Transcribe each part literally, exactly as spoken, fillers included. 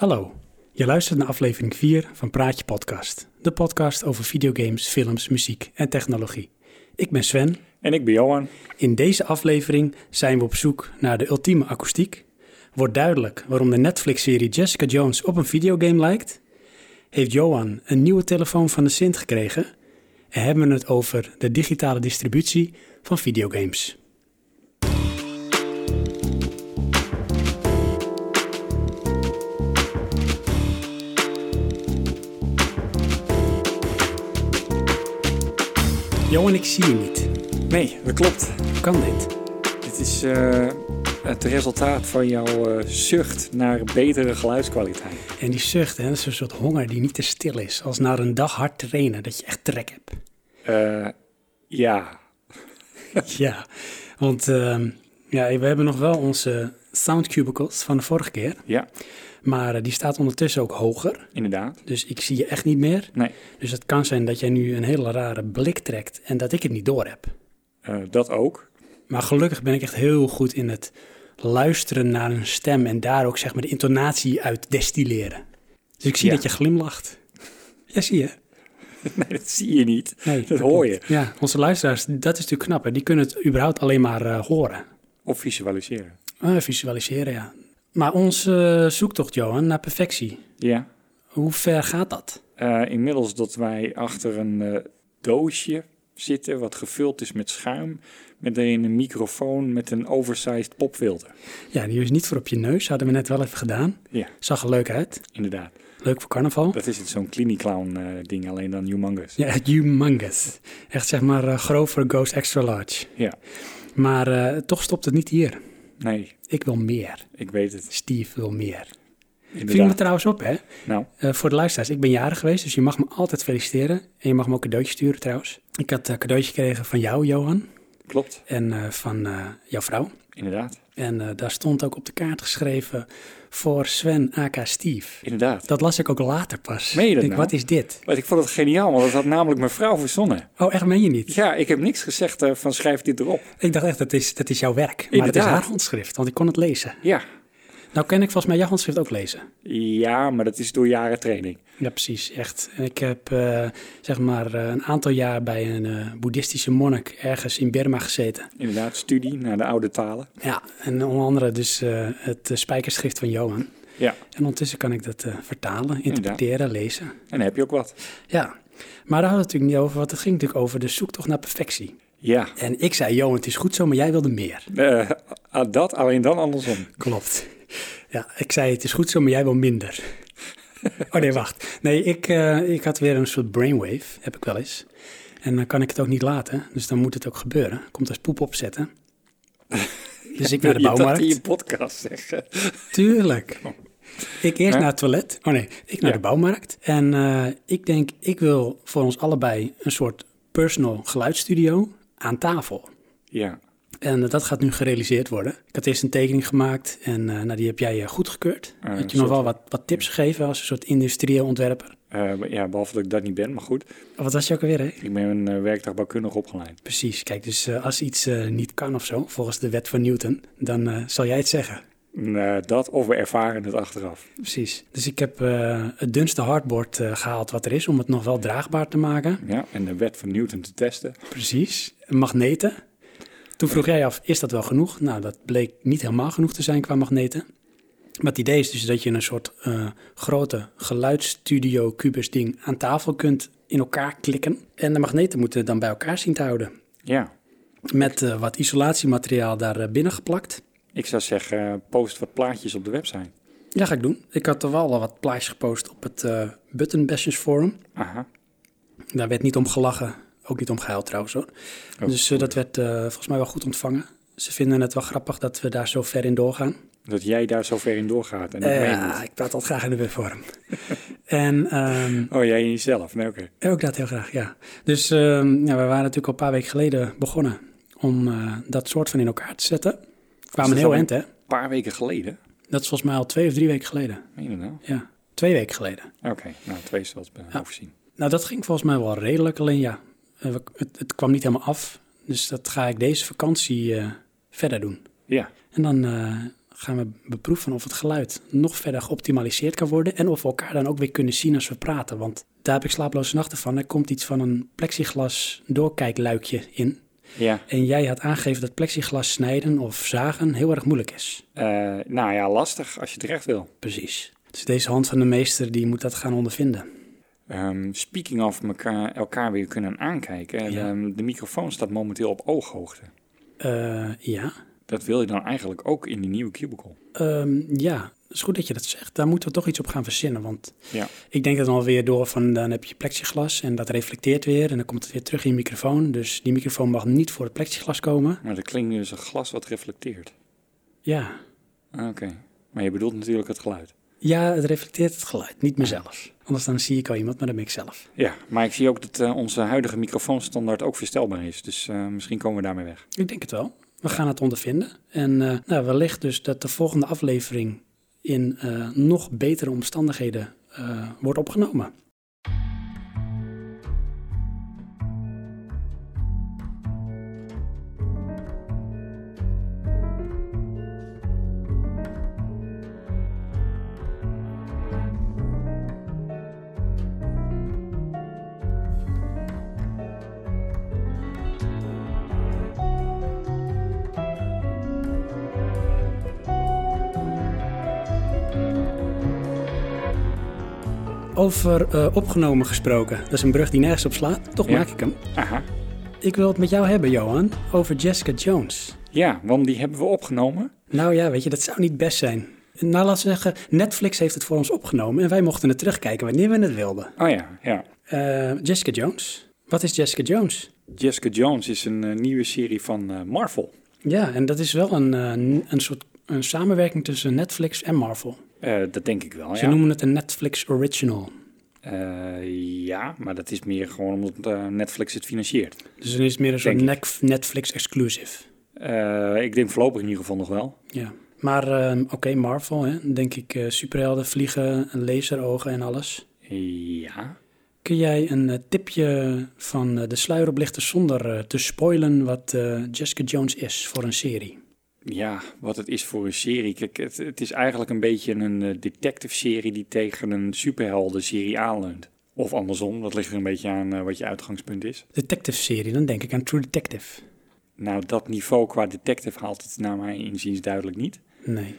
Hallo, je luistert naar aflevering vier van Praatje Podcast. De podcast over videogames, films, muziek en technologie. Ik ben Sven. En ik ben Johan. In deze aflevering zijn we op zoek naar de ultieme akoestiek. Wordt duidelijk waarom de Netflix-serie Jessica Jones op een videogame lijkt. Heeft Johan een nieuwe telefoon van de Sint gekregen. En hebben we het over de digitale distributie van videogames. Johan, ik zie je niet. Nee, dat klopt. Hoe kan dit? Dit is uh, het resultaat van jouw uh, zucht naar betere geluidskwaliteit. En die zucht, hè, dat is een soort honger die niet te stil is. Als na een dag hard trainen, dat je echt trek hebt. Uh, ja. ja, want uh, ja, we hebben nog wel onze sound cubicles van de vorige keer. Ja. Maar uh, die staat ondertussen ook hoger. Inderdaad. Dus ik zie je echt niet meer. Nee. Dus het kan zijn dat jij nu een hele rare blik trekt en dat ik het niet door heb. Uh, dat ook. Maar gelukkig ben ik echt heel goed in het luisteren naar een stem en daar ook zeg maar de intonatie uit destilleren. Dus ik zie ja. dat je glimlacht. Ja, zie je. Nee, dat zie je niet. Nee, dat, dat hoor je. Ja, onze luisteraars, dat is natuurlijk knap. Hè? Die kunnen het überhaupt alleen maar uh, horen. Of visualiseren. Uh, visualiseren, ja. Maar onze uh, zoektocht, Johan, naar perfectie. Ja. Hoe ver gaat dat? Uh, inmiddels dat wij achter een uh, doosje zitten wat gevuld is met schuim. Met erin een microfoon met een oversized popfilter. Ja, die is niet voor op je neus. Hadden we net wel even gedaan. Ja. Zag er leuk uit. Inderdaad. Leuk voor carnaval. Dat is het, zo'n Cliniclown uh, ding, alleen dan humongous. Ja, humongous. Echt zeg maar uh, grover goes extra large. Ja. Maar uh, toch stopt het niet hier. Nee. Ik wil meer. Ik weet het. Steve wil meer. Inderdaad. Viel me trouwens op, hè? Nou. Uh, voor de luisteraars, ik ben jarig geweest, dus je mag me altijd feliciteren. En je mag me ook een cadeautje sturen trouwens. Ik had een cadeautje gekregen van jou, Johan. Klopt. En uh, van uh, jouw vrouw. Inderdaad. En uh, daar stond ook op de kaart geschreven voor Sven aka Steve. Inderdaad. Dat las ik ook later pas. Meen je dat denk, nou? Wat is dit? Maar ik vond het geniaal, want dat had namelijk mijn vrouw verzonnen. Oh, echt meen je niet? Ja, ik heb niks gezegd uh, van schrijf dit erop. Ik dacht echt, dat is, dat is jouw werk. Maar Inderdaad. het is haar handschrift, want ik kon het lezen. Ja. Nou kan ik volgens mij jouw handschrift ook lezen. Ja, maar dat is door jaren training. Ja, precies, echt. En ik heb uh, zeg maar uh, een aantal jaar bij een uh, boeddhistische monnik ergens in Burma gezeten. Inderdaad, studie naar de oude talen. Ja, en onder andere dus uh, het uh, spijkerschrift van Johan. Ja. En ondertussen kan ik dat uh, vertalen, interpreteren, Inderdaad. lezen. En dan heb je ook wat. Ja, maar daar hadden we het natuurlijk niet over, want het ging natuurlijk over de zoektocht naar perfectie. Ja. En ik zei, Johan, het is goed zo, maar jij wilde meer. Uh, dat, alleen dan andersom. Klopt. Ja, ik zei, het is goed zo, maar jij wil minder. Oh nee, wacht. Nee, ik, uh, ik had weer een soort brainwave, heb ik wel eens. En dan kan ik het ook niet laten, dus dan moet het ook gebeuren. Komt als poep opzetten. Dus ik naar de je bouwmarkt. dat in je podcast zeggen. Tuurlijk. Ik eerst ja? naar het toilet. Oh nee, ik naar ja. de bouwmarkt. En uh, ik denk, ik wil voor ons allebei een soort personal geluidsstudio aan tafel. Ja. En uh, dat gaat nu gerealiseerd worden. Ik had eerst een tekening gemaakt en uh, nou, die heb jij uh, goedgekeurd. Uh, had je nog wel wat, wat tips gegeven als een soort industrieel ontwerper? Uh, ja, behalve dat ik dat niet ben, maar goed. Wat was je ook alweer, hè? Ik ben een uh, werktuigbouwkundige opgeleid. Precies, kijk, dus uh, als iets uh, niet kan of zo, volgens de wet van Newton, dan uh, zal jij het zeggen. Uh, dat of we ervaren het achteraf. Precies. Dus ik heb uh, het dunste hardboard uh, gehaald wat er is om het nog wel draagbaar te maken. Ja, en de wet van Newton te testen. Precies. Magneten. Toen vroeg jij af, is dat wel genoeg? Nou, dat bleek niet helemaal genoeg te zijn qua magneten. Maar het idee is dus dat je een soort uh, grote geluidsstudio kubus ding aan tafel kunt in elkaar klikken. En de magneten moeten dan bij elkaar zien te houden. Ja. Met uh, wat isolatiemateriaal daar uh, binnen geplakt. Ik zou zeggen, uh, post wat plaatjes op de website. Ja, ga ik doen. Ik had er wel al wat plaatjes gepost op het uh, Button Bashers forum. Aha. Daar werd niet om gelachen. Ook niet om gehuild trouwens hoor. Oh, dus uh, dat werd uh, volgens mij wel goed ontvangen. Ze vinden het wel grappig dat we daar zo ver in doorgaan. Dat jij daar zo ver in doorgaat. En uh, ja, ik praat altijd graag in de webvorm. en, um, oh, jij in jezelf? Nee, oké. Okay. Ook dat heel graag, ja. Dus um, ja, we waren natuurlijk al een paar weken geleden begonnen om uh, dat soort van in elkaar te zetten. We kwamen heel eind, hè? Een paar weken geleden? Dat is volgens mij al twee of drie weken geleden. Meen je nou? Ja, twee weken geleden. Oké, okay, nou twee is wel ja. overzien. Nou, dat ging volgens mij wel redelijk, alleen ja, uh, het, het kwam niet helemaal af. Dus dat ga ik deze vakantie uh, verder doen. Ja. En dan uh, gaan we beproeven of het geluid nog verder geoptimaliseerd kan worden en of we elkaar dan ook weer kunnen zien als we praten. Want daar heb ik slaaploze nachten van. Er komt iets van een plexiglas doorkijkluikje in. Ja. En jij had aangegeven dat plexiglas snijden of zagen heel erg moeilijk is. Uh, nou ja, lastig als je het recht wil. Precies. Dus deze hand van de meester die moet dat gaan ondervinden. Um, speaking of elkaar, elkaar weer kunnen aankijken. Ja. De, de microfoon staat momenteel op ooghoogte. Uh, ja. Dat wil je dan eigenlijk ook in die nieuwe Cubicle. Um, ja, het is goed dat je dat zegt. Daar moeten we toch iets op gaan verzinnen. Want ja. ik denk dat dan alweer door van, dan heb je plexiglas en dat reflecteert weer. En dan komt het weer terug in je microfoon. Dus die microfoon mag niet voor het plexiglas komen. Maar dat klinkt nu als een glas wat reflecteert. Ja. Oké, okay. Maar je bedoelt natuurlijk het geluid. Ja, het reflecteert het geluid, niet mezelf. Anders dan zie ik al iemand, maar dan ben ik zelf. Ja, maar ik zie ook dat uh, onze huidige microfoonstandaard ook verstelbaar is. Dus uh, misschien komen we daarmee weg. Ik denk het wel. We gaan het ondervinden. En uh, nou, wellicht dus dat de volgende aflevering in uh, nog betere omstandigheden uh, wordt opgenomen. Over uh, opgenomen gesproken. Dat is een brug die nergens op slaat. Toch ja. maak ik hem. Aha. Ik wil het met jou hebben, Johan, over Jessica Jones. Ja, want die hebben we opgenomen. Nou ja, weet je, dat zou niet best zijn. Nou, laten we zeggen, Netflix heeft het voor ons opgenomen en wij mochten het terugkijken wanneer we het wilden. Oh ja, ja. Uh, Jessica Jones. Wat is Jessica Jones? Jessica Jones is een uh, nieuwe serie van uh, Marvel. Ja, en dat is wel een, uh, een soort een samenwerking tussen Netflix en Marvel. Uh, dat denk ik wel, Ze ja. noemen het een Netflix Original. Uh, ja, maar dat is meer gewoon omdat uh, Netflix het financiert. Dus dan is het meer een soort ne- Netflix exclusive. Uh, ik denk voorlopig in ieder geval nog wel. Ja, maar uh, oké, okay, Marvel, hè? Denk ik uh, superhelden, vliegen, laserogen en alles. Ja. Kun jij een uh, tipje van uh, de sluier oplichten zonder uh, te spoilen wat uh, Jessica Jones is voor een serie? Ja, wat het is voor een serie. Kijk, het, het is eigenlijk een beetje een uh, detective-serie die tegen een superhelden-serie aanleunt. Of andersom, dat ligt er een beetje aan uh, wat je uitgangspunt is. Detective-serie, dan denk ik aan True Detective. Nou, dat niveau qua detective haalt het naar mijn inziens duidelijk niet. Nee.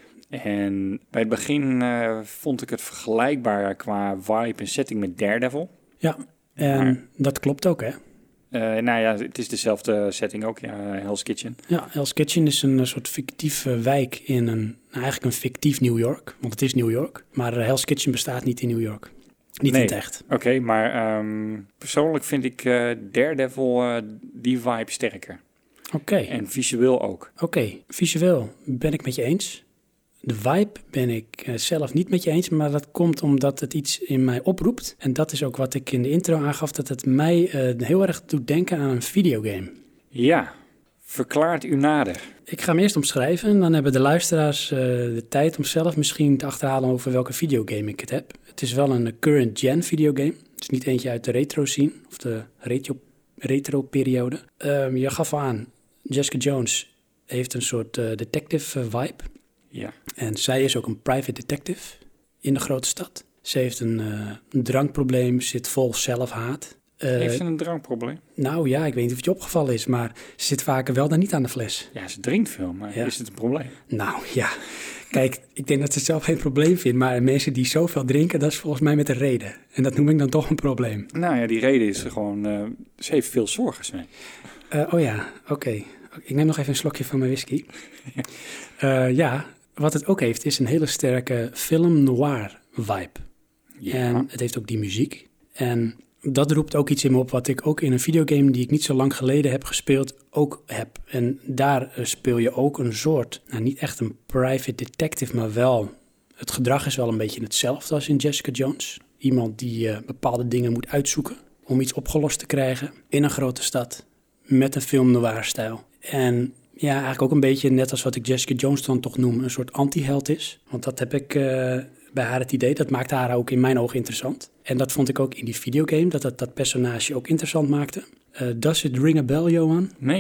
En bij het begin uh, vond ik het vergelijkbaar qua vibe en setting met Daredevil. Ja, en maar, dat klopt ook, hè? Uh, nou ja, het is dezelfde setting ook, ja, Hell's Kitchen. Ja, Hell's Kitchen is een soort fictieve wijk in een, nou eigenlijk een fictief New York. Want het is New York, maar Hell's Kitchen bestaat niet in New York. Niet nee. in het echt. Oké, okay, maar um, persoonlijk vind ik uh, Daredevil uh, die vibe sterker. Oké. Okay. En visueel ook. Oké, okay. Visueel ben ik met je eens. De vibe ben ik uh, zelf niet met je eens, maar dat komt omdat het iets in mij oproept. En dat is ook wat ik in de intro aangaf, dat het mij uh, heel erg doet denken aan een videogame. Ja, verklaart u nader. Ik ga hem eerst omschrijven en dan hebben de luisteraars uh, de tijd om zelf misschien te achterhalen over welke videogame ik het heb. Het is wel een current gen videogame. Het is niet eentje uit de retro scene of de retro, retro periode. Um, je gaf aan, Jessica Jones heeft een soort uh, detective uh, vibe. Ja. En zij is ook een private detective in de grote stad. Ze heeft een, uh, een drankprobleem, zit vol zelfhaat. Uh, heeft ze een drankprobleem? Nou ja, ik weet niet of het je opgevallen is, maar ze zit vaker wel dan niet aan de fles. Ja, ze drinkt veel, maar ja. Is het een probleem? Nou ja, kijk, ik denk dat ze het zelf geen probleem vindt, maar mensen die zoveel drinken, dat is volgens mij met een reden. En dat noem ik dan toch een probleem. Nou ja, die reden is gewoon, uh, ze heeft veel zorgen, Sven. Uh, oh ja, oké. Okay. Ik neem nog even een slokje van mijn whisky. ja. Uh, ja. Wat het ook heeft, is een hele sterke film noir vibe. Ja. En het heeft ook die muziek. En dat roept ook iets in me op wat ik ook in een videogame die ik niet zo lang geleden heb gespeeld ook heb. En daar uh, speel je ook een soort, nou niet echt een private detective, maar wel, het gedrag is wel een beetje hetzelfde als in Jessica Jones. Iemand die uh, bepaalde dingen moet uitzoeken om iets opgelost te krijgen in een grote stad met een film noir stijl. En ja, eigenlijk ook een beetje net als wat ik Jessica Jones dan toch noem, een soort anti-held is. Want dat heb ik uh, bij haar het idee, dat maakt haar ook in mijn ogen interessant. En dat vond ik ook in die videogame, dat dat, dat personage ook interessant maakte. Uh, does it ring a bell, Johan? Nee.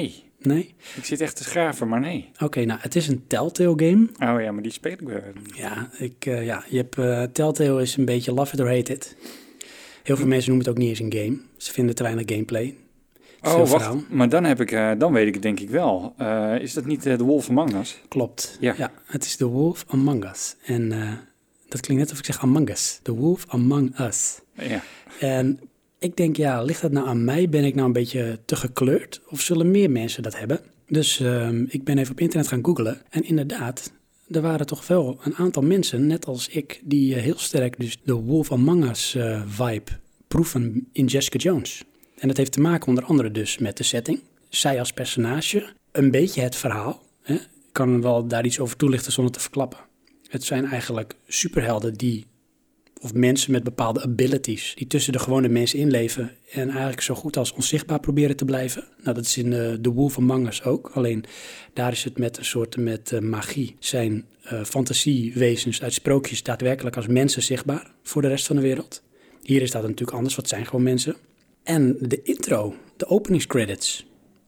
Nee? Ik zit echt te schaven, maar nee. Oké, okay, nou, het is een Telltale game. Oh ja, maar die speel ik wel. Ja, ik, uh, ja je hebt, uh, Telltale is een beetje love it or hate it. Heel veel mensen noemen het ook niet eens een game. Ze vinden te weinig gameplay. Oh, wacht, verhaal. Maar dan, heb ik, uh, dan weet ik het denk ik wel. Uh, is dat niet uh, The Wolf Among Us? Klopt, ja. ja. Het is The Wolf Among Us. En uh, dat klinkt net of ik zeg Among Us. The Wolf Among Us. Ja. En ik denk, ja, ligt dat nou aan mij? Ben ik nou een beetje te gekleurd? Of zullen meer mensen dat hebben? Dus uh, ik ben even op internet gaan googlen. En inderdaad, er waren toch wel een aantal mensen, net als ik, die uh, heel sterk dus de Wolf Among Us uh, vibe proeven in Jessica Jones. En dat heeft te maken onder andere dus met de setting. Zij als personage, een beetje het verhaal. Hè? Ik kan wel daar iets over toelichten zonder te verklappen. Het zijn eigenlijk superhelden die, of mensen met bepaalde abilities, die tussen de gewone mensen inleven en eigenlijk zo goed als onzichtbaar proberen te blijven. Nou, dat is in uh, The Wolf Among Us ook. Alleen daar is het met een soort met uh, magie. Zijn uh, fantasiewezens uit sprookjes daadwerkelijk als mensen zichtbaar voor de rest van de wereld. Hier is dat natuurlijk anders, wat zijn gewoon mensen. En de intro, de openingscredits,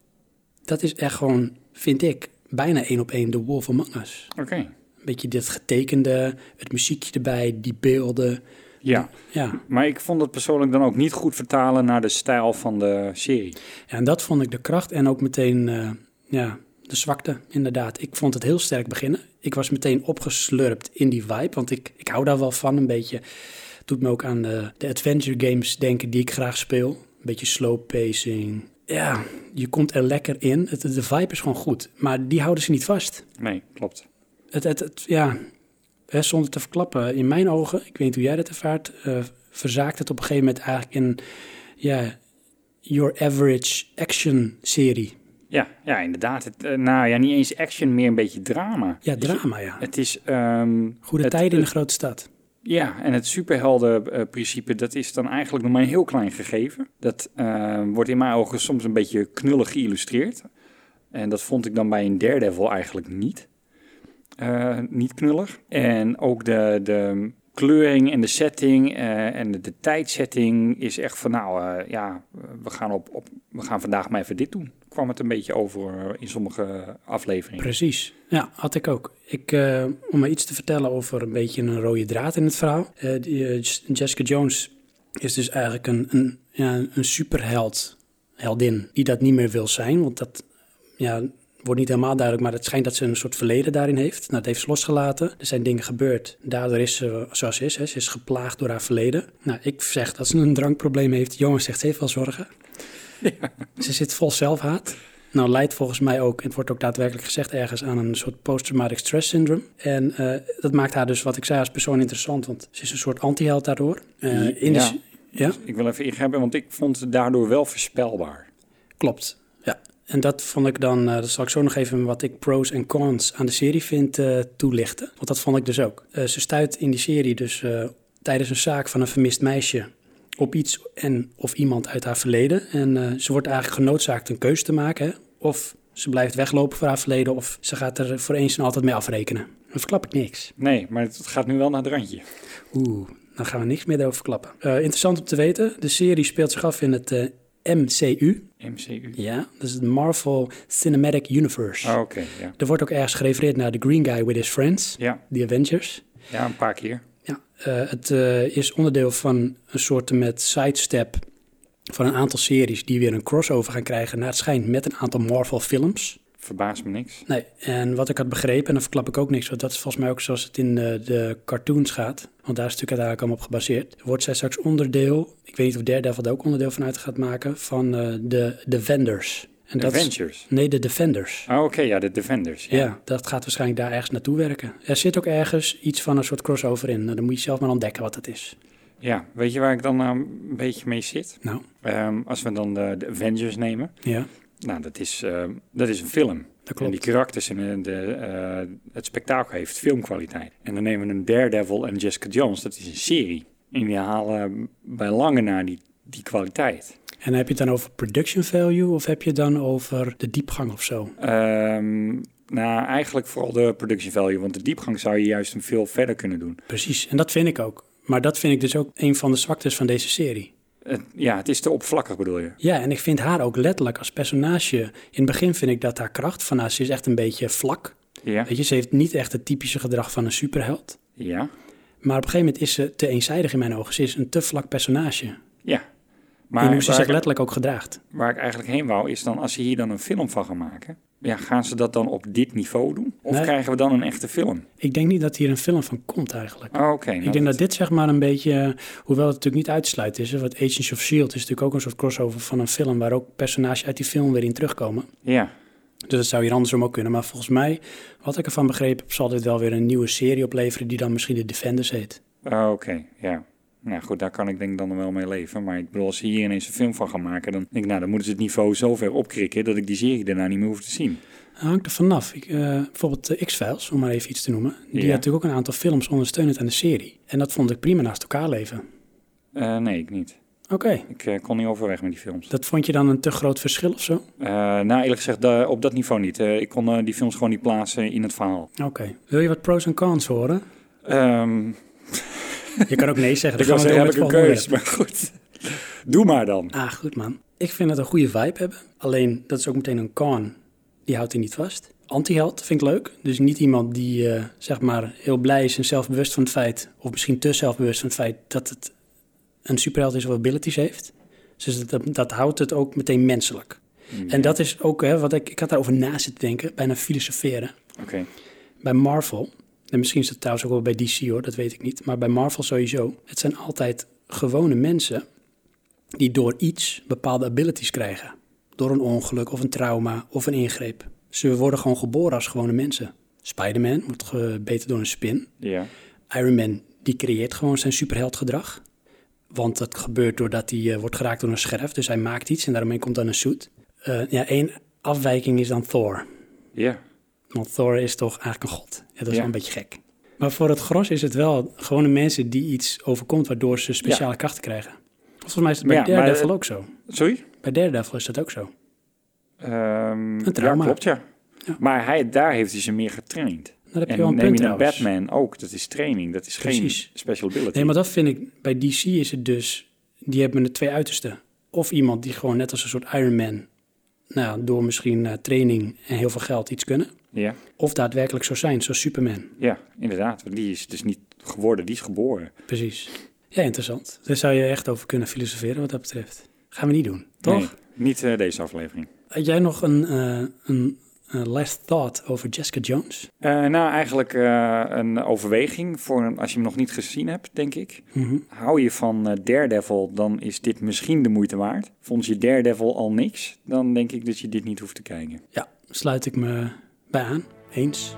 dat is echt gewoon, vind ik, bijna één op één The Wolf Among Us. Oké. Okay. Een beetje dit getekende, het muziekje erbij, die beelden. Ja. ja, maar ik vond het persoonlijk dan ook niet goed vertalen naar de stijl van de serie. Ja, en dat vond ik de kracht en ook meteen uh, ja, de zwakte, inderdaad. Ik vond het heel sterk beginnen. Ik was meteen opgeslurpt in die vibe, want ik, ik hou daar wel van, een beetje. Het doet me ook aan de, de adventure games denken die ik graag speel. Een beetje slow pacing. Ja, je komt er lekker in. Het, de vibe is gewoon goed, maar die houden ze niet vast. Nee, klopt. Het, het, het, ja, hè, zonder te verklappen, in mijn ogen, ik weet niet hoe jij dat ervaart, uh, verzaakt het op een gegeven moment eigenlijk in, ja, your average action serie. Ja, ja, inderdaad. Het, uh, nou ja, niet eens action, meer een beetje drama. Ja, drama, ja. Het is... Um, Goede het, tijden in het, de grote stad. Ja, en het superheldenprincipe, dat is dan eigenlijk nog maar een heel klein gegeven. Dat uh, wordt in mijn ogen soms een beetje knullig geïllustreerd. En dat vond ik dan bij een Daredevil eigenlijk niet. Uh, niet knullig. En ook de, de kleuring en de setting uh, en de, de tijdsetting is echt van, nou uh, ja, we gaan, op, op, we gaan vandaag maar even dit doen. Kwam het een beetje over in sommige afleveringen. Precies, ja, had ik ook. Ik, uh, om maar iets te vertellen over een beetje een rode draad in het verhaal. Uh, die, uh, Jessica Jones is dus eigenlijk een, een, ja, een superheld, heldin, die dat niet meer wil zijn. Want dat, ja, wordt niet helemaal duidelijk, maar het schijnt dat ze een soort verleden daarin heeft. Nou, dat heeft ze losgelaten. Er zijn dingen gebeurd. Daardoor is ze zoals ze is. Hè. Ze is geplaagd door haar verleden. Nou, ik zeg dat ze een drankprobleem heeft. Jongens zegt, ze heeft wel zorgen. Ja. Ze zit vol zelfhaat. Nou, leidt volgens mij ook, het wordt ook daadwerkelijk gezegd ergens, aan een soort post-traumatic stress syndrome. En uh, dat maakt haar dus, wat ik zei, als persoon interessant, want ze is een soort anti-held daardoor. Uh, in ja. de, ja, ik wil even ingrijpen, want ik vond het daardoor wel voorspelbaar. Klopt, ja. En dat vond ik dan, uh, dat zal ik zo nog even wat ik pros en cons aan de serie vind uh, toelichten. Want dat vond ik dus ook. Uh, ze stuit in die serie dus uh, tijdens een zaak van een vermist meisje op iets en of iemand uit haar verleden. En uh, ze wordt eigenlijk genoodzaakt een keuze te maken. Hè? Of ze blijft weglopen voor haar verleden, of ze gaat er voor eens en altijd mee afrekenen. Dan verklap ik niks. Nee, maar het gaat nu wel naar het randje. Oeh, dan gaan we niks meer erover verklappen. Uh, interessant om te weten, de serie speelt zich af in het uh, M C U. M C U? Ja, dat is het Marvel Cinematic Universe. Oh, oké, okay, ja. Er wordt ook ergens gerefereerd naar The Green Guy with his friends, ja. The Avengers. Ja, een paar keer. Ja, uh, het uh, is onderdeel van een soort met sidestep van een aantal series die weer een crossover gaan krijgen, naar het schijnt, met een aantal Marvel films. Verbaast me niks. Nee, en wat ik had begrepen, en dan verklap ik ook niks, want dat is volgens mij ook zoals het in de, de cartoons gaat, want daar is het natuurlijk uiteindelijk allemaal op gebaseerd. Wordt zij straks onderdeel, ik weet niet of Daredevil er ook onderdeel van uit gaat maken, van uh, de Defenders. En de dat Avengers? Is, nee, de Defenders. Oh, oké, okay, ja, de Defenders. Ja. ja, dat gaat waarschijnlijk daar ergens naartoe werken. Er zit ook ergens iets van een soort crossover in. Nou, dan moet je zelf maar ontdekken wat dat is. Ja, weet je waar ik dan uh, een beetje mee zit? Nou? Um, als we dan de, de Avengers nemen. Ja. Nou, dat is, uh, dat is een film. Dat klopt. En die karakters en de, uh, het spektakel heeft filmkwaliteit. En dan nemen we een Daredevil en Jessica Jones. Dat is een serie. En die halen bij lange na die, die kwaliteit. En heb je het dan over production value of heb je het dan over de diepgang of zo? Um, nou, eigenlijk vooral de production value. Want de diepgang zou je juist veel verder kunnen doen. Precies, en dat vind ik ook. Maar dat vind ik dus ook een van de zwaktes van deze serie. Het, ja, het is te oppervlakkig bedoel je? Ja, en ik vind haar ook letterlijk als personage... In het begin vind ik dat haar kracht van haar... Ze is echt een beetje vlak. Ja. Weet je, ze heeft niet echt het typische gedrag van een superheld. Ja. Maar op een gegeven moment is ze te eenzijdig in mijn ogen. Ze is een te vlak personage. Ja. Maar hoe ze zich ik, letterlijk ook gedraagt. Waar ik eigenlijk heen wou, is dan als ze hier dan een film van gaan maken... Ja, gaan ze dat dan op dit niveau doen? Of Nee. krijgen we dan een echte film? Ik denk niet dat hier een film van komt eigenlijk. Oh, oké. Okay, ik nou denk dat dit zeg maar een beetje... Hoewel het natuurlijk niet uitsluit is. Hè, want Agents of S H I E L D is natuurlijk ook een soort crossover van een film... waar ook personages uit die film weer in terugkomen. Ja. Dus dat zou hier andersom ook kunnen. Maar volgens mij, wat ik ervan begrepen heb... zal dit wel weer een nieuwe serie opleveren... die dan misschien de Defenders heet. Oh, oké, okay, ja. Nou goed, daar kan ik denk dan wel mee leven. Maar ik bedoel, als ze hier ineens een film van gaan maken... dan denk ik, nou, dan moeten ze het niveau zo ver opkrikken... dat ik die serie daarna niet meer hoef te zien. Dat hangt er vanaf. Ik, uh, bijvoorbeeld uh, X-Files, om maar even iets te noemen... die Ja. had natuurlijk ook een aantal films ondersteunend aan de serie. En dat vond ik prima naast elkaar leven. Uh, nee, ik niet. Oké. Okay. Ik uh, kon niet overweg met die films. Dat vond je dan een te groot verschil of zo? Uh, nou, eerlijk gezegd, uh, op dat niveau niet. Uh, ik kon uh, die films gewoon niet plaatsen in het verhaal. Oké. Okay. Wil je wat pros en cons horen? Um... Je kan ook nee zeggen. Ik kan zeggen, heb ik een keus, maar goed. Doe maar dan. Ah, goed man. Ik vind dat een goede vibe hebben. Alleen, dat is ook meteen een con. Die houdt hij niet vast. Anti-held vind ik leuk. Dus niet iemand die, uh, zeg maar, heel blij is en zelfbewust van het feit... of misschien te zelfbewust van het feit dat het een superheld is of abilities heeft. Dus dat, dat houdt het ook meteen menselijk. Ja. En dat is ook, hè, wat ik, ik had daarover na zitten denken, bijna filosoferen. Oké. Okay. Bij Marvel, en misschien is dat trouwens ook wel bij D C hoor, dat weet ik niet. Maar bij Marvel sowieso, het zijn altijd gewone mensen die door iets bepaalde abilities krijgen. Door een ongeluk of een trauma of een ingreep. Ze worden gewoon geboren als gewone mensen. Spider-Man wordt gebeten door een spin. Ja. Iron Man, die creëert gewoon zijn superheldgedrag. Want dat gebeurt doordat hij uh, wordt geraakt door een scherf. Dus hij maakt iets en daaromheen komt dan een suit. Uh, ja, één afwijking is dan Thor. Ja. Want Thor is toch eigenlijk een god. Ja, dat is ja. wel een beetje gek. Maar voor het gros is het wel gewone mensen die iets overkomt... waardoor ze speciale ja. krachten krijgen. Volgens mij is het bij ja, Daredevil ook zo. Sorry? Bij Daredevil is dat ook zo. Um, een trauma. Ja, klopt, ja. ja. Maar hij, daar heeft hij ze meer getraind. Dat heb je en wel een neem punt, je naar Batman ook, dat is training, dat is Precies. geen special ability. Nee, maar dat vind ik, bij D C is het dus, die hebben de twee uitersten. Of iemand die gewoon net als een soort Iron Man, nou, door misschien uh, training en heel veel geld iets kunnen. Ja. Of daadwerkelijk zo zijn, zoals Superman. Ja, inderdaad, die is dus niet geworden, die is geboren. Precies. Ja, interessant. Daar zou je echt over kunnen filosoferen wat dat betreft. Gaan we niet doen, toch? Nee, niet uh, deze aflevering. Had jij nog een... Uh, een Uh, last thought over Jessica Jones? Uh, nou, eigenlijk uh, een overweging voor als je hem nog niet gezien hebt, denk ik. Mm-hmm. Hou je van uh, Daredevil, dan is dit misschien de moeite waard. Vond je Daredevil al niks, dan denk ik dat je dit niet hoeft te kijken. Ja, sluit ik me bij aan. Eens.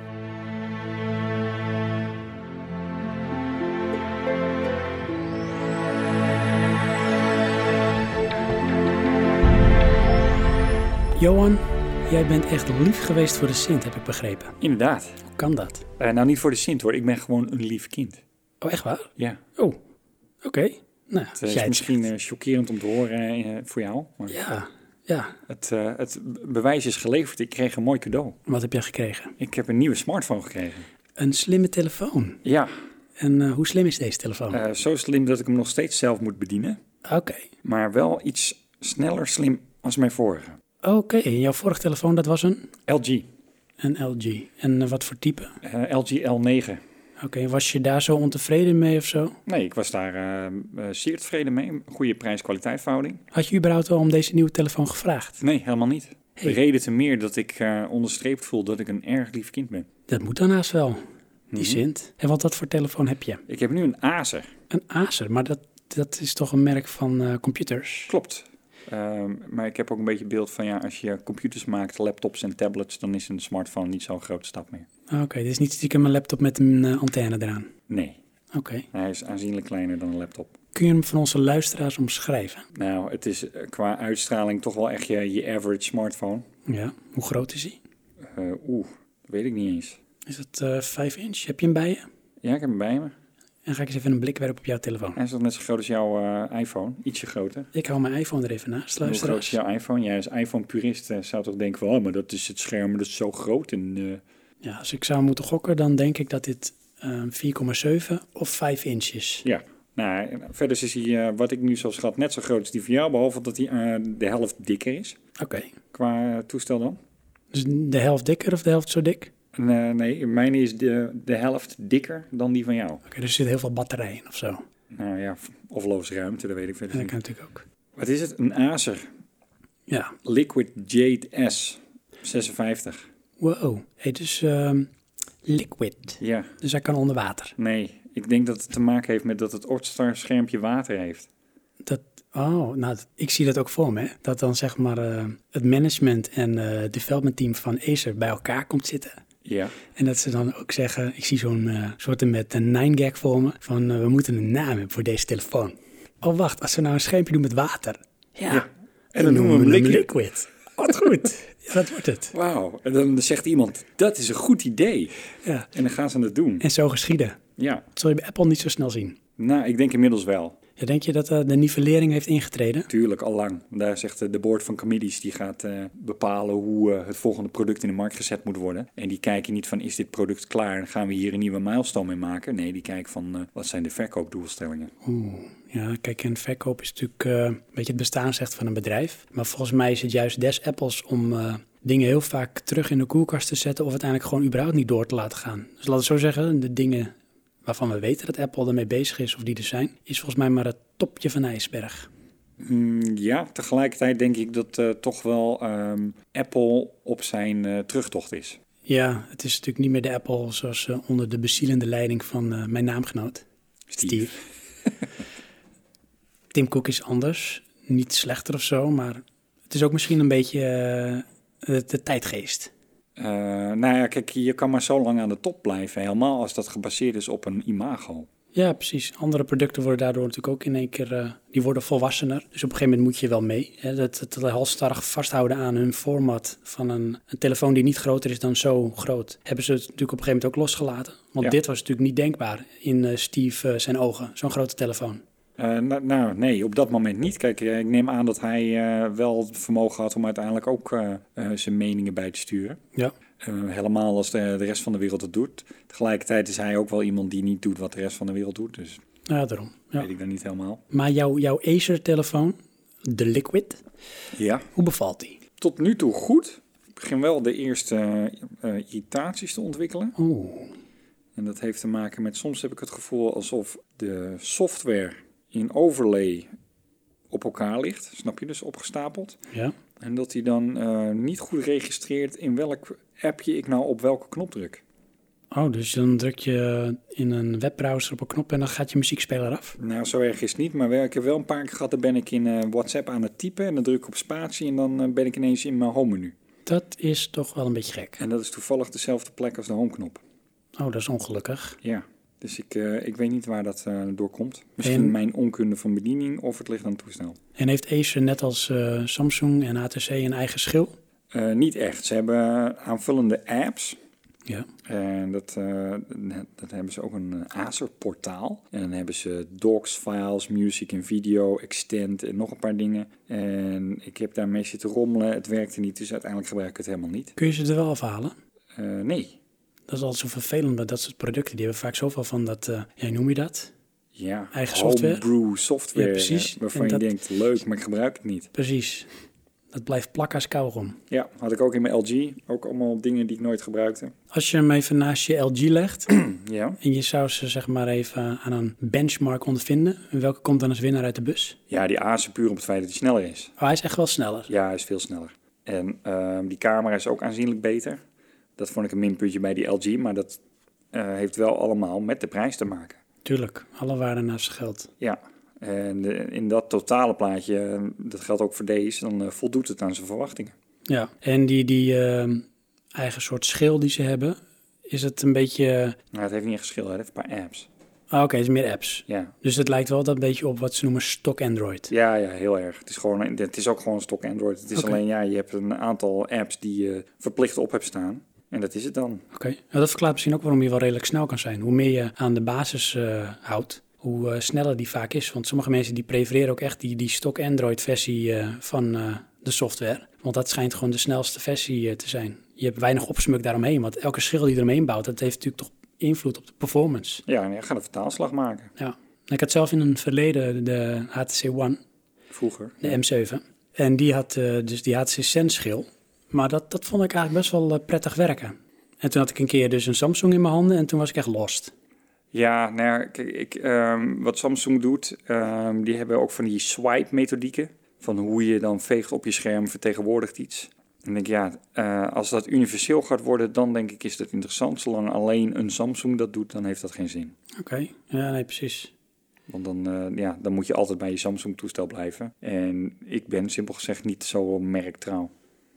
Johan, jij bent echt lief geweest voor de Sint, heb ik begrepen. Inderdaad. Hoe kan dat? Uh, nou, niet voor de Sint hoor. Ik ben gewoon een lief kind. Oh, echt waar? Ja. Oh, oké. Okay. Nou, het is misschien uh, chockerend om te horen uh, voor jou. Maar ja, ja. Het, uh, het bewijs is geleverd. Ik kreeg een mooi cadeau. Wat heb jij gekregen? Ik heb een nieuwe smartphone gekregen. Een slimme telefoon? Ja. En uh, hoe slim is deze telefoon? Uh, zo slim dat ik hem nog steeds zelf moet bedienen. Oké. Okay. Maar wel iets sneller slim als mijn vorige. Oké, okay. En jouw vorige telefoon, dat was een? L G. Een L G. En uh, wat voor type? Uh, L G L negen. Oké, okay. Was je daar zo ontevreden mee of zo? Nee, ik was daar uh, uh, zeer tevreden mee. Goede prijs-kwaliteit verhouding. Had je überhaupt wel om deze nieuwe telefoon gevraagd? Nee, helemaal niet. Hey. De reden te meer dat ik uh, onderstreept voel dat ik een erg lief kind ben. Dat moet dan haast wel, die mm-hmm. Sint. En wat, wat voor telefoon heb je? Ik heb nu een Acer. Een Acer, maar dat, dat is toch een merk van uh, computers? Klopt. Um, maar ik heb ook een beetje beeld van, ja, als je computers maakt, laptops en tablets, dan is een smartphone niet zo'n grote stap meer. Oké, okay, dit is niet stiekem een laptop met een uh, antenne eraan? Nee. Oké. Okay. Hij is aanzienlijk kleiner dan een laptop. Kun je hem van onze luisteraars omschrijven? Nou, het is uh, qua uitstraling toch wel echt je, je average smartphone. Ja, hoe groot is hij? Uh, Oeh, dat weet ik niet eens. Is het uh, vijf inch? Heb je hem bij je? Ja, ik heb hem bij me. En ga ik eens even een blik werpen op jouw telefoon. Hij is toch net zo groot als jouw uh, iPhone, ietsje groter. Ik hou mijn iPhone er even naast, luisteraars. Hoe groot is jouw iPhone? Jij als iPhone-purist uh, zou toch denken van, oh, maar dat is het scherm, dat is zo groot. En, uh... Ja, als ik zou moeten gokken, dan denk ik dat dit uh, vier komma zeven of vijf inch is. Ja, Nou, verder is hij, uh, wat ik nu zo schat, net zo groot als die van jou. Behalve dat hij uh, de helft dikker is. Oké. Okay. Qua uh, toestel dan. Dus de helft dikker of de helft zo dik? Uh, nee, mijn is de, de helft dikker dan die van jou. Oké, okay, dus er zit heel veel batterij in of zo. Nou ja, of loofsruimte, dat weet ik verder ja, niet. Dat kan natuurlijk ook. Wat is het? Een Acer. Ja. Liquid Jade S zesenvijftig. Wow, hey, dus um, liquid. Ja. Dus hij kan onder water. Nee, ik denk dat het te maken heeft met dat het OrdStar schermpje water heeft. Dat, oh, nou, dat, ik zie dat ook voor me. Hè? Dat dan zeg maar uh, het management en uh, development team van Acer bij elkaar komt zitten. Ja. En dat ze dan ook zeggen, ik zie zo'n uh, soort met een nine gag voor me, van uh, we moeten een naam hebben voor deze telefoon. Oh wacht, als we nou een schermpje doen met water. Ja, ja. En dan noemen we hem liquid. liquid. Wat goed, ja, dat wordt het. Wauw, en dan zegt iemand, dat is een goed idee. Ja. En dan gaan ze het doen. En zo geschieden. Ja. Dat zul je bij Apple niet zo snel zien. Nou, ik denk inmiddels wel. Ja, denk je dat uh, de nivellering heeft ingetreden? Tuurlijk, al lang. Daar zegt uh, de board van committees, die gaat uh, bepalen hoe uh, het volgende product in de markt gezet moet worden. En die kijken niet van, is dit product klaar en gaan we hier een nieuwe milestone mee maken? Nee, die kijken van, uh, wat zijn de verkoopdoelstellingen? Oeh, ja, kijk, en verkoop is natuurlijk uh, een beetje het bestaansrecht van een bedrijf. Maar volgens mij is het juist des Apples om uh, dingen heel vaak terug in de koelkast te zetten of uiteindelijk gewoon überhaupt niet door te laten gaan. Dus laten we zo zeggen, de dingen waarvan we weten dat Apple ermee bezig is of die er zijn, is volgens mij maar het topje van de ijsberg. Mm, ja, tegelijkertijd denk ik dat uh, toch wel um, Apple op zijn uh, terugtocht is. Ja, het is natuurlijk niet meer de Apple zoals uh, onder de bezielende leiding van uh, mijn naamgenoot, Steve. Steve. Tim Cook is anders, niet slechter of zo, maar het is ook misschien een beetje uh, de, de tijdgeest. Uh, nou ja, kijk, je kan maar zo lang aan de top blijven, helemaal als dat gebaseerd is op een imago. Ja, precies. Andere producten worden daardoor natuurlijk ook in één keer, uh, die worden volwassener. Dus op een gegeven moment moet je wel mee. Hè? Dat, dat, dat halstarrig vasthouden aan hun format van een, een telefoon die niet groter is dan zo groot, hebben ze het natuurlijk op een gegeven moment ook losgelaten. Want ja. Dit was natuurlijk niet denkbaar in uh, Steve uh, zijn ogen, zo'n grote telefoon. Uh, nou, nou, nee, op dat moment niet. Kijk, ik neem aan dat hij uh, wel het vermogen had om uiteindelijk ook uh, uh, zijn meningen bij te sturen. Ja. Uh, helemaal als de, de rest van de wereld het doet. Tegelijkertijd is hij ook wel iemand die niet doet wat de rest van de wereld doet. Dus ja, daarom. Ja. Weet ik dan niet helemaal. Maar jouw, jouw Acer-telefoon, de Liquid, ja. Hoe bevalt die? Tot nu toe goed. Ik begin wel de eerste uh, uh, irritaties te ontwikkelen. Oeh. En dat heeft te maken met, soms heb ik het gevoel alsof de software in overlay op elkaar ligt. Snap je, dus opgestapeld. Ja. En dat hij dan uh, niet goed registreert in welk appje ik nou op welke knop druk. Oh, dus dan druk je in een webbrowser op een knop en dan gaat je muziekspeler af? Nou, zo erg is het niet, maar ik heb wel een paar keer gehad, dan ben ik in uh, WhatsApp aan het typen en dan druk ik op spatie en dan uh, ben ik ineens in mijn home menu. Dat is toch wel een beetje gek. En dat is toevallig dezelfde plek als de home knop. Oh, dat is ongelukkig. Ja, dus ik, uh, ik weet niet waar dat uh, door komt. Misschien en... mijn onkunde van bediening of het ligt aan het toestel. En heeft Acer net als uh, Samsung en H T C een eigen schil? Uh, niet echt. Ze hebben aanvullende apps. Ja. En dat, uh, dat hebben ze ook een Acer-portaal. En dan hebben ze docs, files, music en video, extend en nog een paar dingen. En ik heb daarmee zitten rommelen. Het werkte niet, dus uiteindelijk gebruik ik het helemaal niet. Kun je ze er wel afhalen? Uh, nee. Dat is altijd zo vervelend bij dat soort producten. Die hebben vaak zoveel van dat, uh, ja, noem je dat? Ja, eigen software. Homebrew software. Ja, precies. Waarvan en je dat... denkt, leuk, maar ik gebruik het niet. Precies. Dat blijft plakken als kauwgom. Ja, had ik ook in mijn L G. Ook allemaal dingen die ik nooit gebruikte. Als je hem even naast je L G legt ja. en je zou ze zeg maar even aan een benchmark ondervinden, welke komt dan als winnaar uit de bus? Ja, die Acer puur op het feit dat hij sneller is. Oh, hij is echt wel sneller. Ja, hij is veel sneller. En uh, die camera is ook aanzienlijk beter. Dat vond ik een minpuntje bij die L G, maar dat uh, heeft wel allemaal met de prijs te maken. Tuurlijk, alle waarde naar zijn geld. Ja, en de, in dat totale plaatje, dat geldt ook voor deze, dan uh, voldoet het aan zijn verwachtingen. Ja, en die, die uh, eigen soort schil die ze hebben, is het een beetje... Nou, het heeft niet echt geschil, het heeft een paar apps. Ah, oké, okay, het is meer apps. Ja. Dus het lijkt wel dat een beetje op wat ze noemen stock Android. Ja, ja, heel erg. Het is, gewoon, het is ook gewoon stock Android. Het is okay. Alleen, ja, je hebt een aantal apps die je verplicht op hebt staan. En dat is het dan. Oké, okay. Nou, dat verklaart misschien ook waarom je wel redelijk snel kan zijn. Hoe meer je aan de basis uh, houdt, hoe uh, sneller die vaak is. Want sommige mensen die prefereren ook echt die, die stock Android versie uh, van uh, de software. Want dat schijnt gewoon de snelste versie uh, te zijn. Je hebt weinig opsmuk daaromheen, want elke schil die je eromheen bouwt, dat heeft natuurlijk toch invloed op de performance. Ja, en je gaat een vertaalslag maken. Ja, Ik had zelf in een verleden de H T C One, Vroeger. de M zeven. En die had uh, dus die H T C Sense schil. Maar dat, dat vond ik eigenlijk best wel uh, prettig werken. En toen had ik een keer dus een Samsung in mijn handen en toen was ik echt lost. Ja, nou ja, kijk, ik, um, wat Samsung doet, um, die hebben ook van die swipe-methodieken. Van hoe je dan veegt op je scherm vertegenwoordigt iets. En denk ik, ja, uh, als dat universeel gaat worden, dan denk ik is dat interessant. Zolang alleen een Samsung dat doet, dan heeft dat geen zin. Oké, okay. Ja, nee, precies. Want dan, uh, ja, dan moet je altijd bij je Samsung-toestel blijven. En ik ben simpel gezegd niet zo merktrouw.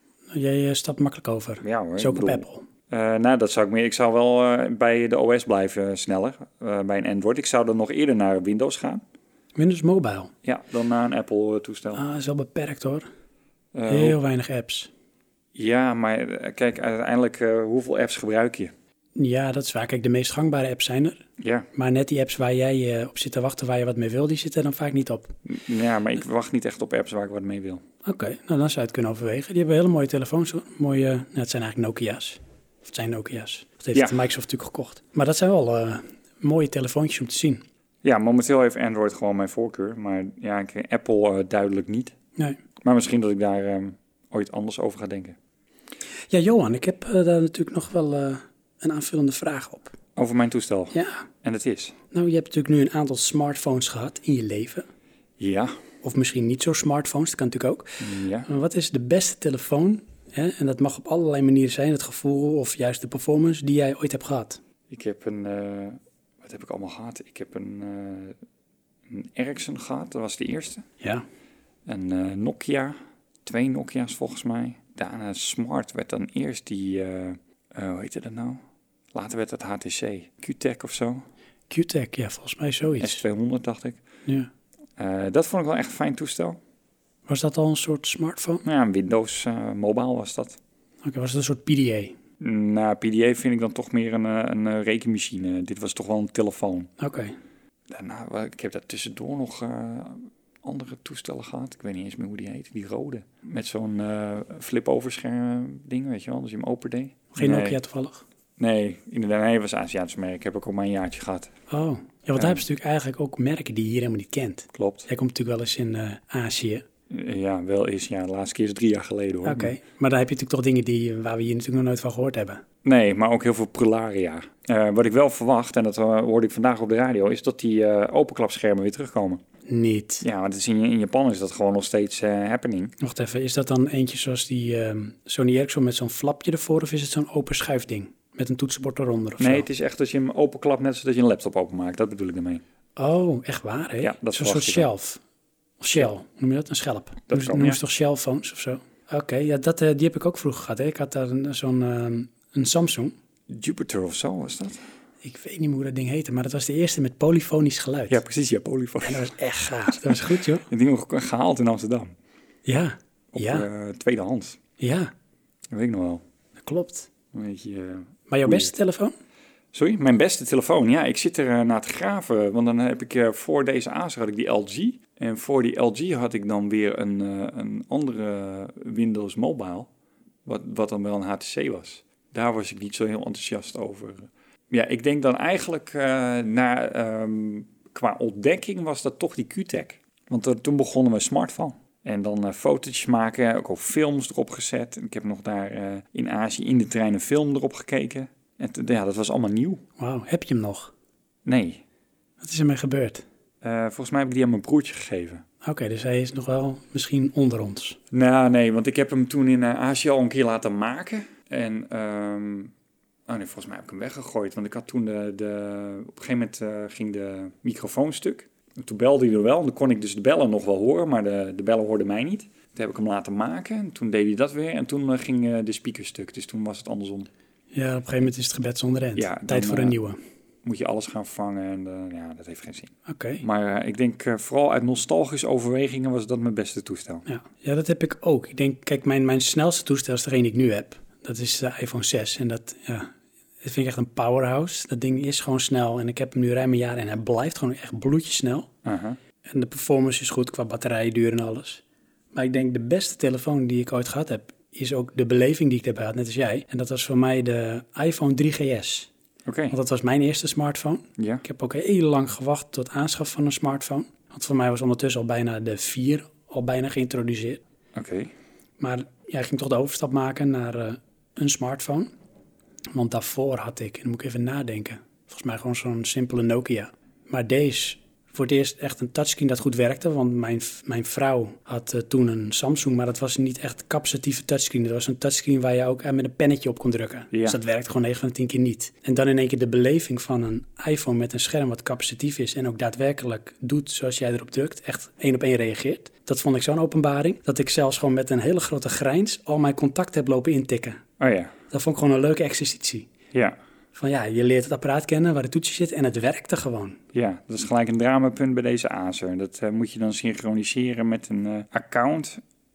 Jij uh, stapt makkelijk over. Ja hoor. Zo ook bedoel, op Apple. Uh, nou, dat zou ik meer. Ik zou wel uh, bij de O S blijven uh, sneller. Uh, bij een Android. Ik zou dan nog eerder naar Windows gaan. Windows Mobile? Ja, dan naar een Apple-toestel. Ah, dat is wel beperkt hoor. Uh, Heel weinig apps. Ja, maar uh, kijk, uiteindelijk, uh, hoeveel apps gebruik je? Ja, dat is waar. Kijk, de meest gangbare apps zijn er. Ja. Maar net die apps waar jij uh, op zit te wachten, waar je wat mee wil, die zitten er dan vaak niet op. Ja, maar ik wacht niet echt op apps waar ik wat mee wil. Oké, okay, nou dan zou je het kunnen overwegen. Die hebben hele mooie telefoons. Mooie, nou, het zijn eigenlijk Nokia's. Of het zijn Nokia's. Dat heeft ja. Microsoft natuurlijk gekocht. Maar dat zijn wel uh, mooie telefoontjes om te zien. Ja, momenteel heeft Android gewoon mijn voorkeur. Maar ja, Apple uh, duidelijk niet. Nee. Maar misschien dat ik daar um, ooit anders over ga denken. Ja, Johan, ik heb uh, daar natuurlijk nog wel uh, een aanvullende vraag op. Over mijn toestel? Ja. En dat is? Nou, je hebt natuurlijk nu een aantal smartphones gehad in je leven. Ja. Of misschien niet zo smartphones, dat kan natuurlijk ook. Ja. Maar wat is de beste telefoon, hè? En dat mag op allerlei manieren zijn, het gevoel of juist de performance die jij ooit hebt gehad? Ik heb een, uh, wat heb ik allemaal gehad? Ik heb een, uh, een Ericsson gehad, dat was de eerste. Ja. Een uh, Nokia, twee Nokia's volgens mij. Daarna Smart werd dan eerst die, uh, uh, hoe heette dat nou? Later werd het H T C, Q-Tech of zo. Q-Tech, ja, volgens mij zoiets. S tweehonderd dacht ik. Ja. Uh, dat vond ik wel echt een fijn toestel. Was dat al een soort smartphone? Ja, een Windows uh, Mobile was dat. Oké, okay, was het een soort P D A? Nou, P D A vind ik dan toch meer een, een, een rekenmachine. Dit was toch wel een telefoon. Oké. Okay. Daarna, ik heb daar tussendoor nog uh, andere toestellen gehad. Ik weet niet eens meer hoe die heet. Die rode. Met zo'n uh, flip-over scherm ding, weet je wel. Dus je hem open deed. Geen nee. Nokia toevallig? Nee, inderdaad. Nee, was Aziatisch merk. Ik heb ook al maar een jaartje gehad. Oh, ja, want uh, daar hebben ze natuurlijk eigenlijk ook merken die je hier helemaal niet kent. Klopt. Jij komt natuurlijk wel eens in uh, Azië. Ja, wel eens. Ja, de laatste keer is drie jaar geleden hoor. Oké, okay. Maar dan heb je natuurlijk toch dingen die, waar we hier natuurlijk nog nooit van gehoord hebben. Nee, maar ook heel veel Prularia. Uh, wat ik wel verwacht, en dat uh, hoorde ik vandaag op de radio, is dat die uh, openklapschermen weer terugkomen. Niet. Ja, want in, in Japan is dat gewoon nog steeds uh, happening. Wacht even, is dat dan eentje zoals die uh, Sony Ericsson met zo'n flapje ervoor, of is het zo'n open schuifding met een toetsenbord eronder of Nee, zo? het is echt dat je hem openklapt net zoals je een laptop openmaakt. Dat bedoel ik ermee. Oh, echt waar, hè? Ja, dat is zo'n soort shelf. Of shell, ja. Noem je dat? Een schelp. Dat noem, kan, noem je ja. toch shellphones of zo? Oké, okay, ja, dat, uh, die heb ik ook vroeger gehad. Hè? Ik had daar een, zo'n uh, een Samsung. Jupiter of zo was dat? Ik weet niet meer hoe dat ding heette, maar dat was de eerste met polyfonisch geluid. Ja, precies, ja, polyfonisch. En dat was echt gaaf. Dat was goed, joh. En die nog gehaald in Amsterdam. Ja. Op ja. Uh, tweedehands. Ja. Dat weet ik nog wel. Dat klopt. Een beetje, uh, maar jouw beste telefoon? Sorry, mijn beste telefoon? Ja, ik zit er uh, naar te graven. Want dan heb ik uh, voor deze Acer had ik die L G. En voor die L G had ik dan weer een, uh, een andere Windows Mobile. Wat, wat dan wel een H T C was. Daar was ik niet zo heel enthousiast over. Ja, ik denk dan eigenlijk uh, naar, um, qua ontdekking was dat toch die Q-Tech. Want uh, toen begonnen we smartphone. En dan uh, fotootjes maken, ook al films erop gezet. En ik heb nog daar uh, in Azië in de trein een film erop gekeken. En t- ja, dat was allemaal nieuw. Wauw, heb je hem nog? Nee. Wat is ermee gebeurd? Uh, volgens mij heb ik die aan mijn broertje gegeven. Oké, okay, dus hij is nog wel misschien onder ons. Nou, nee, want ik heb hem toen in uh, Azië al een keer laten maken. En, um, oh nee, volgens mij heb ik hem weggegooid. Want ik had toen de, de op een gegeven moment uh, ging de microfoon stuk. En toen belde hij er wel. En dan kon ik dus de bellen nog wel horen, maar de, de bellen hoorden mij niet. Toen heb ik hem laten maken. En toen deed hij dat weer. En toen uh, ging uh, de speaker stuk. Dus toen was het andersom. Ja, op een gegeven moment is het gebed zonder end. Ja, tijd dan, voor een uh, nieuwe. Moet je alles gaan vervangen en uh, ja, dat heeft geen zin. Oké. Okay. Maar uh, ik denk uh, vooral uit nostalgische overwegingen was dat mijn beste toestel. Ja, ja dat heb ik ook. Ik denk, kijk, mijn, mijn snelste toestel is degene die ik nu heb. Dat is de iPhone zes. En dat, ja, dat vind ik echt een powerhouse. Dat ding is gewoon snel en ik heb hem nu ruim een jaar en hij blijft gewoon echt bloedjesnel. Uh-huh. En de performance is goed qua batterijduur en alles. Maar ik denk de beste telefoon die ik ooit gehad heb, is ook de beleving die ik heb gehad, net als jij. En dat was voor mij de iPhone drie G S. Oké. Okay. Want dat was mijn eerste smartphone. Ja. Ik heb ook heel lang gewacht tot aanschaf van een smartphone. Want voor mij was ondertussen al bijna de vier al bijna geïntroduceerd. Oké. Okay. Maar ja, ik ging toch de overstap maken naar uh, een smartphone. Want daarvoor had ik, en dan moet ik even nadenken, volgens mij gewoon zo'n simpele Nokia. Maar deze, voor het eerst echt een touchscreen dat goed werkte. Want mijn, mijn vrouw had uh, toen een Samsung, maar dat was niet echt capacitieve touchscreen. Dat was een touchscreen waar je ook uh, met een pennetje op kon drukken. Ja. Dus dat werkte gewoon negen van de tien keer niet. En dan in één keer de beleving van een iPhone met een scherm wat capacitief is en ook daadwerkelijk doet zoals jij erop drukt, echt één op één reageert. Dat vond ik zo'n openbaring, dat ik zelfs gewoon met een hele grote grijns al mijn contacten heb lopen intikken. Oh ja. Dat vond ik gewoon een leuke exercitie. Ja. Van ja, je leert het apparaat kennen waar de toetsje zit en het werkte gewoon. Ja, dat is gelijk een dramapunt bij deze Acer. Dat uh, moet je dan synchroniseren met een uh, account.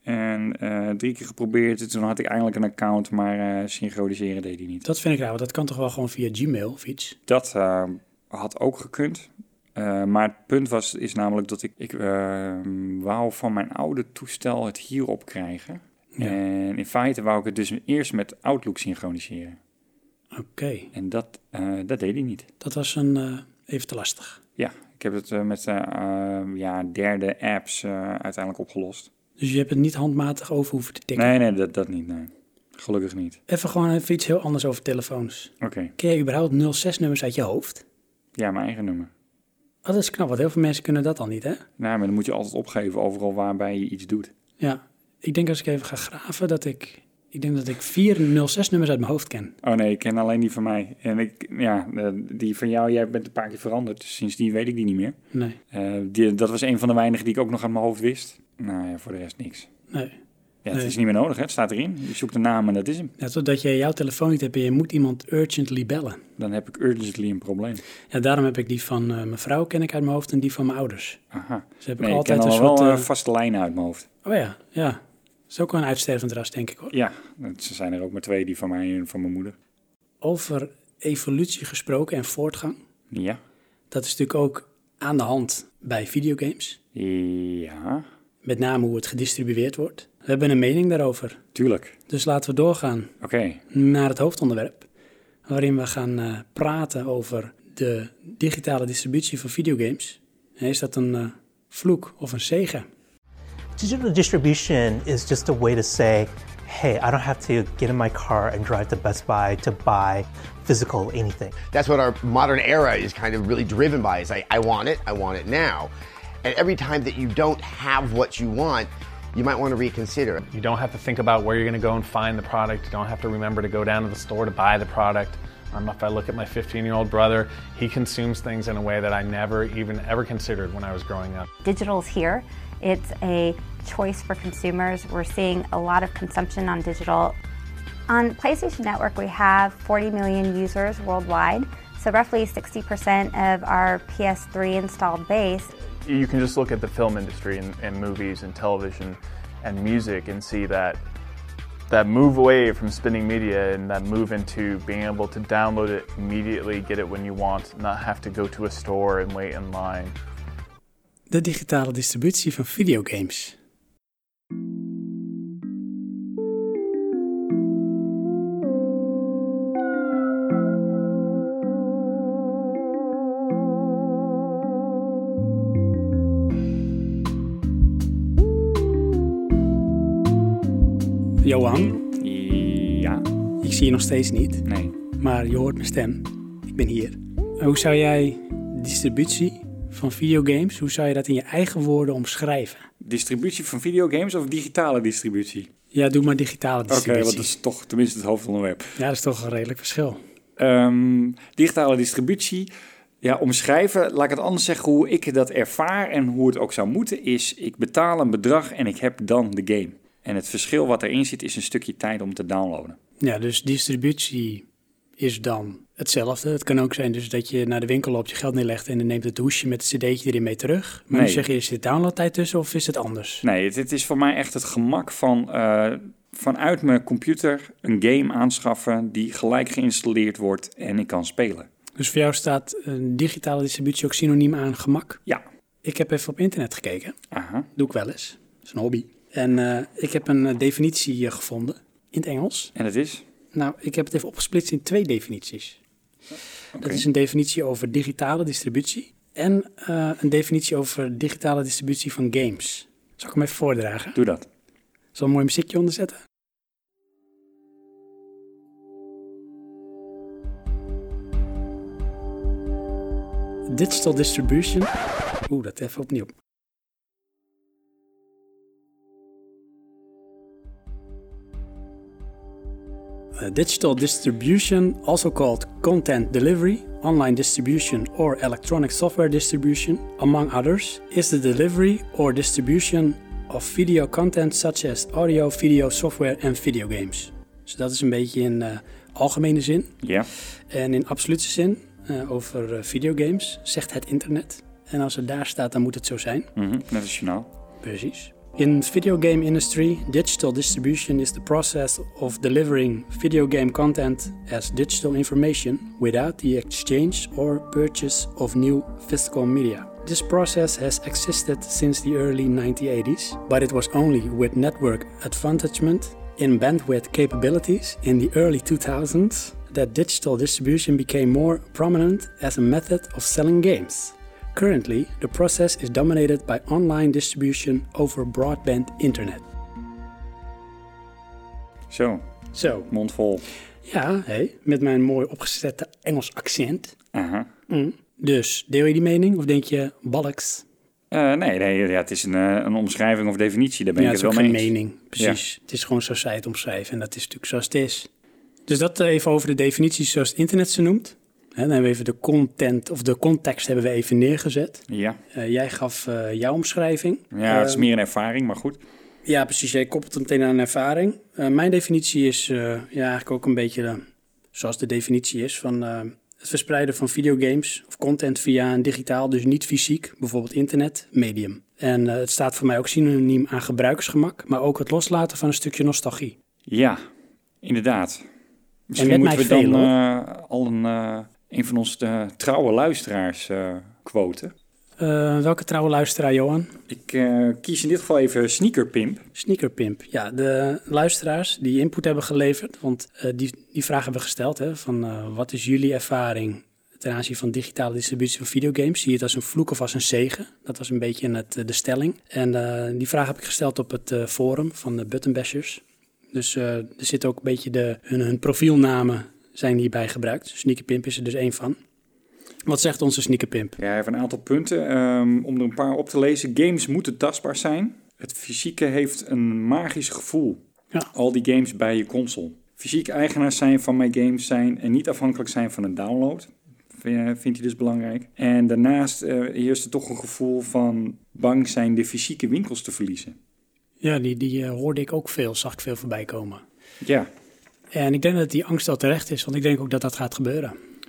En uh, drie keer geprobeerd en toen had ik eigenlijk een account, maar uh, synchroniseren deed hij niet. Dat vind ik raar, want dat kan toch wel gewoon via Gmail of iets? Dat uh, had ook gekund. Uh, maar het punt was, is namelijk dat ik, ik uh, wou van mijn oude toestel het hierop krijgen. Ja. En in feite wou ik het dus eerst met Outlook synchroniseren. Oké. Okay. En dat, uh, dat deed hij niet. Dat was een, uh, even te lastig. Ja, ik heb het uh, met uh, uh, ja, derde apps uh, uiteindelijk opgelost. Dus je hebt het niet handmatig over hoeven te tikken? Nee, nee, dat, dat niet, nee. Gelukkig niet. Even gewoon even iets heel anders over telefoons. Oké. Okay. Ken jij überhaupt nul zes nummers uit je hoofd? Ja, mijn eigen nummer. Oh, dat is knap, want heel veel mensen kunnen dat al niet, hè? Nou, maar dan moet je altijd opgeven overal waarbij je iets doet. Ja, ik denk als ik even ga graven dat ik... Ik denk dat ik vier nul zes nummers uit mijn hoofd ken. Oh nee, ik ken alleen die van mij. En ik, ja, die van jou, jij bent een paar keer veranderd. Dus sindsdien weet ik die niet meer. Nee. Uh, die, dat was een van de weinigen die ik ook nog uit mijn hoofd wist. Nou ja, voor de rest niks. Nee. Ja, het nee. is niet meer nodig, hè? Het staat erin. Je zoekt de naam en dat is hem. Ja, totdat je jouw telefoon niet hebt en je moet iemand urgently bellen. Dan heb ik urgently een probleem. Ja, daarom heb ik die van uh, mijn vrouw ken ik uit mijn hoofd en die van mijn ouders. Aha. Dus heb nee, ik altijd ik ken een al soort, wel uh, vaste lijnen uit mijn hoofd. Oh ja, ja. Dat is ook wel een uitstervend ras, denk ik, hoor. Ja, ze zijn er ook maar twee, die van mij en van mijn moeder. Over evolutie gesproken en voortgang. Ja. Dat is natuurlijk ook aan de hand bij videogames. Ja. Met name hoe het gedistribueerd wordt. We hebben een mening daarover. Tuurlijk. Dus laten we doorgaan okay. naar het hoofdonderwerp. Waarin we gaan uh, praten over de digitale distributie van videogames. En is dat een uh, vloek of een zegen? Digital distribution is just a way to say, hey, I don't have to get in my car and drive to Best Buy to buy physical anything. That's what our modern era is kind of really driven by. Is like, I want it, I want it now. And every time that you don't have what you want, you might want to reconsider. You don't have to think about where you're going to go and find the product. You don't have to remember to go down to the store to buy the product. Um, if I look at my fifteen-year-old brother, he consumes things in a way that I never even ever considered when I was growing up. Digital's here. It's a choice for consumers. We're seeing a lot of consumption on digital. On PlayStation Network, we have forty million users worldwide, so roughly sixty percent of our P S three installed base. You can just look at the film industry and, and movies and television and music and see that that move away from spinning media and that move into being able to download it immediately, get it when you want, not have to go to a store and wait in line. De digitale distributie van videogames. Johan? Ja? Ik zie je nog steeds niet. Nee. Maar je hoort mijn stem. Ik ben hier. Hoe zou jij distributie van videogames, hoe zou je dat in je eigen woorden omschrijven? Distributie van videogames of digitale distributie? Ja, doe maar digitale distributie. Oké, okay, want dat is toch tenminste het hoofdonderwerp. Ja, dat is toch een redelijk verschil. Um, digitale distributie, ja, omschrijven, laat ik het anders zeggen, hoe ik dat ervaar en hoe het ook zou moeten, is ik betaal een bedrag en ik heb dan de game. En het verschil wat erin zit is een stukje tijd om te downloaden. Ja, dus distributie is dan hetzelfde. Het kan ook zijn dus dat je naar de winkel loopt, je geld neerlegt en dan neemt het hoesje met het cd'tje erin mee terug. Maar nee. nu zeg je, is dit downloadtijd tussen of is het anders? Nee, het, het is voor mij echt het gemak van uh, vanuit mijn computer een game aanschaffen die gelijk geïnstalleerd wordt en ik kan spelen. Dus voor jou staat een digitale distributie ook synoniem aan gemak? Ja. Ik heb even op internet gekeken. Aha. Doe ik wel eens. Dat is een hobby. En uh, ik heb een uh, definitie uh, gevonden in het Engels. En dat is? Nou, ik heb het even opgesplitst in twee definities. Dat is een definitie over digitale distributie en uh, een definitie over digitale distributie van games. Zal ik hem even voordragen? Doe dat. Zal een mooi muziekje onderzetten? Digital distribution. Oeh, dat even opnieuw. Uh, digital distribution, also called content delivery, online distribution or electronic software distribution, among others, is the delivery or distribution of video content such as audio, video, software en videogames. Dus dat is een beetje in uh, algemene zin. Ja. En in absolute zin, uh, over uh, videogames, zegt het internet. En als het daar staat, dan moet het zo zijn. Mm-hmm, net als journaal. Precies. In the video game industry, digital distribution is the process of delivering video game content as digital information without the exchange or purchase of new physical media. This process has existed since the early nineteen eighties, but it was only with network advantagement in bandwidth capabilities in the early two thousands that digital distribution became more prominent as a method of selling games. Currently, the process is dominated by online distribution over broadband internet. Zo. Zo. Mond vol. Ja, hey, met mijn mooi opgezette Engels accent. Aha. Mm. Dus, deel je die mening of denk je balks? Uh, nee, nee ja, het is een, uh, een omschrijving of definitie, daar ben ja, ik het wel mee mee eens. eens. Ja, het is ook geen mening, precies. Ja. Het is gewoon zoals zij het omschrijven en dat is natuurlijk zoals het is. Dus dat uh, even over de definities zoals het internet ze noemt. He, dan hebben we even de content of de context hebben we even neergezet. Ja. Uh, jij gaf uh, jouw omschrijving. Ja, het is uh, meer een ervaring, maar goed. Ja, precies. Jij koppelt het meteen aan een ervaring. Uh, mijn definitie is uh, ja, eigenlijk ook een beetje uh, zoals de definitie is van uh, het verspreiden van videogames of content via een digitaal, dus niet fysiek, bijvoorbeeld internet, medium. En uh, het staat voor mij ook synoniem aan gebruikersgemak, maar ook het loslaten van een stukje nostalgie. Ja, inderdaad. Misschien en met moeten we mij dan veel, uh, al een, uh, een van onze uh, trouwe luisteraars uh, quoten. Uh, welke trouwe luisteraar, Johan? Ik uh, kies in dit geval even Sneakerpimp. Sneakerpimp, ja. De luisteraars die input hebben geleverd, want uh, die, die vraag hebben we gesteld, hè, van uh, wat is jullie ervaring ten aanzien van digitale distributie van videogames? Zie je het als een vloek of als een zegen? Dat was een beetje het, de stelling. En uh, die vraag heb ik gesteld op het uh, forum van de Buttonbashers. Dus uh, er zit ook een beetje de, hun, hun profielnamen zijn hierbij gebruikt. Sneakerpimp is er dus één van. Wat zegt onze Sneakerpimp? Ja, hij heeft een aantal punten. Um, om er een paar op te lezen. Games moeten tastbaar zijn. Het fysieke heeft een magisch gevoel. Ja. Al die games bij je console. Fysiek eigenaars zijn van mijn games zijn en niet afhankelijk zijn van een download. Vindt hij dus belangrijk. En daarnaast uh, heerst er toch een gevoel van bang zijn de fysieke winkels te verliezen. Ja, die, die uh, hoorde ik ook veel, zag ik veel voorbij komen. Ja. En ik denk dat die angst al terecht is, want ik denk ook dat dat gaat gebeuren.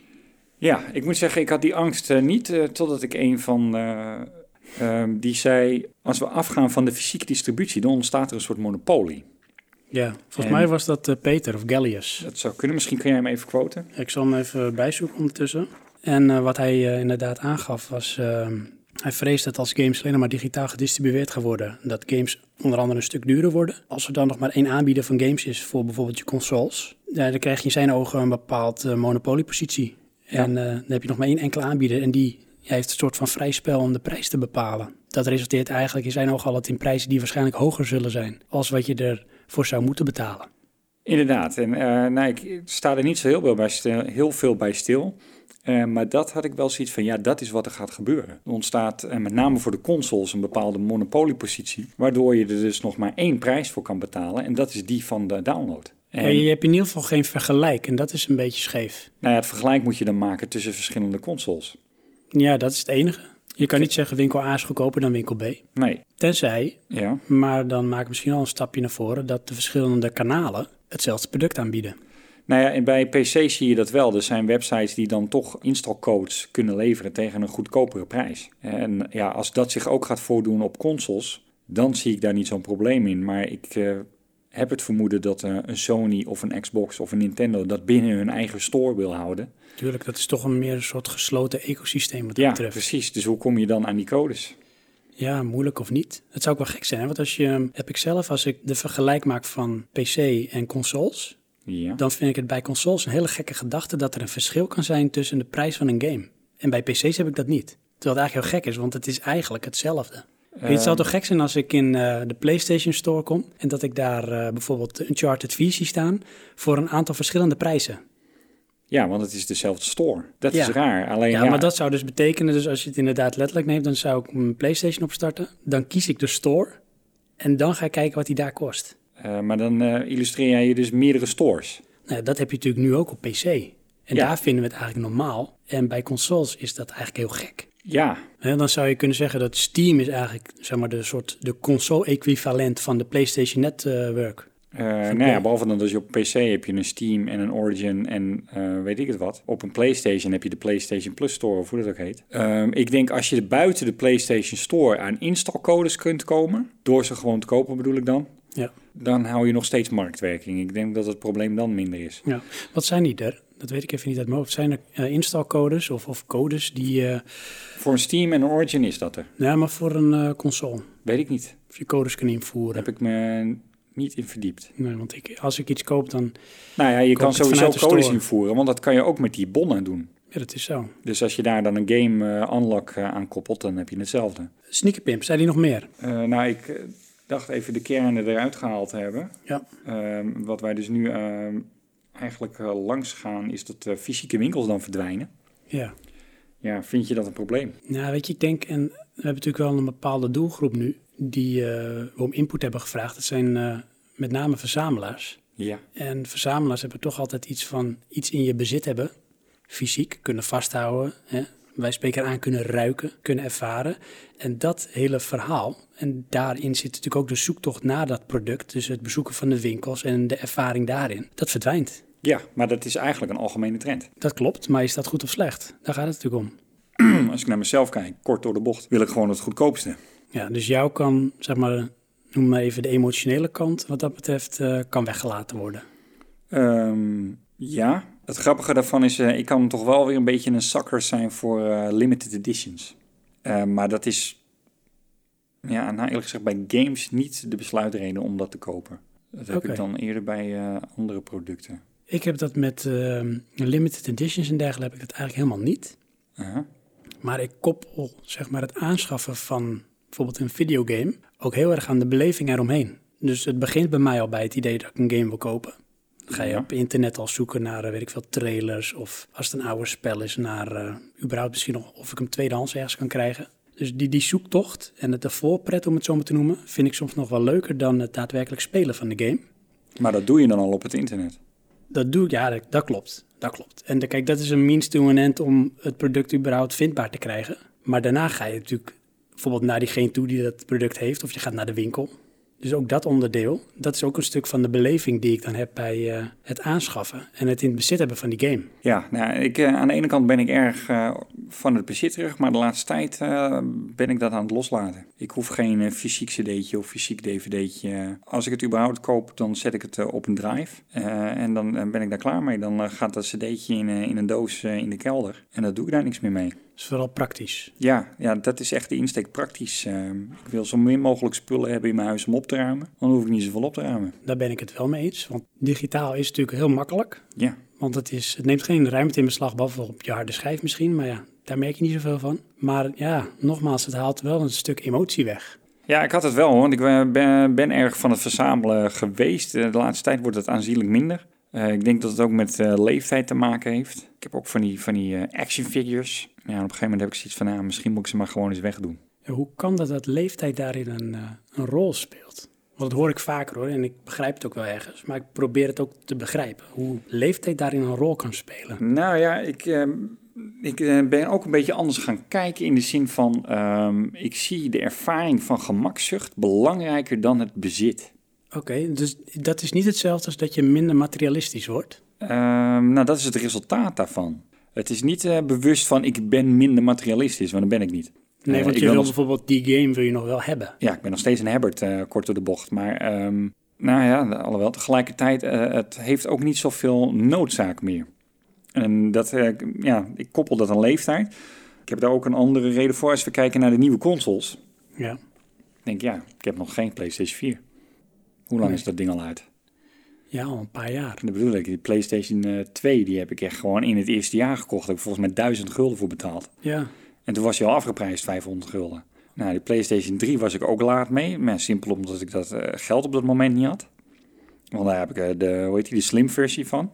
Ja, ik moet zeggen, ik had die angst uh, niet, uh, totdat ik een van uh, uh, die zei, als we afgaan van de fysieke distributie, dan ontstaat er een soort monopolie. Ja, volgens en mij was dat uh, Peter of Gallius. Dat zou kunnen, misschien kun jij hem even quoten. Ik zal hem even bijzoeken ondertussen. En uh, wat hij uh, inderdaad aangaf was, uh, hij vreest dat als games alleen maar digitaal gedistribueerd gaan worden, dat games onder andere een stuk duurder worden. Als er dan nog maar één aanbieder van games is voor bijvoorbeeld je consoles, ja, dan krijg je in zijn ogen een bepaald uh, monopoliepositie. Ja. En uh, dan heb je nog maar één enkele aanbieder en die ja, heeft een soort van vrij spel om de prijs te bepalen. Dat resulteert eigenlijk in zijn ogen altijd in prijzen die waarschijnlijk hoger zullen zijn als wat je ervoor zou moeten betalen. Inderdaad, en uh, nou, ik sta er niet zo heel veel bij stil. Heel veel bij stil. Uh, maar dat had ik wel zoiets van, ja, dat is wat er gaat gebeuren. Er ontstaat uh, met name voor de consoles een bepaalde monopoliepositie, waardoor je er dus nog maar één prijs voor kan betalen en dat is die van de download. En, ja, je hebt in ieder geval geen vergelijk en dat is een beetje scheef. Nou ja, het vergelijk moet je dan maken tussen verschillende consoles. Ja, dat is het enige. Je kan niet zeggen winkel A is goedkoper dan winkel B. Nee. Tenzij, ja. maar dan maak ik misschien al een stapje naar voren, dat de verschillende kanalen hetzelfde product aanbieden. Nou ja, en bij P C zie je dat wel. Er zijn websites die dan toch installcodes kunnen leveren tegen een goedkopere prijs. En ja, als dat zich ook gaat voordoen op consoles, dan zie ik daar niet zo'n probleem in. Maar ik uh, heb het vermoeden dat uh, een Sony of een Xbox of een Nintendo dat binnen hun eigen store wil houden. Tuurlijk, dat is toch een meer een soort gesloten ecosysteem wat dat ja, betreft. Ja, precies. Dus hoe kom je dan aan die codes? Ja, moeilijk of niet. Het zou ook wel gek zijn, hè? Want als je, heb ik zelf, als ik de vergelijk maak van P C en consoles, Ja. dan vind ik het bij consoles een hele gekke gedachte dat er een verschil kan zijn tussen de prijs van een game. En bij P C's heb ik dat niet. Terwijl het eigenlijk heel gek is, want het is eigenlijk hetzelfde. Uh, het zou toch gek zijn als ik in uh, de PlayStation Store kom en dat ik daar uh, bijvoorbeeld Uncharted vier zie staan voor een aantal verschillende prijzen. Ja, want het is dezelfde store. Dat ja. is raar. Alleen, ja, ja, maar dat zou dus betekenen, dus als je het inderdaad letterlijk neemt, dan zou ik mijn PlayStation opstarten. Dan kies ik de store en dan ga ik kijken wat die daar kost. Uh, maar dan uh, illustreer jij je dus meerdere stores. Nou, dat heb je natuurlijk nu ook op P C. En ja. daar vinden we het eigenlijk normaal. En bij consoles is dat eigenlijk heel gek. Ja. En dan zou je kunnen zeggen dat Steam is eigenlijk zeg maar de soort de console-equivalent van de PlayStation Network. Uh, nou ja, behalve dan dus je op P C heb je een Steam en een Origin en uh, weet ik het wat. Op een PlayStation heb je de PlayStation Plus Store, of hoe dat ook heet. Um, ik denk als je buiten de PlayStation Store aan installcodes kunt komen, door ze gewoon te kopen bedoel ik dan, ja. dan hou je nog steeds marktwerking. Ik denk dat het probleem dan minder is. Ja. Wat zijn die er? Dat weet ik even niet uit mijn hoofd. Zijn er uh, installcodes of, of codes die... Uh... Voor een Steam en een Origin is dat er. Ja, maar voor een uh, console? Weet ik niet. Of je codes kan invoeren? Heb ik me niet in verdiept. Nee, want ik, als ik iets koop, dan... Nou ja, je kan sowieso codes store. invoeren, want dat kan je ook met die bonnen doen. Ja, dat is zo. Dus als je daar dan een game uh, unlock uh, aan koppelt, dan heb je hetzelfde. Sneakerpimp, zijn die nog meer? Uh, nou, ik uh, dacht even de kernen eruit gehaald te hebben. Ja. Uh, wat wij dus nu uh, eigenlijk uh, langs gaan, is dat uh, fysieke winkels dan verdwijnen. Ja. Ja, vind je dat een probleem? Nou, weet je, ik denk, en we hebben natuurlijk wel een bepaalde doelgroep nu, die uh, we om input hebben gevraagd. Dat zijn uh, met name verzamelaars. Ja. En verzamelaars hebben toch altijd iets van iets in je bezit hebben. Fysiek, kunnen vasthouden. Hè? Wij spreken aan kunnen ruiken, kunnen ervaren. En dat hele verhaal, en daarin zit natuurlijk ook de zoektocht naar dat product. Dus het bezoeken van de winkels en de ervaring daarin. Dat verdwijnt. Ja, maar dat is eigenlijk een algemene trend. Dat klopt, maar is dat goed of slecht? Daar gaat het natuurlijk om. Als ik naar mezelf kijk, kort door de bocht, wil ik gewoon het goedkoopste. Ja, dus jou kan, zeg maar, noem maar even de emotionele kant, wat dat betreft, uh, kan weggelaten worden. Um, ja, het grappige daarvan is, uh, ik kan toch wel weer een beetje een sucker zijn voor uh, limited editions. Uh, maar dat is, ja, nou eerlijk gezegd, bij games niet de besluitreden om dat te kopen. Dat heb okay. ik dan eerder bij uh, andere producten. Ik heb dat met uh, limited editions en dergelijke, heb ik dat eigenlijk helemaal niet. Uh-huh. Maar ik koppel, zeg maar, het aanschaffen van bijvoorbeeld een videogame ook heel erg aan de beleving eromheen. Dus het begint bij mij al bij het idee dat ik een game wil kopen. Dan ga je ja. op internet al zoeken naar, weet ik veel, trailers of als het een ouder spel is, naar uh, überhaupt misschien nog of ik hem tweedehands ergens kan krijgen. Dus die, die zoektocht en het voorpret, om het zo maar te noemen, vind ik soms nog wel leuker dan het daadwerkelijk spelen van de game. Maar dat doe je dan al op het internet? Dat doe ik, ja, dat, dat klopt. Dat klopt. En de, kijk, dat is een means to an end om het product überhaupt vindbaar te krijgen. Maar daarna ga je natuurlijk bijvoorbeeld naar diegene toe die dat product heeft, of je gaat naar de winkel. Dus ook dat onderdeel, dat is ook een stuk van de beleving die ik dan heb bij uh, het aanschaffen en het in het bezit hebben van die game. Ja, nou, ik, uh, aan de ene kant ben ik erg uh, van het bezit terug, maar de laatste tijd uh, ben ik dat aan het loslaten. Ik hoef geen uh, fysiek cd'tje of fysiek dvd'tje. Als ik het überhaupt koop, dan zet ik het uh, op een drive uh, en dan uh, ben ik daar klaar mee. Dan uh, gaat dat cd'tje in, uh, in een doos uh, in de kelder en dan doe ik daar niks meer mee. Dat is vooral praktisch. Ja, ja, dat is echt de insteek praktisch. Uh, ik wil zo min mogelijk spullen hebben in mijn huis om op te ruimen. Dan hoef ik niet zoveel op te ruimen. Daar ben ik het wel mee eens. Want digitaal is natuurlijk heel makkelijk. Ja. Want het, is, het neemt geen ruimte in beslag, behalve op je harde schijf misschien. Maar ja, daar merk je niet zoveel van. Maar ja, nogmaals, het haalt wel een stuk emotie weg. Ja, ik had het wel, want ik ben, ben erg van het verzamelen geweest. De laatste tijd wordt het aanzienlijk minder. Uh, ik denk dat het ook met uh, leeftijd te maken heeft. Ik heb ook van die, van die uh, action figures. Ja, op een gegeven moment heb ik zoiets van, nou, misschien moet ik ze maar gewoon eens wegdoen. Ja, hoe kan dat dat leeftijd daarin een, uh, een rol speelt? Want dat hoor ik vaker hoor, en ik begrijp het ook wel ergens. Maar ik probeer het ook te begrijpen. Hoe leeftijd daarin een rol kan spelen. Nou ja, ik, uh, ik uh, ben ook een beetje anders gaan kijken in de zin van... Uh, ik zie de ervaring van gemakzucht belangrijker dan het bezit. Oké, okay, dus dat is niet hetzelfde als dat je minder materialistisch wordt? Uh, nou, dat is het resultaat daarvan. Het is niet uh, bewust van ik ben minder materialistisch, want dat ben ik niet. Nee, want uh, je wil nog... bijvoorbeeld die game wil je nog wel hebben. Ja, ik ben nog steeds een hebbert, uh, kort door de bocht. Maar um, nou ja, alhoewel tegelijkertijd, uh, het heeft ook niet zoveel noodzaak meer. En dat, uh, ja, ik koppel dat aan leeftijd. Ik heb daar ook een andere reden voor als we kijken naar de nieuwe consoles. Ja. Ik denk, ja, ik heb nog geen PlayStation vier. Hoe lang nee. is dat ding al uit? Ja, al een paar jaar. Dat bedoel ik. Die PlayStation uh, twee, die heb ik echt gewoon in het eerste jaar gekocht. Daar heb ik volgens mij duizend gulden voor betaald. Ja. En toen was hij al afgeprijsd, vijfhonderd gulden. Nou, die PlayStation drie was ik ook laat mee. Maar simpel omdat ik dat uh, geld op dat moment niet had. Want daar heb ik uh, de, hoe heet die, de slim versie van.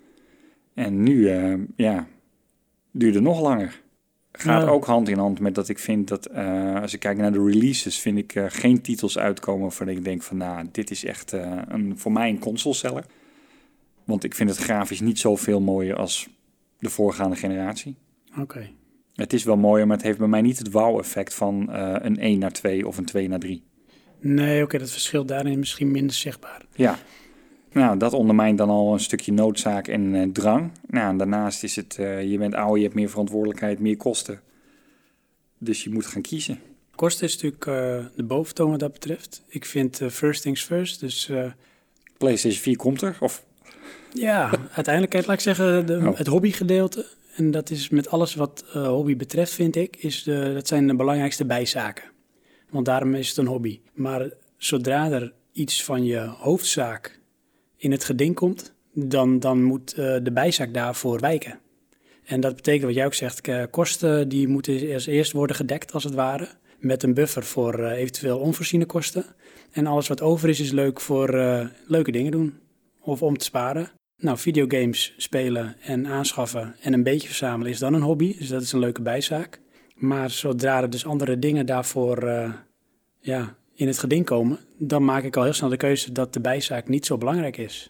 En nu, uh, ja, duurde nog langer. Gaat ja. ook hand in hand met dat ik vind dat, uh, als ik kijk naar de releases, vind ik uh, geen titels uitkomen waarvan ik denk van, nou, dit is echt uh, een, voor mij een console-seller. Want ik vind het grafisch niet zoveel mooier als de voorgaande generatie. Oké. Okay. Het is wel mooier, maar het heeft bij mij niet het wow-effect van uh, een één naar twee of een twee naar drie. Nee, oké, okay, dat verschil daarin misschien minder zichtbaar. Ja. Nou, dat ondermijnt dan al een stukje noodzaak en uh, drang. Nou, en daarnaast is het, uh, je bent ouder, je hebt meer verantwoordelijkheid, meer kosten. Dus je moet gaan kiezen. Kosten is natuurlijk uh, de boventoon wat dat betreft. Ik vind uh, first things first, dus... Uh... PlayStation vier komt er, of... Ja, uiteindelijk, laat ik zeggen, de, oh. het hobbygedeelte. En dat is met alles wat uh, hobby betreft, vind ik, is de, dat zijn de belangrijkste bijzaken. Want daarom is het een hobby. Maar zodra er iets van je hoofdzaak in het geding komt, dan, dan moet uh, de bijzaak daarvoor wijken. En dat betekent wat jij ook zegt, uh, kosten die moeten als eerst worden gedekt als het ware, met een buffer voor uh, eventueel onvoorziene kosten. En alles wat over is, is leuk voor uh, leuke dingen doen of om te sparen. Nou, videogames spelen en aanschaffen en een beetje verzamelen is dan een hobby, dus dat is een leuke bijzaak. Maar zodra er dus andere dingen daarvoor uh, ja, in het geding komen, dan maak ik al heel snel de keuze dat de bijzaak niet zo belangrijk is.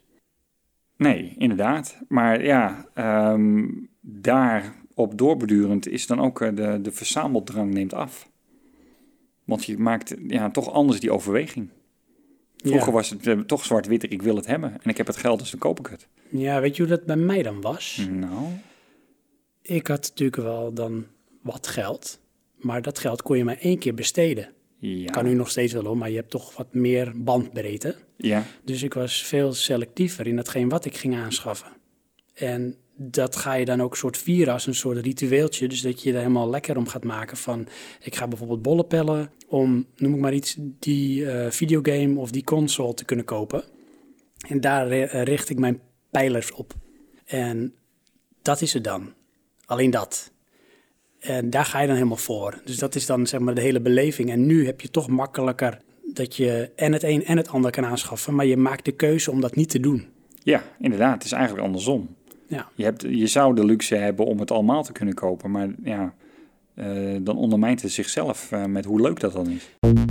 Nee, inderdaad. Maar ja, um, daarop doorbedurend is dan ook uh, de, de verzameldrang neemt af. Want je maakt ja, toch anders die overweging. Vroeger ja. was het uh, toch zwart-wit, ik wil het hebben. En ik heb het geld, dus dan koop ik het. Ja, weet je hoe dat bij mij dan was? Nou? Ik had natuurlijk wel dan wat geld, maar dat geld kon je maar één keer besteden. Ja. Kan nu nog steeds wel, hoor, maar je hebt toch wat meer bandbreedte. Ja. Dus ik was veel selectiever in datgene wat ik ging aanschaffen. En dat ga je dan ook soort vieren als een soort ritueeltje. Dus dat je er helemaal lekker om gaat maken van, ik ga bijvoorbeeld bollen pellen om, noem ik maar iets, die uh, videogame of die console te kunnen kopen. En daar richt ik mijn pijlers op. En dat is het dan. Alleen dat. En daar ga je dan helemaal voor. Dus dat is dan zeg maar de hele beleving. En nu heb je toch makkelijker dat je en het een en het ander kan aanschaffen. Maar je maakt de keuze om dat niet te doen. Ja, inderdaad. Het is eigenlijk andersom. Ja. Je, hebt, je zou de luxe hebben om het allemaal te kunnen kopen. Maar ja, uh, dan ondermijnt het zichzelf uh, met hoe leuk dat dan is.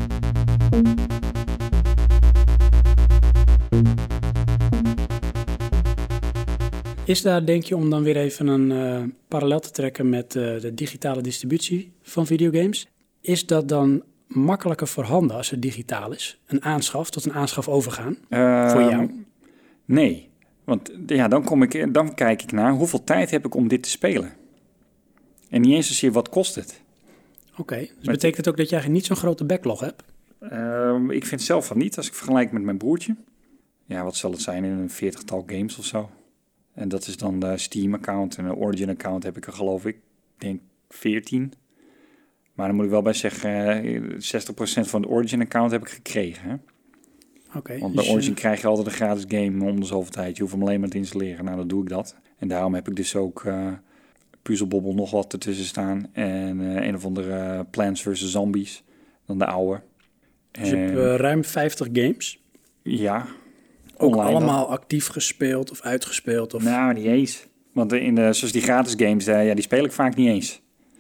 Is daar, denk je, om dan weer even een uh, parallel te trekken met uh, de digitale distributie van videogames, is dat dan makkelijker voorhanden als het digitaal is? Een aanschaf tot een aanschaf overgaan uh, voor jou? Nee, want ja, dan, kom ik, dan kijk ik naar hoeveel tijd heb ik om dit te spelen. En niet eens zozeer wat kost het. Oké, okay, dus met, betekent het ook dat jij niet zo'n grote backlog hebt? Uh, ik vind zelf van niet, als ik vergelijk met mijn broertje. Ja, wat zal het zijn in een veertigtal games of zo? En dat is dan de Steam-account en de Origin-account heb ik er geloof ik, denk veertien. Maar dan moet ik wel bij zeggen, zestig procent van de Origin-account heb ik gekregen. Hè? Okay, Want bij dus Origin krijg je altijd een gratis game om de zoveel tijd. Je hoeft hem alleen maar te installeren. Nou, dan doe ik dat. En daarom heb ik dus ook uh, Puzzelbobbel nog wat ertussen staan. En uh, een of andere uh, Plants versus. Zombies. Dan de oude. Dus je hebt uh, ruim vijftig games? Ja. Ook allemaal dan actief gespeeld of uitgespeeld? Of... Nou, niet eens. Want in de, zoals die gratis games, uh, ja, die speel ik vaak niet eens.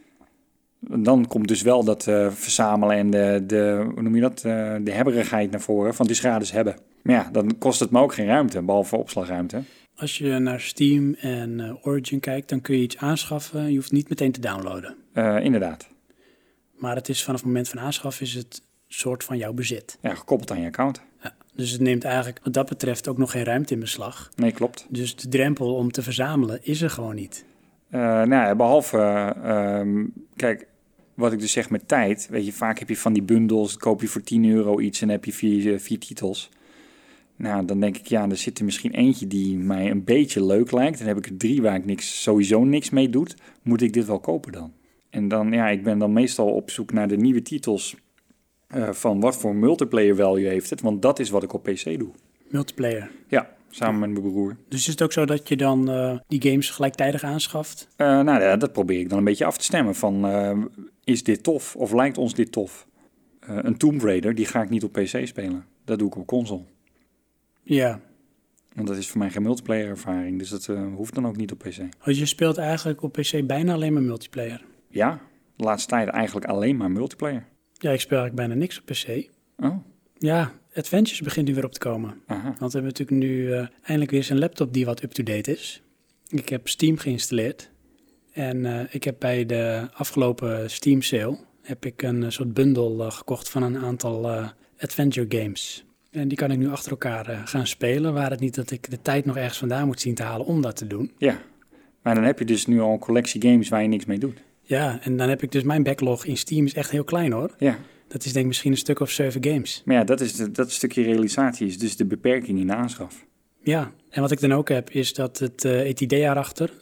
Dan komt dus wel dat uh, verzamelen en de, de, hoe noem je dat, uh, de hebberigheid naar voren, van het is gratis hebben. Maar ja, dan kost het me ook geen ruimte, behalve opslagruimte. Als je naar Steam en uh, Origin kijkt, dan kun je iets aanschaffen. Je hoeft niet meteen te downloaden. Uh, inderdaad. Maar het is vanaf het moment van aanschaffen is het soort van jouw bezit. Ja, gekoppeld aan je account. Ja, dus het neemt eigenlijk wat dat betreft ook nog geen ruimte in beslag. Nee, klopt. Dus de drempel om te verzamelen is er gewoon niet. Uh, nou ja, behalve, uh, um, kijk, wat ik dus zeg met tijd. Weet je, vaak heb je van die bundels, koop je voor tien euro iets en heb je vier, vier titels. Nou, dan denk ik, ja, er zit er misschien eentje die mij een beetje leuk lijkt. Dan heb ik er drie waar ik niks, sowieso niks mee doe. Moet ik dit wel kopen dan? En dan, ja, ik ben dan meestal op zoek naar de nieuwe titels. Uh, van wat voor multiplayer value heeft het? Want dat is wat ik op P C doe. Multiplayer? Ja, samen met mijn broer. Dus is het ook zo dat je dan uh, die games gelijktijdig aanschaft? Uh, nou ja, dat probeer ik dan een beetje af te stemmen van, uh, is dit tof of lijkt ons dit tof? Uh, een Tomb Raider, die ga ik niet op P C spelen. Dat doe ik op console. Ja. Want dat is voor mij geen multiplayer ervaring, dus dat uh, hoeft dan ook niet op P C. Dus je speelt eigenlijk op P C bijna alleen maar multiplayer? Ja, de laatste tijd eigenlijk alleen maar multiplayer. Ja, ik speel eigenlijk bijna niks op P C. Oh. Ja, Adventures begint nu weer op te komen. Aha. Want we hebben natuurlijk nu uh, eindelijk weer eens een laptop die wat up-to-date is. Ik heb Steam geïnstalleerd. En uh, ik heb bij de afgelopen Steam sale heb ik een uh, soort bundel uh, gekocht van een aantal uh, adventure games. En die kan ik nu achter elkaar uh, gaan spelen, waar het niet dat ik de tijd nog ergens vandaan moet zien te halen om dat te doen. Ja, maar dan heb je dus nu al een collectie games waar je niks mee doet. Ja, en dan heb ik dus mijn backlog in Steam is echt heel klein hoor. Ja. Dat is denk ik misschien een stuk of zeven games. Maar ja, dat, is de, dat stukje realisatie is dus de beperking in de aanschaf. Ja, en wat ik dan ook heb is dat het, uh, het idee erachter,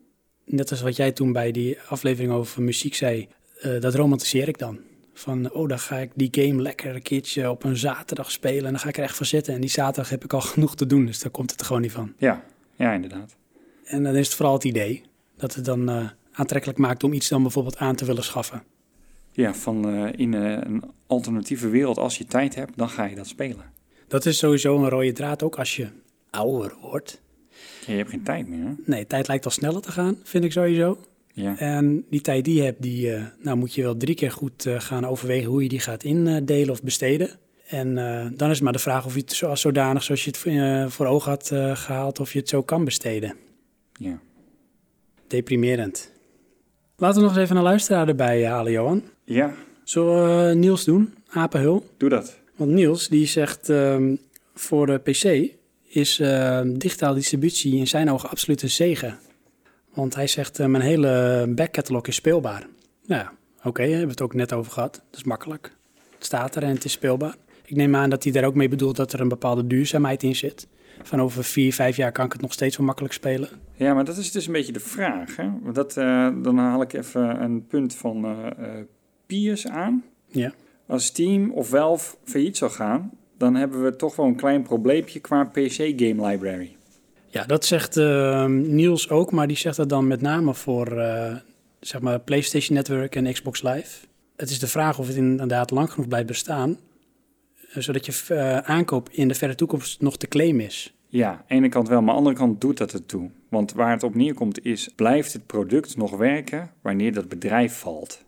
net als wat jij toen bij die aflevering over muziek zei, uh, dat romantiseer ik dan. Van, oh, dan ga ik die game lekker een keertje op een zaterdag spelen en dan ga ik er echt voor zitten. En die zaterdag heb ik al genoeg te doen, dus daar komt het er gewoon niet van. Ja, ja, inderdaad. En dan is het vooral het idee dat het dan uh, aantrekkelijk maakt om iets dan bijvoorbeeld aan te willen schaffen. Ja, van uh, in uh, een alternatieve wereld, als je tijd hebt, dan ga je dat spelen. Dat is sowieso een rode draad, ook als je ouder wordt. Ja, je hebt geen tijd meer, hè? Nee, tijd lijkt al sneller te gaan, vind ik sowieso. Ja. En die tijd die je hebt, die uh, nou, moet je wel drie keer goed uh, gaan overwegen hoe je die gaat indelen of besteden. En uh, dan is het maar de vraag of je het zoals zodanig, zoals je het uh, voor ogen had uh, gehaald, of je het zo kan besteden. Ja. Deprimerend. Laten we nog eens even een luisteraar erbij halen, Johan. Ja. Zullen we uh, Niels doen? Apenhul. Doe dat. Want Niels, die zegt um, voor de P C is uh, digitale distributie in zijn ogen absoluut een zegen. Want hij zegt, uh, mijn hele backcatalog is speelbaar. Nou ja, oké, okay, hebben we het ook net over gehad. Dat is makkelijk. Het staat er en het is speelbaar. Ik neem aan dat hij daar ook mee bedoelt dat er een bepaalde duurzaamheid in zit. Van over vier, vijf jaar kan ik het nog steeds wel makkelijk spelen. Ja, maar dat is dus een beetje de vraag. Hè? Dat, uh, dan haal ik even een punt van uh, uh, Piers aan. Ja. Als Steam of Valve failliet zou gaan, dan hebben we toch wel een klein probleempje qua P C game library. Ja, dat zegt uh, Niels ook, maar die zegt dat dan met name voor uh, zeg maar PlayStation Network en Xbox Live. Het is de vraag of het inderdaad lang genoeg blijft bestaan, uh, zodat je uh, aankoop in de verre toekomst nog te claimen is. Ja, aan de ene kant wel, maar aan de andere kant doet dat het toe. Want waar het op neerkomt is, blijft het product nog werken wanneer dat bedrijf valt?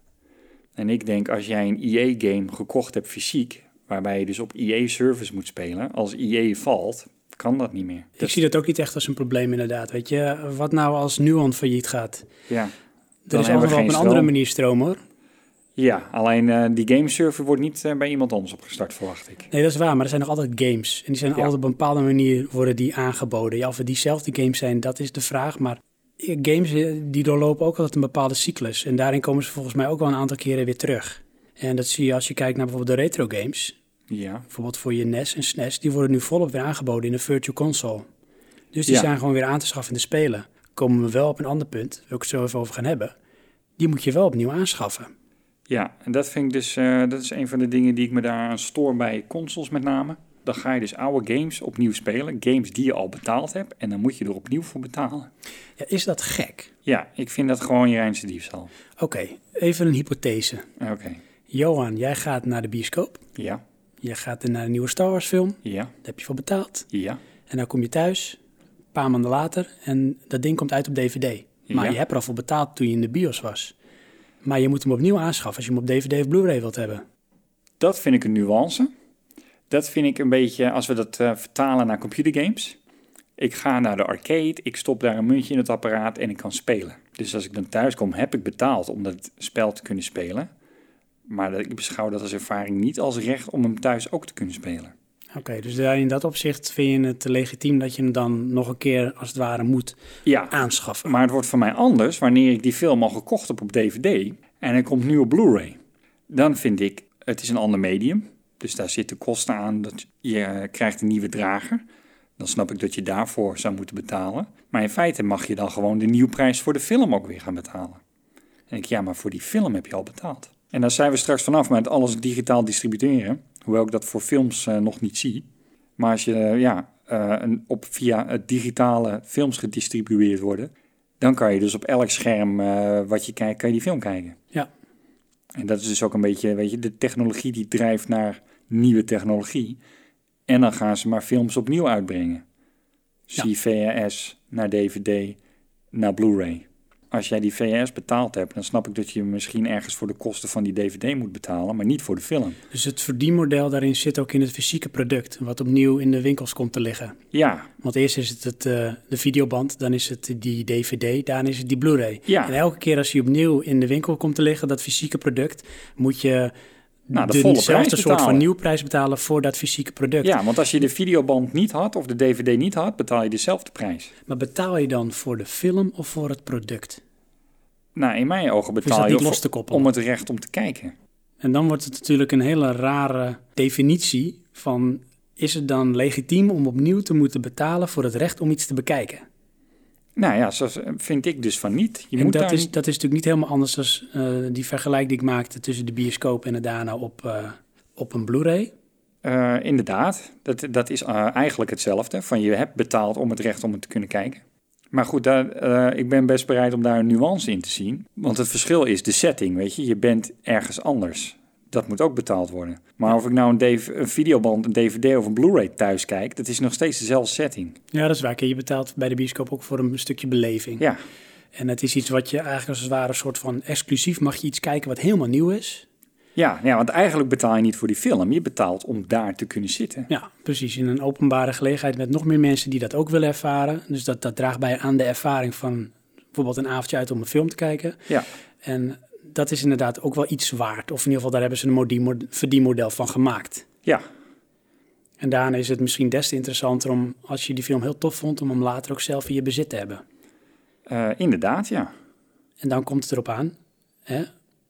En ik denk, als jij een E A-game gekocht hebt fysiek, waarbij je dus op E A-service moet spelen, als E A valt, kan dat niet meer. Ik dat... zie dat ook niet echt als een probleem inderdaad. Weet je, wat nou als Nuon failliet gaat? Ja. Er is altijd wel op een stroom. andere manier stroom hoor. Ja, alleen uh, die gameserver wordt niet uh, bij iemand anders opgestart, verwacht ik. Nee, dat is waar, maar er zijn nog altijd games. En die zijn ja. altijd op een bepaalde manier worden die aangeboden. Ja, of het diezelfde games zijn, dat is de vraag. Maar games die doorlopen ook altijd een bepaalde cyclus. En daarin komen ze volgens mij ook wel een aantal keren weer terug. En dat zie je als je kijkt naar bijvoorbeeld de retro games. Ja. Bijvoorbeeld voor je N E S en S N E S. Die worden nu volop weer aangeboden in de Virtual Console. Dus die ja. zijn gewoon weer aan te schaffen in de spelen. Komen we wel op een ander punt, wil ik het zo even over gaan hebben. Die moet je wel opnieuw aanschaffen. Ja, en dat vind ik dus, uh, dat is een van de dingen die ik me daar aan stoor bij consoles met name. Dan ga je dus oude games opnieuw spelen, games die je al betaald hebt, en dan moet je er opnieuw voor betalen. Ja, is dat gek? Ja, ik vind dat gewoon je reinste diefstal. Oké, okay, even een hypothese. Oké. Okay. Johan, jij gaat naar de bioscoop. Ja. Je gaat naar een nieuwe Star Wars film. Ja. Daar heb je voor betaald. Ja. En dan kom je thuis, een paar maanden later, en dat ding komt uit op D V D. Maar ja. je hebt er al voor betaald toen je in de bios was. Maar je moet hem opnieuw aanschaffen als je hem op D V D of Blu-ray wilt hebben. Dat vind ik een nuance. Dat vind ik een beetje, als we dat uh, vertalen naar computergames. Ik ga naar de arcade, ik stop daar een muntje in het apparaat en ik kan spelen. Dus als ik dan thuis kom, heb ik betaald om dat spel te kunnen spelen. Maar ik beschouw dat als ervaring niet als recht om hem thuis ook te kunnen spelen. Oké, okay, dus in dat opzicht vind je het legitiem dat je hem dan nog een keer als het ware moet ja, aanschaffen. Maar het wordt voor mij anders wanneer ik die film al gekocht heb op D V D en hij komt nu op Blu-ray. Dan vind ik, het is een ander medium, dus daar zitten kosten aan. Dat je krijgt een nieuwe drager. Dan snap ik dat je daarvoor zou moeten betalen. Maar in feite mag je dan gewoon de nieuwprijs voor de film ook weer gaan betalen. En ik, ja, maar voor die film heb je al betaald. En daar zijn we straks vanaf met alles digitaal distribueren. Hoewel ik dat voor films uh, nog niet zie. Maar als je uh, ja, uh, een, op via het digitale films gedistribueerd worden, dan kan je dus op elk scherm uh, wat je kijkt, kan je die film kijken. Ja. En dat is dus ook een beetje, weet je, de technologie die drijft naar nieuwe technologie. En dan gaan ze maar films opnieuw uitbrengen. Ja. Zie V H S naar D V D naar Blu-ray. Als jij die V H S betaald hebt, dan snap ik dat je misschien ergens voor de kosten van die D V D moet betalen, maar niet voor de film. Dus het verdienmodel daarin zit ook in het fysieke product, wat opnieuw in de winkels komt te liggen. Ja. Want eerst is het, het uh, de videoband, dan is het die D V D, daarna is het die Blu-ray. Ja. En elke keer als hij opnieuw in de winkel komt te liggen, dat fysieke product, moet je nou, de de, volle dezelfde prijs soort betalen. van nieuwprijs betalen voor dat fysieke product. Ja, want als je de videoband niet had of de D V D niet had, betaal je dezelfde prijs. Maar betaal je dan voor de film of voor het product? Nou, in mijn ogen is betaal dat je niet of- los te koppelen? om het recht om te kijken. En dan wordt het natuurlijk een hele rare definitie van, is het dan legitiem om opnieuw te moeten betalen voor het recht om iets te bekijken? Nou ja, zo vind ik dus van niet. Je en moet dat daar is, niet- dat is natuurlijk niet helemaal anders dan uh, die vergelijk die ik maakte tussen de bioscoop en het daarna op, uh, op een Blu-ray. Uh, inderdaad, dat, dat is uh, eigenlijk hetzelfde. Van je hebt betaald om het recht om het te kunnen kijken. Maar goed, daar, uh, ik ben best bereid om daar een nuance in te zien. Want het verschil is de setting, weet je. Je bent ergens anders. Dat moet ook betaald worden. Maar of ik nou een, D V, een videoband, een D V D of een Blu-ray thuis kijk, dat is nog steeds dezelfde setting. Ja, dat is waar. Je betaalt bij de bioscoop ook voor een stukje beleving. Ja, En het is iets wat je eigenlijk als het ware een soort van exclusief mag je iets kijken wat helemaal nieuw is. ja, ja, want eigenlijk betaal je niet voor die film. Je betaalt om daar te kunnen zitten. Ja, precies. In een openbare gelegenheid met nog meer mensen die dat ook willen ervaren. Dus dat, dat draagt bij aan de ervaring van bijvoorbeeld een avondje uit om een film te kijken. Ja, En dat is inderdaad ook wel iets waard. Of in ieder geval, daar hebben ze een modie- verdienmodel van gemaakt. ja. En daarna is het misschien des te interessanter om, als je die film heel tof vond, om hem later ook zelf in je bezit te hebben. Uh, inderdaad, ja. En dan komt het erop aan, hè?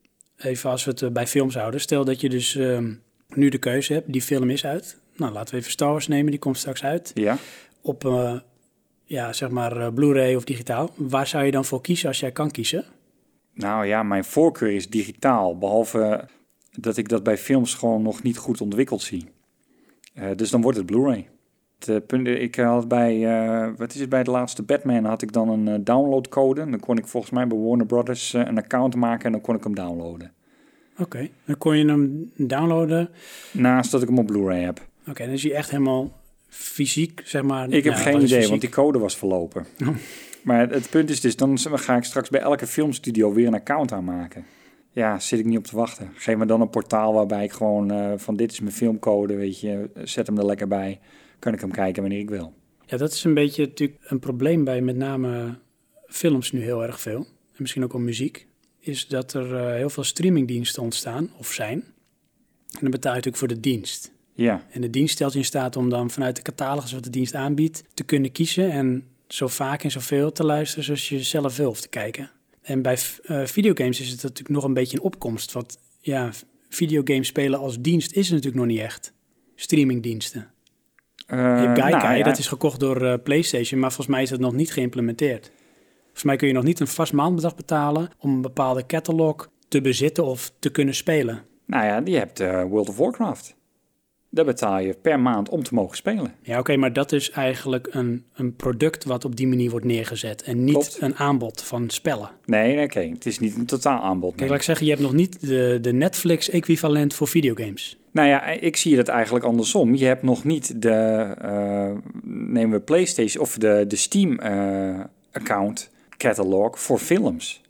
Even als we het uh, bij films houden. Stel dat je dus um, nu de keuze hebt, die film is uit. Nou, laten we even Star Wars nemen, die komt straks uit. Ja. Op, uh, ja, zeg maar, uh, Blu-ray of digitaal. Waar zou je dan voor kiezen als jij kan kiezen? Nou ja, mijn voorkeur is digitaal. Behalve dat ik dat bij films gewoon nog niet goed ontwikkeld zie. Uh, dus dan wordt het Blu-ray. Het, uh, ik had bij, uh, wat is het, bij de laatste Batman had ik dan een uh, downloadcode. En dan kon ik volgens mij bij Warner Brothers uh, een account maken en dan kon ik hem downloaden. Oké, okay. Dan kon je hem downloaden. Naast dat ik hem op Blu-ray heb. Oké, okay, dan is hij echt helemaal fysiek, zeg maar. Ik heb ja, geen idee, fysiek? want die code was verlopen. Oh. Maar het punt is dus, dan ga ik straks bij elke filmstudio weer een account aanmaken. Ja, zit ik niet op te wachten. Geef me dan een portaal waarbij ik gewoon uh, van dit is mijn filmcode, weet je, zet hem er lekker bij. Kan ik hem kijken wanneer ik wil. Ja, dat is een beetje natuurlijk een probleem bij met name films nu heel erg veel. En misschien ook al muziek. Is dat er uh, heel veel streamingdiensten ontstaan, of zijn. En dan betaal je natuurlijk voor de dienst. Ja. En de dienst stelt je in staat om dan vanuit de catalogus wat de dienst aanbiedt te kunnen kiezen en zo vaak en zoveel te luisteren zoals je zelf wil of te kijken. En bij uh, videogames is het natuurlijk nog een beetje een opkomst. Want ja, videogames spelen als dienst is het natuurlijk nog niet echt. Streamingdiensten. Uh, je hebt Gaikai, nou, ja. dat is gekocht door uh, PlayStation, maar volgens mij is dat nog niet geïmplementeerd. Volgens mij kun je nog niet een vast maandbedrag betalen om een bepaalde catalog te bezitten of te kunnen spelen. Nou ja, je hebt uh, World of Warcraft. Daar betaal je per maand om te mogen spelen. Ja, oké, okay, maar dat is eigenlijk een, een product wat op die manier wordt neergezet en niet Klopt. Een aanbod van spellen. Nee, oké, okay. Het is niet een totaal aanbod. Kijk, laat ik zeggen, je hebt nog niet de, de Netflix-equivalent voor videogames. Nou ja, ik zie het eigenlijk andersom. Je hebt nog niet de, uh, nemen we PlayStation of de, de Steam-account uh, catalog voor films.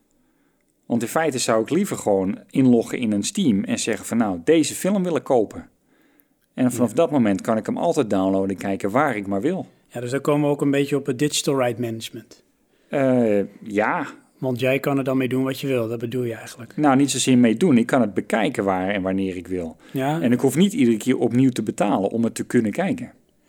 Want in feite zou ik liever gewoon inloggen in een Steam en zeggen van nou, deze film wil ik kopen. En vanaf ja. dat moment kan ik hem altijd downloaden en kijken waar ik maar wil. Ja, dus dan komen we ook een beetje op het digital right management. Uh, ja. Want jij kan er dan mee doen wat je wil, dat bedoel je eigenlijk? Nou, niet zozeer mee doen. Ik kan het bekijken waar en wanneer ik wil. Ja. En ik hoef niet iedere keer opnieuw te betalen om het te kunnen kijken.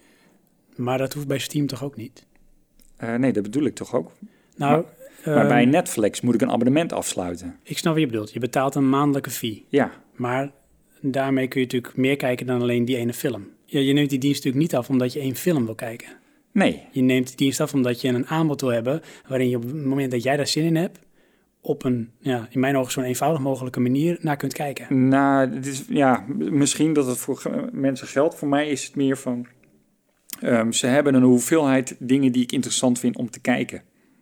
Maar dat hoeft bij Steam toch ook niet? Uh, nee, dat bedoel ik toch ook. Nou, maar, uh, maar bij Netflix moet ik een abonnement afsluiten. Ik snap wat je bedoelt. Je betaalt een maandelijke fee. Ja. Maar daarmee kun je natuurlijk meer kijken dan alleen die ene film. Ja, je neemt die dienst natuurlijk niet af omdat je één film wil kijken. Nee. Je neemt die dienst af omdat je een aanbod wil hebben waarin je op het moment dat jij daar zin in hebt, op een, ja, in mijn ogen zo'n eenvoudig mogelijke manier naar kunt kijken. Nou, het is, ja, misschien dat het voor mensen geldt. Voor mij is het meer van, Um, ze hebben een hoeveelheid dingen die ik interessant vind om te kijken.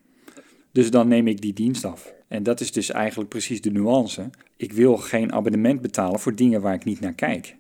Dus dan neem ik die dienst af. En dat is dus eigenlijk precies de nuance. Ik wil geen abonnement betalen voor dingen waar ik niet naar kijk.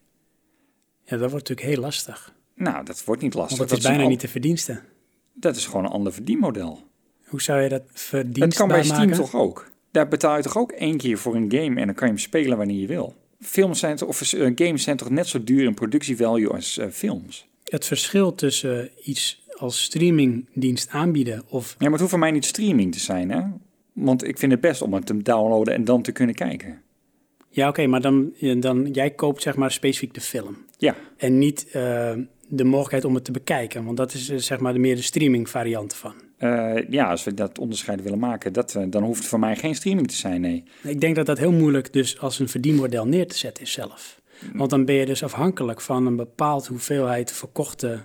Ja, dat wordt natuurlijk heel lastig. Nou, dat wordt niet lastig. Want dat is dat bijna een, niet te verdiensten. Dat is gewoon een ander verdienmodel. Hoe zou je dat verdienstbaar Het kan bij Steam maken? toch ook? Daar betaal je toch ook één keer voor een game en dan kan je hem spelen wanneer je wil. Films zijn toch, of uh, games zijn toch net zo duur in productievalue als uh, films? Het verschil tussen iets als streamingdienst aanbieden of... Ja, maar het hoeft voor mij niet streaming te zijn, hè? Want ik vind het best om het te downloaden en dan te kunnen kijken. Ja, oké, okay, maar dan, dan jij koopt zeg maar specifiek de film. Ja. En niet uh, de mogelijkheid om het te bekijken, want dat is uh, zeg maar de meer de streaming variant van. Uh, ja, als we dat onderscheid willen maken, dat, uh, dan hoeft het voor mij geen streaming te zijn, nee. Ik denk dat dat heel moeilijk dus als een verdienmodel neer te zetten is zelf. Want dan ben je dus afhankelijk van een bepaald hoeveelheid verkochte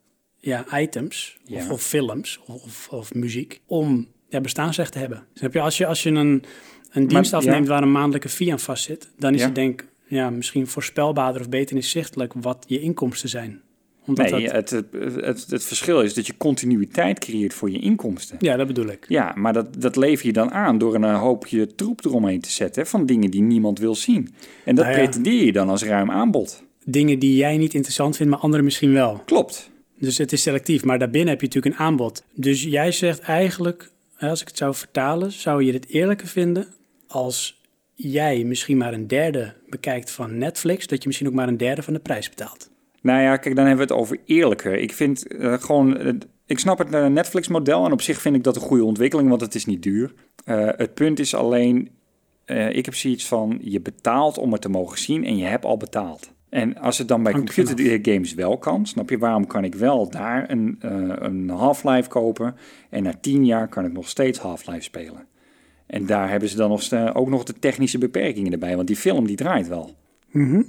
ja, items ja. Of, of films of, of, of muziek om ja, bestaansrecht te hebben. Snap je? Als je, als je een, een dienst maar, afneemt ja. waar een maandelijke fee aan vast zit, dan is ja. het denk ik ja, misschien voorspelbaarder of beter inzichtelijk wat je inkomsten zijn. Omdat nee, dat... het, het, het, het verschil is dat je continuïteit creëert voor je inkomsten. Ja, dat bedoel ik. Ja, maar dat, dat lever je dan aan door een hoopje troep eromheen te zetten van dingen die niemand wil zien. En dat nou ja. pretendeer je dan als ruim aanbod. Dingen die jij niet interessant vindt, maar anderen misschien wel. Klopt. Dus het is selectief, maar daarbinnen heb je natuurlijk een aanbod. Dus jij zegt eigenlijk, als ik het zou vertalen, zou je het eerlijker vinden als jij misschien maar een derde bekijkt van Netflix, dat je misschien ook maar een derde van de prijs betaalt. Nou ja, kijk, dan hebben we het over eerlijker. Ik vind uh, gewoon, uh, ik snap het uh, Netflix-model en op zich vind ik dat een goede ontwikkeling, want het is niet duur. Uh, het punt is alleen, uh, ik heb zoiets van, je betaalt om het te mogen zien en je hebt al betaald. En als het dan bij computergames wel kan, snap je, waarom kan ik wel daar een, uh, een Half-Life kopen en na tien jaar kan ik nog steeds Half-Life spelen. En daar hebben ze dan nog st- ook nog de technische beperkingen erbij, want die film die draait wel. Mm-hmm.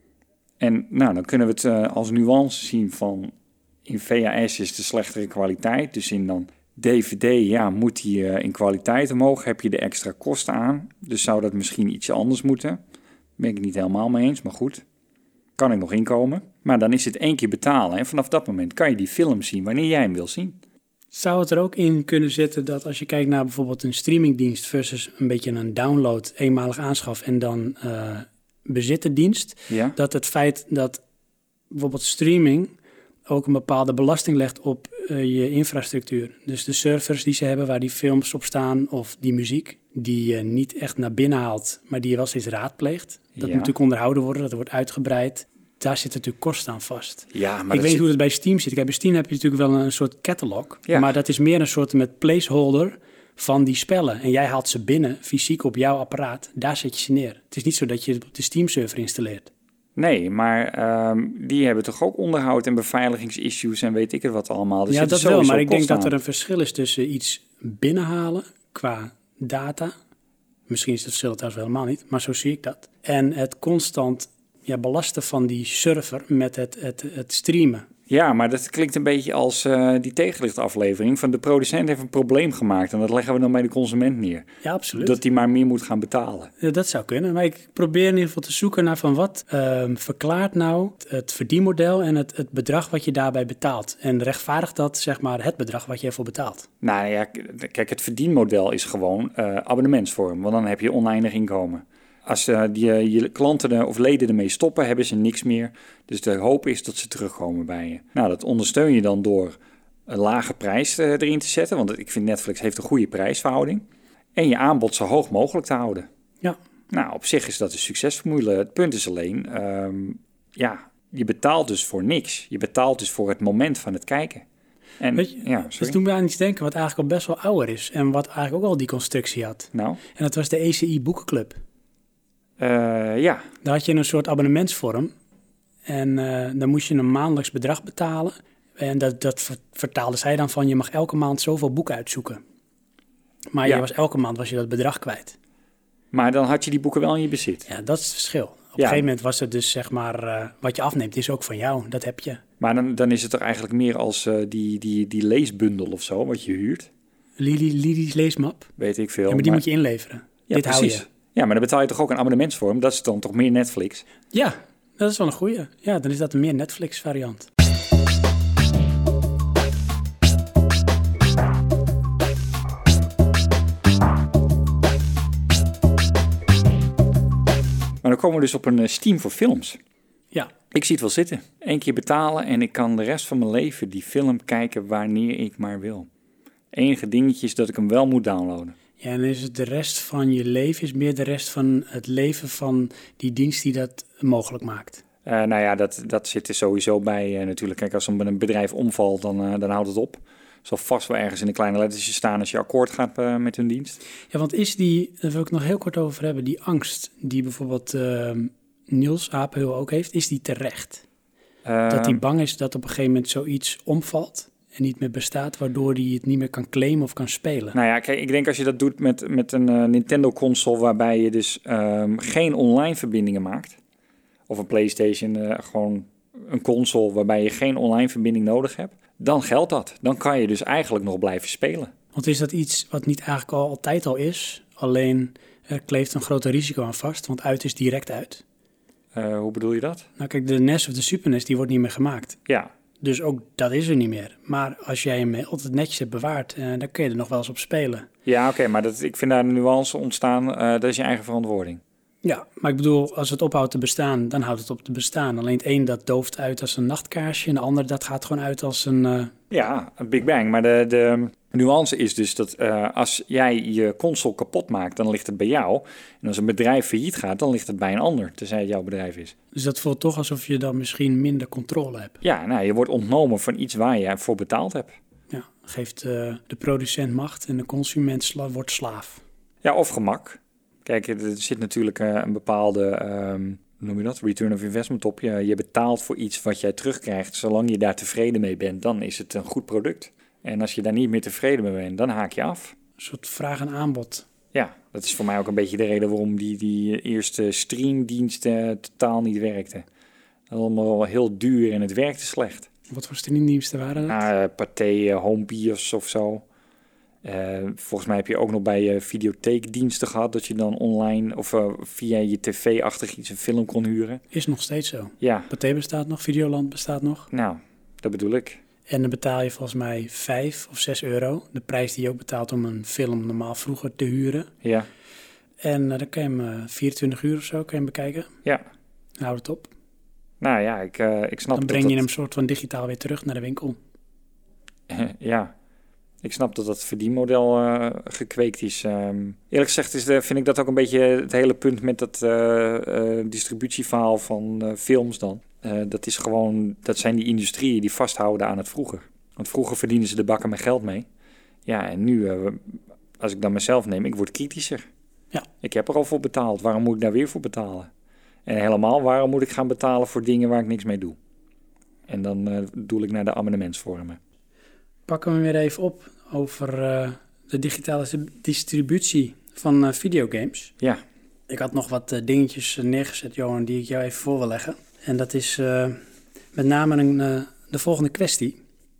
En nou, dan kunnen we het uh, als nuance zien van in V H S is de slechtere kwaliteit. Dus in dan D V D, ja, moet die uh, in kwaliteit omhoog. Heb je de extra kosten aan. Dus zou dat misschien ietsje anders moeten. Ben ik het niet helemaal mee eens, maar goed. Kan ik nog inkomen. Maar dan is het één keer betalen. En vanaf dat moment kan je die film zien wanneer jij hem wil zien. Zou het er ook in kunnen zitten dat als je kijkt naar bijvoorbeeld een streamingdienst versus een beetje een download, eenmalig aanschaf en dan uh, bezitterdienst, ja? dat het feit dat bijvoorbeeld streaming ook een bepaalde belasting legt op uh, je infrastructuur. Dus de servers die ze hebben waar die films op staan of die muziek die je niet echt naar binnen haalt, maar die je wel steeds raadpleegt. Dat ja. moet natuurlijk onderhouden worden, dat wordt uitgebreid. Daar zitten natuurlijk kosten aan vast. Ja, maar ik weet zit... hoe het bij Steam zit. Kijk, bij Steam heb je natuurlijk wel een soort catalog. Ja. Maar dat is meer een soort met placeholder van die spellen. En jij haalt ze binnen, fysiek op jouw apparaat. Daar zet je ze neer. Het is niet zo dat je het op de Steam-server installeert. Nee, maar um, die hebben toch ook onderhoud en beveiligingsissues en weet ik het wat allemaal. Dus ja, dat wel. Maar ik denk aan. dat er een verschil is tussen iets binnenhalen qua data. Misschien is het verschil trouwens helemaal niet, maar zo zie ik dat. En het constant ja, belasten van die server met het, het, het streamen. Ja, maar dat klinkt een beetje als uh, die tegenlichtaflevering van de producent heeft een probleem gemaakt en dat leggen we dan bij de consument neer. Ja, absoluut. Dat die maar meer moet gaan betalen. Ja, dat zou kunnen, maar ik probeer in ieder geval te zoeken naar van wat uh, verklaart nou het verdienmodel en het, het bedrag wat je daarbij betaalt. En rechtvaardigt dat zeg maar het bedrag wat je ervoor betaalt. Nou ja, kijk, het verdienmodel is gewoon uh, abonnementsvorm, want dan heb je oneindig inkomen. Als uh, die, je klanten er, of leden ermee stoppen, hebben ze niks meer. Dus de hoop is dat ze terugkomen bij je. Nou, dat ondersteun je dan door een lage prijs uh, erin te zetten. Want ik vind Netflix heeft een goede prijsverhouding. En je aanbod zo hoog mogelijk te houden. Ja. Nou, op zich is dat een succesformule. Het punt is alleen, um, ja, je betaalt dus voor niks. Je betaalt dus voor het moment van het kijken. En, Weet je, ja, dus toen we aan iets denken wat eigenlijk al best wel ouder is. En wat eigenlijk ook al die constructie had. Nou? En dat was de E C I Boekenclub. Uh, ja. Daar had je een soort abonnementsvorm. En uh, dan moest je een maandelijks bedrag betalen. En dat, dat vertaalde zij dan van, je mag elke maand zoveel boeken uitzoeken. Maar ja. je was, elke maand was je dat bedrag kwijt. Maar dan had je die boeken wel in je bezit. Ja, dat is het verschil. Op ja. een gegeven moment was het dus, zeg maar, uh, wat je afneemt is ook van jou. Dat heb je. Maar dan, dan is het toch eigenlijk meer als uh, die, die, die leesbundel of zo, wat je huurt. Lili, Lili's leesmap? Weet ik veel. Ja, maar die maar... moet je inleveren. Ja, Dit precies. hou je. Ja, maar dan betaal je toch ook een abonnementsvorm? Dat is dan toch meer Netflix? Ja, dat is wel een goeie. Ja, dan is dat een meer Netflix variant. komen we dus op een uh, Steam voor films. Ja. Ik zie het wel zitten. Eén keer betalen en ik kan de rest van mijn leven die film kijken wanneer ik maar wil. Enige dingetje is dat ik hem wel moet downloaden. Ja, en is het de rest van je leven, is meer de rest van het leven van die dienst die dat mogelijk maakt? Uh, nou ja, dat, dat zit er sowieso bij uh, natuurlijk. Kijk, als een bedrijf omvalt, dan, uh, dan houdt het op. Zal vast wel ergens in de kleine lettertjes staan als je akkoord gaat uh, met hun dienst. Ja, want is die, daar wil ik nog heel kort over hebben, die angst die bijvoorbeeld uh, Niels Apenhul ook heeft, is die terecht? Uh, dat hij bang is dat op een gegeven moment zoiets omvalt en niet meer bestaat, waardoor hij het niet meer kan claimen of kan spelen? Nou ja, kijk, ik denk als je dat doet met, met een uh, Nintendo-console waarbij je dus um, geen online verbindingen maakt, of een PlayStation, uh, gewoon een console waarbij je geen online verbinding nodig hebt, dan geldt dat. Dan kan je dus eigenlijk nog blijven spelen. Want is dat iets wat niet eigenlijk al altijd al is, alleen er kleeft een groter risico aan vast, want uit is direct uit? Uh, hoe bedoel je dat? Nou kijk, de N E S of de Super N E S, die wordt niet meer gemaakt. Ja. Dus ook dat is er niet meer. Maar als jij hem altijd netjes hebt bewaard, uh, dan kun je er nog wel eens op spelen. Ja, oké, okay, maar dat, ik vind daar een nuance ontstaan. Uh, dat is je eigen verantwoording. Ja, maar ik bedoel, als het ophoudt te bestaan, dan houdt het op te bestaan. Alleen het een dat dooft uit als een nachtkaarsje en de ander dat gaat gewoon uit als een... Uh... Ja, een Big Bang. Maar de, de nuance is dus dat uh, als jij je console kapot maakt, dan ligt het bij jou. En als een bedrijf failliet gaat, dan ligt het bij een ander, tenzij het jouw bedrijf is. Dus dat voelt toch alsof je dan misschien minder controle hebt. Ja, nou, je wordt ontnomen van iets waar je voor betaald hebt. Ja, geeft uh, de producent macht en de consument sla- wordt slaaf. Ja, of gemak. Kijk, er zit natuurlijk uh, een bepaalde, um, hoe noem je dat, return of investment op. Je, je betaalt voor iets wat jij terugkrijgt. Zolang je daar tevreden mee bent, dan is het een goed product. En als je daar niet meer tevreden mee bent, dan haak je af. Een soort vraag en aanbod. Ja, dat is voor mij ook een beetje de reden waarom die, die eerste streamdiensten totaal niet werkten. Allemaal heel duur en het werkte slecht. Wat voor streamdiensten waren dat? Uh, Pathé, uh, Homebios of zo. Uh, volgens mij heb je ook nog bij uh, videotheekdiensten gehad dat je dan online of uh, via je tv-achtig iets een film kon huren. Is nog steeds zo. Ja. Pathé bestaat nog, Videoland bestaat nog. Nou, dat bedoel ik. En dan betaal je volgens mij vijf of zes euro. De prijs die je ook betaalt om een film normaal vroeger te huren. Ja. En uh, dan kan je hem uh, vierentwintig uur of zo kan je hem bekijken. Ja. Houd het op. Nou ja, ik, uh, ik snap Dan dat breng je dat... hem soort van digitaal weer terug naar de winkel. Ja. Ik snap dat dat verdienmodel uh, gekweekt is. Um, eerlijk gezegd is de, vind ik dat ook een beetje het hele punt met dat uh, uh, distributieverhaal van uh, films dan. Uh, dat is gewoon, dat zijn die industrieën die vasthouden aan het vroeger. Want vroeger verdienen ze de bakken met geld mee. Ja, en nu, uh, als ik dan mezelf neem, ik word kritischer. Ja. Ik heb er al voor betaald. Waarom moet ik daar weer voor betalen? En helemaal, waarom moet ik gaan betalen voor dingen waar ik niks mee doe? En dan uh, doel ik naar de abonnementsvormen. Pakken we weer even op over uh, de digitale distributie van uh, videogames. Ja. Ik had nog wat uh, dingetjes neergezet, Johan, die ik jou even voor wil leggen. En dat is uh, met name een, uh, de volgende kwestie.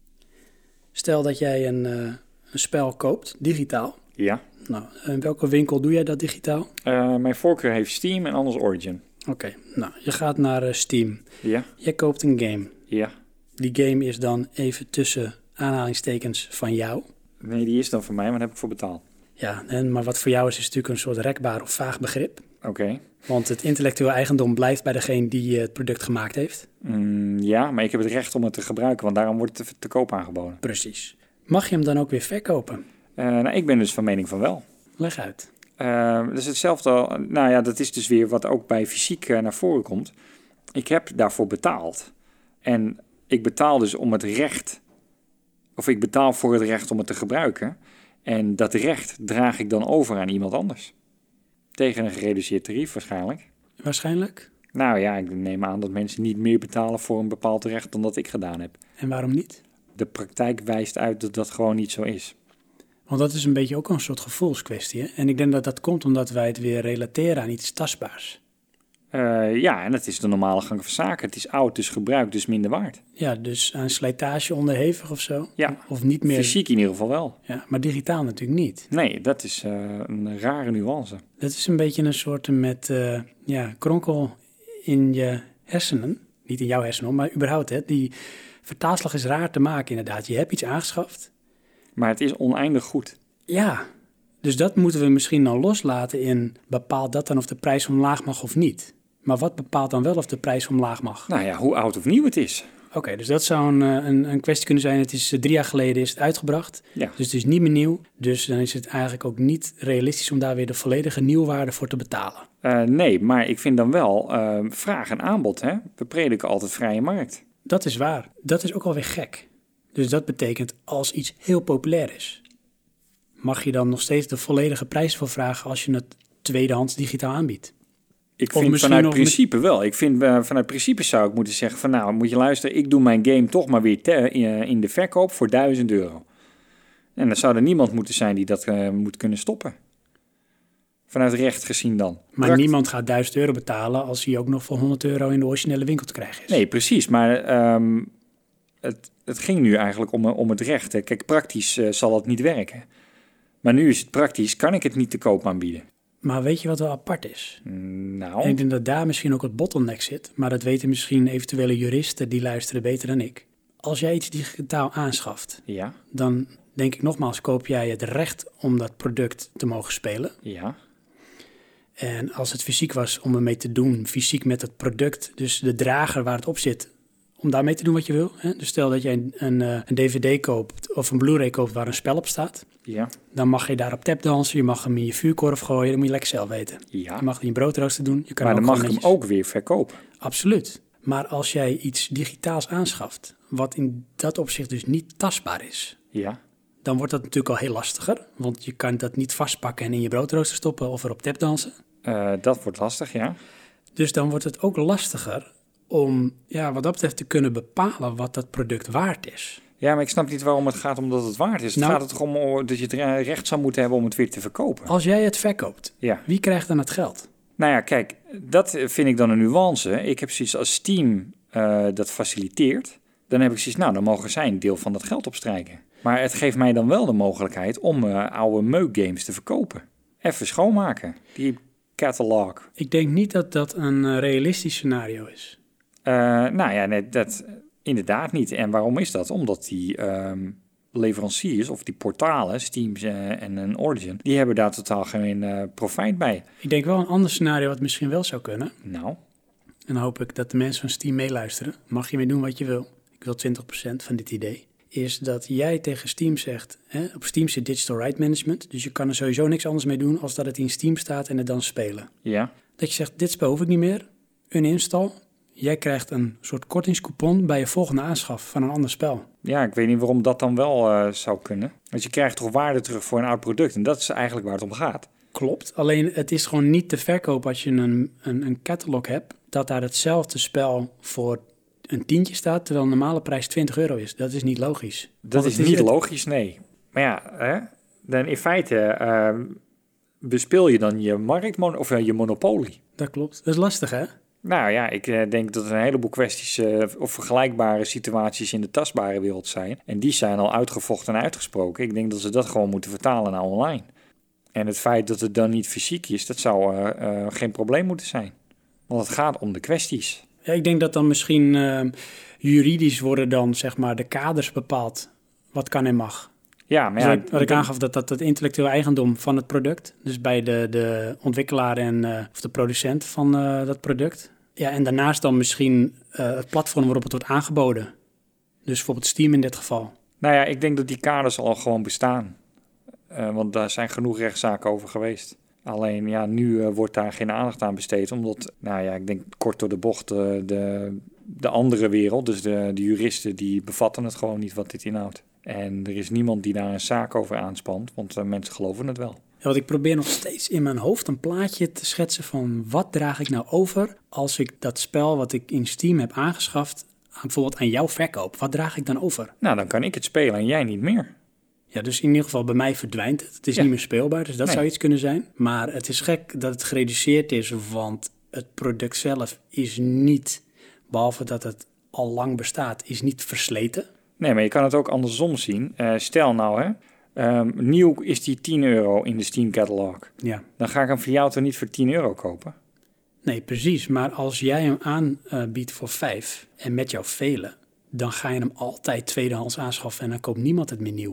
Stel dat jij een, uh, een spel koopt, digitaal. Ja. Nou, in welke winkel doe jij dat digitaal? Uh, mijn voorkeur heeft Steam en anders Origin. Oké, okay. Nou, je gaat naar uh, Steam. Ja. Jij koopt een game. Ja. Die game is dan even tussen aanhalingstekens van jou. Nee, die is dan van mij, maar daar heb ik voor betaald. Ja, en, maar wat voor jou is, is natuurlijk een soort rekbaar of vaag begrip. Oké. Okay. Want het intellectueel eigendom blijft bij degene die het product gemaakt heeft. Mm, ja, maar ik heb het recht om het te gebruiken, want daarom wordt het te, te koop aangeboden. Precies. Mag je hem dan ook weer verkopen? Uh, nou, ik ben dus van mening van wel. Leg uit. Uh, dat is hetzelfde al. Nou ja, dat is dus weer wat ook bij fysiek uh, naar voren komt. Ik heb daarvoor betaald. En ik betaal dus om het recht... Of ik betaal voor het recht om het te gebruiken. En dat recht draag ik dan over aan iemand anders. Tegen een gereduceerd tarief waarschijnlijk. Waarschijnlijk? Nou ja, ik neem aan dat mensen niet meer betalen voor een bepaald recht dan dat ik gedaan heb. En waarom niet? De praktijk wijst uit dat dat gewoon niet zo is. Want dat is een beetje ook een soort gevoelskwestie. Hè? En ik denk dat dat komt omdat wij het weer relateren aan iets tastbaars. Uh, ja, en dat is de normale gang van zaken. Het is oud, dus gebruikt, dus minder waard. Ja, dus aan slijtage onderhevig of zo? Ja, of niet meer... fysiek in ieder geval wel. Ja, maar digitaal natuurlijk niet. Nee, dat is uh, een rare nuance. Dat is een beetje een soort met uh, ja, kronkel in je hersenen. Niet in jouw hersenen, maar überhaupt. Hè, die vertaalslag is raar te maken inderdaad. Je hebt iets aangeschaft. Maar het is oneindig goed. Ja, dus dat moeten we misschien dan loslaten in bepaalt dat dan of de prijs omlaag mag of niet. Maar wat bepaalt dan wel of de prijs omlaag mag? Nou ja, hoe oud of nieuw het is. Oké, okay, dus dat zou een, een, een kwestie kunnen zijn. Het is uh, drie jaar geleden is het uitgebracht. Ja. Dus het is niet meer nieuw. Dus dan is het eigenlijk ook niet realistisch om daar weer de volledige nieuwwaarde voor te betalen. Uh, nee, maar ik vind dan wel uh, vraag en aanbod. Hè? We prediken altijd vrije markt. Dat is waar. Dat is ook alweer gek. Dus dat betekent als iets heel populair is, mag je dan nog steeds de volledige prijs voor vragen als je het tweedehands digitaal aanbiedt? Ik vind vanuit principe wel. Ik vind uh, vanuit principe zou ik moeten zeggen van nou, moet je luisteren, ik doe mijn game toch maar weer te, uh, in de verkoop voor duizend euro. En dan zou er niemand moeten zijn die dat uh, moet kunnen stoppen. Vanuit recht gezien dan. Maar Prakt... niemand gaat duizend euro betalen als hij ook nog voor honderd euro in de originele winkel te krijgen is. Nee, precies. Maar um, het, het ging nu eigenlijk om, om het recht. Hè. Kijk, praktisch uh, zal het niet werken. Maar nu is het praktisch, kan ik het niet te koop aanbieden. Maar weet je wat wel apart is? Nou. En ik denk dat daar misschien ook het bottleneck zit. Maar dat weten misschien eventuele juristen die luisteren beter dan ik. Als jij iets digitaal aanschaft, ja. dan denk ik nogmaals, koop jij het recht om dat product te mogen spelen. Ja. En als het fysiek was om ermee te doen, fysiek met het product, dus de drager waar het op zit, om daarmee te doen wat je wil. Hè? Dus stel dat jij een, een, een D V D koopt of een Blu-ray koopt waar een spel op staat. Ja. Dan mag je daar op tapdansen, je mag hem in je vuurkorf gooien, dat moet je lekker zelf weten. Ja. Je mag het in je broodrooster doen. Je kan maar dan mag ik netjes... hem ook weer verkopen. Absoluut. Maar als jij iets digitaals aanschaft, wat in dat opzicht dus niet tastbaar is, ja. dan wordt dat natuurlijk al heel lastiger. Want je kan dat niet vastpakken en in je broodrooster stoppen of erop tapdansen. Uh, dat wordt lastig, ja. Dus dan wordt het ook lastiger om, ja, wat dat betreft te kunnen bepalen wat dat product waard is. Ja, maar ik snap niet waarom het gaat omdat het waard is. Het nou, gaat er toch om dat je het recht zou moeten hebben om het weer te verkopen. Als jij het verkoopt, ja. Wie krijgt dan het geld? Nou ja, kijk, dat vind ik dan een nuance. Ik heb zoiets als Steam uh, dat faciliteert. Dan heb ik zoiets, nou, dan mogen zij een deel van dat geld opstrijken. Maar het geeft mij dan wel de mogelijkheid om uh, oude meukgames te verkopen. Even schoonmaken, die catalog. Ik denk niet dat dat een uh, realistisch scenario is. Uh, nou ja, nee, dat inderdaad niet. En waarom is dat? Omdat die um, leveranciers of die portalen, Steam uh, en een Origin, die hebben daar totaal geen uh, profijt bij. Ik denk wel een ander scenario wat misschien wel zou kunnen. Nou? En dan hoop ik dat de mensen van Steam meeluisteren. Mag je mee doen wat je wil. Ik wil twintig procent van dit idee. Is dat jij tegen Steam zegt, hè, op Steam zit Digital Right Management, dus je kan er sowieso niks anders mee doen als dat het in Steam staat en het dan spelen. Ja. Dat je zegt, dit spel hoef ik niet meer, uninstall. Jij krijgt een soort kortingscoupon bij je volgende aanschaf van een ander spel. Ja, ik weet niet waarom dat dan wel uh, zou kunnen. Want je krijgt toch waarde terug voor een oud product en dat is eigenlijk waar het om gaat. Klopt, alleen het is gewoon niet te verkopen als je een, een, een catalog hebt, dat daar hetzelfde spel voor een tientje staat, terwijl de normale prijs twintig euro is. Dat is niet logisch. Dat is, is niet het... logisch, nee. Maar ja, hè, dan in feite uh, bespeel je dan je markt of uh, je monopolie. Dat klopt. Dat is lastig, hè? Nou ja, ik uh, denk dat er een heleboel kwesties uh, of vergelijkbare situaties in de tastbare wereld zijn. En die zijn al uitgevochten en uitgesproken. Ik denk dat ze dat gewoon moeten vertalen naar online. En het feit dat het dan niet fysiek is, dat zou uh, uh, geen probleem moeten zijn. Want het gaat om de kwesties. Ja, ik denk dat dan misschien uh, juridisch worden dan, zeg maar, de kaders bepaald wat kan en mag. Ja, maar dus ja, wat, wat ik aangaf, dat dat het intellectueel eigendom van het product, dus bij de, de ontwikkelaar en uh, of de producent van uh, dat product. Ja, en daarnaast dan misschien uh, het platform waarop het wordt aangeboden. Dus bijvoorbeeld Steam in dit geval. Nou ja, ik denk dat die kaders al gewoon bestaan. Uh, want daar zijn genoeg rechtszaken over geweest. Alleen ja, nu uh, wordt daar geen aandacht aan besteed. Omdat, nou ja, ik denk kort door de bocht, uh, de, de andere wereld, dus de, de juristen, die bevatten het gewoon niet wat dit inhoudt. En er is niemand die daar een zaak over aanspant, want uh, mensen geloven het wel. Ja, want ik probeer nog steeds in mijn hoofd een plaatje te schetsen van wat draag ik nou over als ik dat spel wat ik in Steam heb aangeschaft, aan, bijvoorbeeld aan jou verkoop. Wat draag ik dan over? Nou, dan kan ik het spelen en jij niet meer. Ja, dus in ieder geval bij mij verdwijnt het. Het is ja. niet meer speelbaar, dus dat nee. zou iets kunnen zijn. Maar het is gek dat het gereduceerd is, want het product zelf is niet, behalve dat het al lang bestaat, is niet versleten. Nee, maar je kan het ook andersom zien. Uh, stel nou, hè, um, nieuw is die tien euro in de Steam catalog. Ja. Dan ga ik hem voor jou toch niet voor tien euro kopen? Nee, precies. Maar als jij hem aanbiedt uh, voor vijf en met jou velen, dan ga je hem altijd tweedehands aanschaffen en dan koopt niemand het meer nieuw.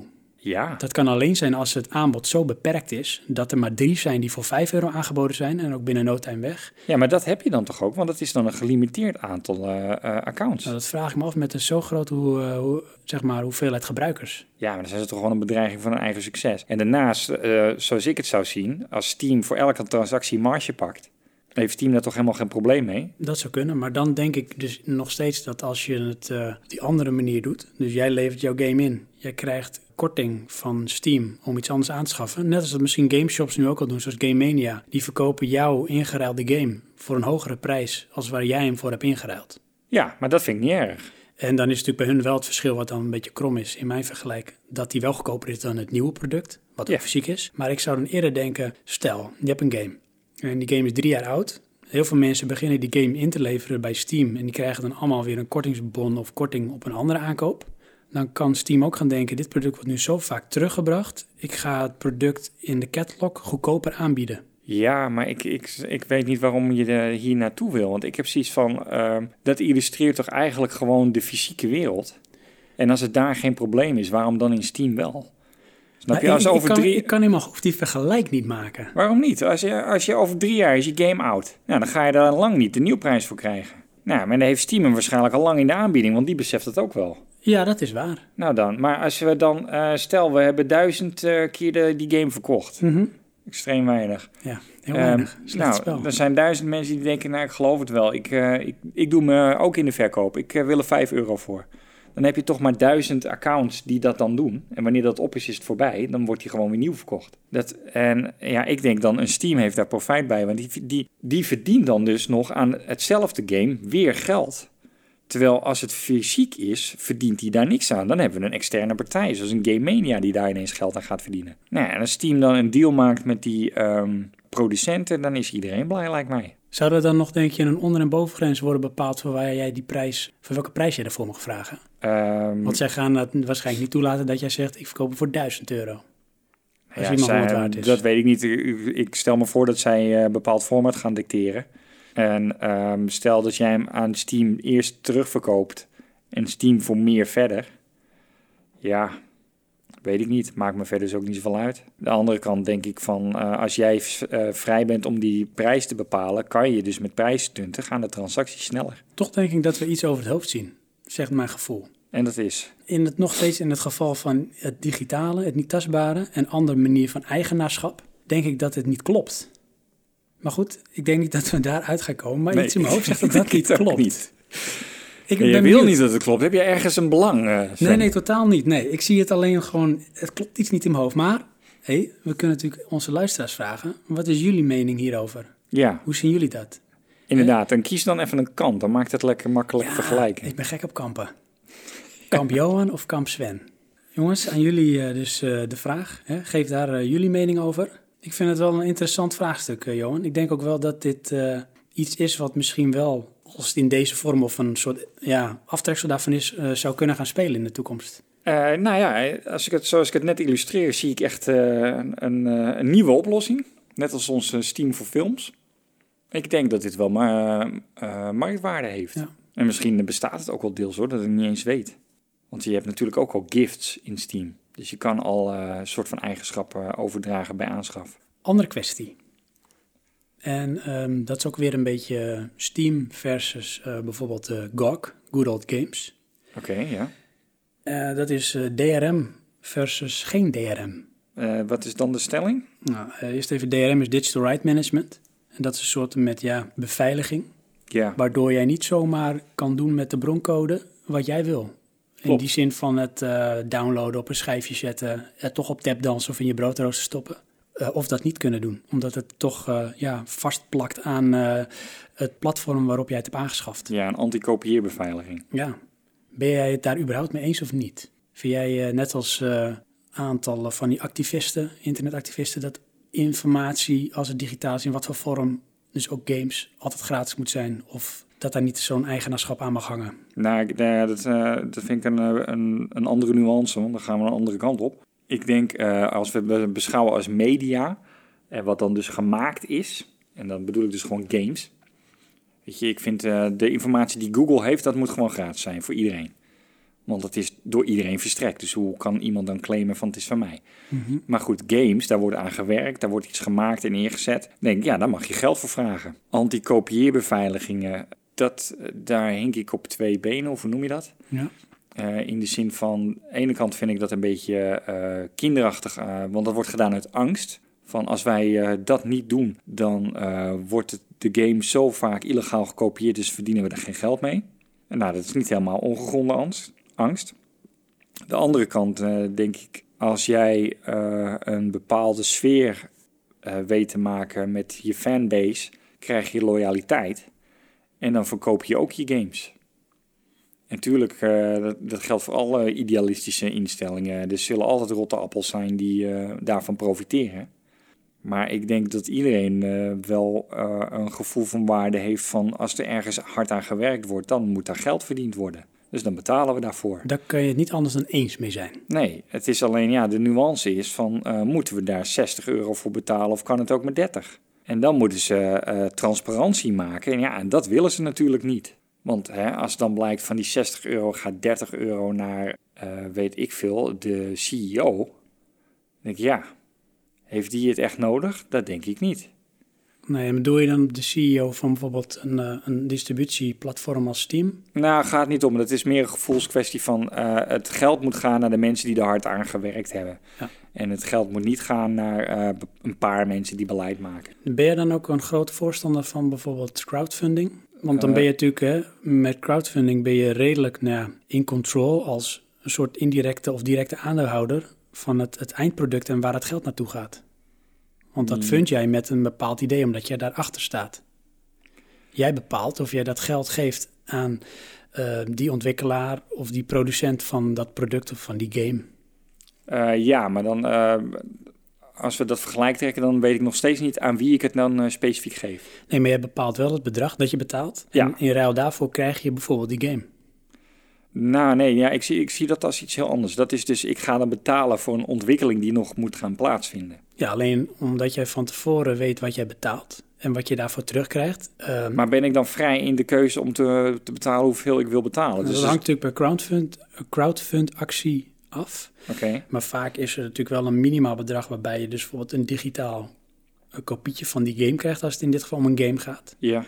Ja. Dat kan alleen zijn als het aanbod zo beperkt is dat er maar drie zijn die voor vijf euro aangeboden zijn en ook binnen no time weg. Ja, maar dat heb je dan toch ook? Want het is dan een gelimiteerd aantal uh, uh, accounts. Nou, dat vraag ik me af met een zo grote hoe, uh, hoe, zeg maar, hoeveelheid gebruikers. Ja, maar dan zijn ze toch gewoon een bedreiging van hun eigen succes. En daarnaast, uh, zoals ik het zou zien, als Steam voor elke transactie marge pakt, heeft Steam daar toch helemaal geen probleem mee? Dat zou kunnen, maar dan denk ik dus nog steeds dat als je het uh, op die andere manier doet, dus jij levert jouw game in, jij krijgt korting van Steam om iets anders aan te schaffen. Net als dat misschien gameshops nu ook al doen, zoals Game Mania. Die verkopen jouw ingeruilde game voor een hogere prijs als waar jij hem voor hebt ingeruild. Ja, maar dat vind ik niet erg. En dan is natuurlijk bij hun wel het verschil wat dan een beetje krom is in mijn vergelijk. Dat die wel goedkoper is dan het nieuwe product, wat ook Ja. fysiek is. Maar ik zou dan eerder denken, stel, je hebt een game. En die game is drie jaar oud. Heel veel mensen beginnen die game in te leveren bij Steam. En die krijgen dan allemaal weer een kortingsbon of korting op een andere aankoop. Dan kan Steam ook gaan denken, dit product wordt nu zo vaak teruggebracht. Ik ga het product in de catalog goedkoper aanbieden. Ja, maar ik, ik, ik weet niet waarom je er hier naartoe wil. Want ik heb zoiets van, uh, dat illustreert toch eigenlijk gewoon de fysieke wereld. En als het daar geen probleem is, waarom dan in Steam wel? Snap je? Maar Als ik, over ik, kan, drie... ik kan helemaal of die vergelijk niet maken. Waarom niet? Als je, als je over drie jaar is je game out, nou, dan ga je daar lang niet de nieuwprijs voor krijgen. Nou, maar dan heeft Steam hem waarschijnlijk al lang in de aanbieding, want die beseft het ook wel. Ja, dat is waar. Nou dan, maar als we dan, uh, stel we hebben duizend uh, keer de, die game verkocht. Mm-hmm. Extreem weinig. Ja, heel weinig. Um, Slecht nou, spel. er zijn duizend mensen die denken, nou ik geloof het wel. Ik, uh, ik, ik doe me ook in de verkoop. Ik uh, wil er vijf euro voor. Dan heb je toch maar duizend accounts die dat dan doen. En wanneer dat op is, is het voorbij. Dan wordt die gewoon weer nieuw verkocht. Dat, en ja, ik denk dan, een Steam heeft daar profijt bij. Want die, die, die verdient dan dus nog aan hetzelfde game weer geld. Terwijl als het fysiek is, verdient hij daar niks aan. Dan hebben we een externe partij, zoals een Game Mania, die daar ineens geld aan gaat verdienen. Nou ja, en als Steam dan een deal maakt met die um, producenten, dan is iedereen blij, lijkt mij. Zou er dan nog, denk je, een onder- en bovengrens worden bepaald voor waar jij die prijs, voor welke prijs jij ervoor mag vragen? Um, Want zij gaan het waarschijnlijk niet toelaten dat jij zegt, ik verkoop hem voor duizend euro. Als ja, iemand zij, wat waard is. Dat weet ik niet. Ik, ik stel me voor dat zij een uh, bepaald format gaan dicteren. En um, stel dat jij hem aan Steam eerst terugverkoopt en Steam voor meer verder. Ja, weet ik niet. Maakt me verder dus ook niet zoveel uit. De andere kant denk ik van, uh, als jij uh, vrij bent om die prijs te bepalen, kan je dus met prijsstunten gaan de transacties sneller. Toch denk ik dat we iets over het hoofd zien, zegt mijn gevoel. En dat is? In het, nog steeds in het geval van het digitale, het niet tastbare en andere manier van eigenaarschap, denk ik dat het niet klopt. Maar goed, ik denk niet dat we daaruit gaan komen. Maar nee, iets in mijn hoofd zegt dat dat niet klopt. Niet. Ik nee, ben je wil niet dat het klopt. Heb je ergens een belang? Uh, nee, nee, totaal niet. Nee, ik zie het alleen gewoon, het klopt iets niet in mijn hoofd. Maar hey, we kunnen natuurlijk onze luisteraars vragen. Wat is jullie mening hierover? Ja. Hoe zien jullie dat? Inderdaad, en kies dan even een kant. Dan maakt het lekker makkelijk ja, vergelijken. Ik ben gek op kampen. Kamp Johan of kamp Sven? Jongens, aan jullie uh, dus uh, de vraag. Hè? Geef daar uh, jullie mening over. Ik vind het wel een interessant vraagstuk, uh, Johan. Ik denk ook wel dat dit uh, iets is wat misschien wel, als het in deze vorm of een soort ja, aftreksel daarvan is, uh, zou kunnen gaan spelen in de toekomst. Uh, nou ja, als ik het, zoals ik het net illustreer, zie ik echt uh, een, een, een nieuwe oplossing. Net als onze Steam voor films. Ik denk dat dit wel maar uh, marktwaarde heeft. Ja. En misschien bestaat het ook wel deels hoor, dat ik niet eens weet. Want je hebt natuurlijk ook al gifts in Steam. Dus je kan al uh, een soort van eigenschappen overdragen bij aanschaf. Andere kwestie. En um, dat is ook weer een beetje Steam versus uh, bijvoorbeeld uh, G O G, Good Old Games. Oké, okay, ja. Uh, dat is uh, D R M versus geen D R M. Uh, wat is dan de stelling? Nou, uh, eerst even, D R M is Digital Right Management. En dat is een soort met ja, beveiliging. Ja. Waardoor jij niet zomaar kan doen met de broncode wat jij wil. In Klopt. Die zin van het uh, downloaden, op een schijfje zetten, het toch op tapdansen of in je broodrooster stoppen. Uh, of dat niet kunnen doen, omdat het toch uh, ja, vastplakt aan uh, het platform waarop jij het hebt aangeschaft. Ja, een anti-kopieerbeveiliging. Ja. Ben jij het daar überhaupt mee eens of niet? Vind jij uh, net als uh, aantallen van die activisten, internetactivisten, dat informatie als het digitaal is in wat voor vorm, dus ook games, altijd gratis moet zijn of dat daar niet zo'n eigenaarschap aan mag hangen? Nou, nou dat, uh, dat vind ik een, een, een andere nuance, want dan gaan we een andere kant op. Ik denk, uh, als we beschouwen als media, en wat dan dus gemaakt is, en dan bedoel ik dus gewoon games. Weet je, ik vind uh, de informatie die Google heeft, dat moet gewoon gratis zijn voor iedereen. Want het is door iedereen verstrekt. Dus hoe kan iemand dan claimen van het is van mij? Mm-hmm. Maar goed, games, daar wordt aan gewerkt. Daar wordt iets gemaakt en neergezet. Dan denk ik, ja, daar mag je geld voor vragen. Anti-kopieerbeveiligingen, dat, daar hink ik op twee benen. Of hoe noem je dat? Ja. Uh, in de zin van, aan de ene kant vind ik dat een beetje uh, kinderachtig. Uh, want dat wordt gedaan uit angst. Van als wij uh, dat niet doen, dan uh, wordt het, de game zo vaak illegaal gekopieerd. Dus verdienen we er geen geld mee. En nou, dat is niet helemaal ongegronde angst. angst. De andere kant uh, denk ik, als jij uh, een bepaalde sfeer uh, weet te maken met je fanbase, krijg je loyaliteit. En dan verkoop je ook je games. En natuurlijk, uh, dat, dat geldt voor alle idealistische instellingen. Er zullen altijd rotte appels zijn die uh, daarvan profiteren. Maar ik denk dat iedereen uh, wel uh, een gevoel van waarde heeft van als er ergens hard aan gewerkt wordt, dan moet daar geld verdiend worden. Dus dan betalen we daarvoor. Daar kun je het niet anders dan eens mee zijn. Nee, het is alleen, ja, de nuance is van, uh, moeten we daar zestig euro voor betalen of kan het ook met dertig? En dan moeten ze uh, transparantie maken. En ja, en dat willen ze natuurlijk niet. Want hè, als dan blijkt van die zestig euro gaat dertig euro naar, uh, weet ik veel, de C E O. Dan denk ik, ja, heeft die het echt nodig? Dat denk ik niet. Nee, bedoel je dan de C E O van bijvoorbeeld een, uh, een distributieplatform als Steam? Nou, gaat niet om. Het is meer een gevoelskwestie van uh, het geld moet gaan naar de mensen die er hard aan gewerkt hebben. Ja. En het geld moet niet gaan naar uh, een paar mensen die beleid maken. Ben je dan ook een grote voorstander van bijvoorbeeld crowdfunding? Want dan ben je natuurlijk, hè, met crowdfunding ben je redelijk nou ja, in control als een soort indirecte of directe aandeelhouder van het, het eindproduct en waar het geld naartoe gaat. Want dat fund jij met een bepaald idee, omdat jij daarachter staat. Jij bepaalt of jij dat geld geeft aan uh, die ontwikkelaar of die producent van dat product of van die game. Uh, ja, maar dan, uh, als we dat vergelijk trekken, dan weet ik nog steeds niet aan wie ik het dan uh, specifiek geef. Nee, maar jij bepaalt wel het bedrag dat je betaalt. Ja. En in ruil daarvoor krijg je bijvoorbeeld die game. Nou, nee, ja, ik, zie, ik zie dat als iets heel anders. Dat is dus, ik ga dan betalen voor een ontwikkeling die nog moet gaan plaatsvinden. Ja, alleen omdat jij van tevoren weet wat jij betaalt en wat je daarvoor terugkrijgt. Um, maar ben ik dan vrij in de keuze om te, te betalen hoeveel ik wil betalen? Dat dus hangt natuurlijk per crowdfund, crowdfund actie af. Okay. Maar vaak is er natuurlijk wel een minimaal bedrag waarbij je dus bijvoorbeeld een digitaal een kopietje van die game krijgt als het in dit geval om een game gaat. Ja.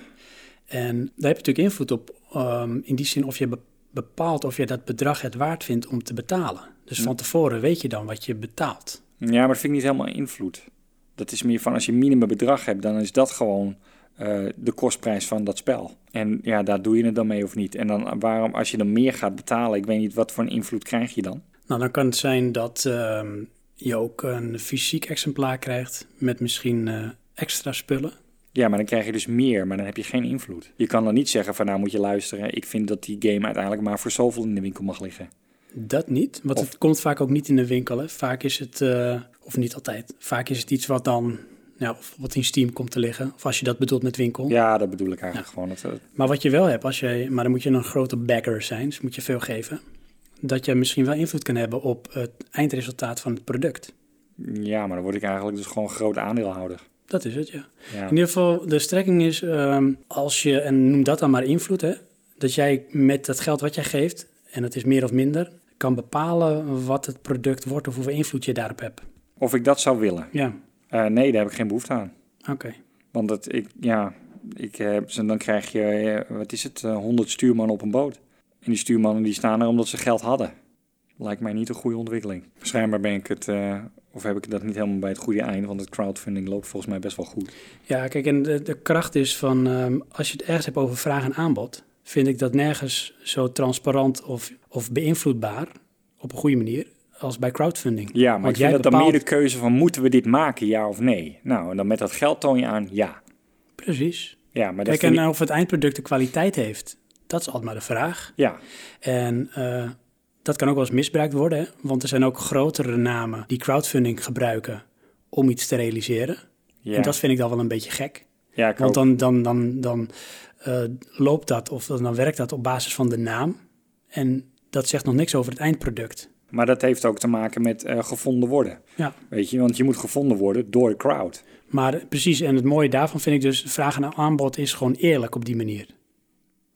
En daar heb je natuurlijk invloed op, um, in die zin of je be- bepaalt of je dat bedrag het waard vindt om te betalen. Dus van tevoren weet je dan wat je betaalt. Ja, maar dat vind ik niet helemaal invloed. Dat is meer van als je minimum bedrag hebt, dan is dat gewoon uh, de kostprijs van dat spel. En ja, daar doe je het dan mee of niet. En dan waarom, als je dan meer gaat betalen, ik weet niet, wat voor een invloed krijg je dan? Nou, dan kan het zijn dat uh, je ook een fysiek exemplaar krijgt met misschien uh, extra spullen. Ja, maar dan krijg je dus meer, maar dan heb je geen invloed. Je kan dan niet zeggen van nou moet je luisteren, ik vind dat die game uiteindelijk maar voor zoveel in de winkel mag liggen. Dat niet, want Of... het komt vaak ook niet in de winkel. Hè. Vaak is het, uh, of niet altijd, vaak is het iets wat dan, nou, wat in Steam komt te liggen. Of als je dat bedoelt met winkel. Ja, dat bedoel ik eigenlijk ja. gewoon. Het, uh... Maar wat je wel hebt, als je, maar dan moet je een grote bagger zijn, dus moet je veel geven. Dat je misschien wel invloed kan hebben op het eindresultaat van het product. Ja, maar dan word ik eigenlijk dus gewoon groot aandeelhouder. Dat is het, ja. ja. In ieder geval, de strekking is, um, als je, en noem dat dan maar invloed, hè, dat jij met dat geld wat jij geeft, en dat is meer of minder, kan bepalen wat het product wordt of hoeveel invloed je daarop hebt. Of ik dat zou willen? Ja. Uh, nee, daar heb ik geen behoefte aan. Oké. Okay. Want het, ik, ja, ik heb, dan krijg je, wat is het, honderd stuurmannen op een boot. En die stuurmannen die staan er omdat ze geld hadden. Lijkt mij niet een goede ontwikkeling. Schijnbaar ben ik het, uh, of heb ik dat niet helemaal bij het goede eind, want het crowdfunding loopt volgens mij best wel goed. Ja, kijk, en de, de kracht is van, um, als je het ergens hebt over vraag en aanbod, vind ik dat nergens zo transparant of, of beïnvloedbaar, op een goede manier, als bij crowdfunding. Ja, maar want ik vind dat bepaalt... dan meer de keuze van, moeten we dit maken, ja of nee? Nou, en dan met dat geld toon je aan, ja. Precies. Ja, maar dat kijk, en ik... of het eindproduct de kwaliteit heeft, dat is altijd maar de vraag. Ja. En uh, dat kan ook wel eens misbruikt worden, hè? Want er zijn ook grotere namen die crowdfunding gebruiken om iets te realiseren. Ja. En dat vind ik dan wel een beetje gek. Ja, ik Want dan, dan, dan, dan uh, loopt dat of dan werkt dat op basis van de naam. En dat zegt nog niks over het eindproduct. Maar dat heeft ook te maken met uh, gevonden worden. Ja. Weet je, want je moet gevonden worden door de crowd. Maar precies, en het mooie daarvan vind ik dus, vraag en aanbod is gewoon eerlijk op die manier.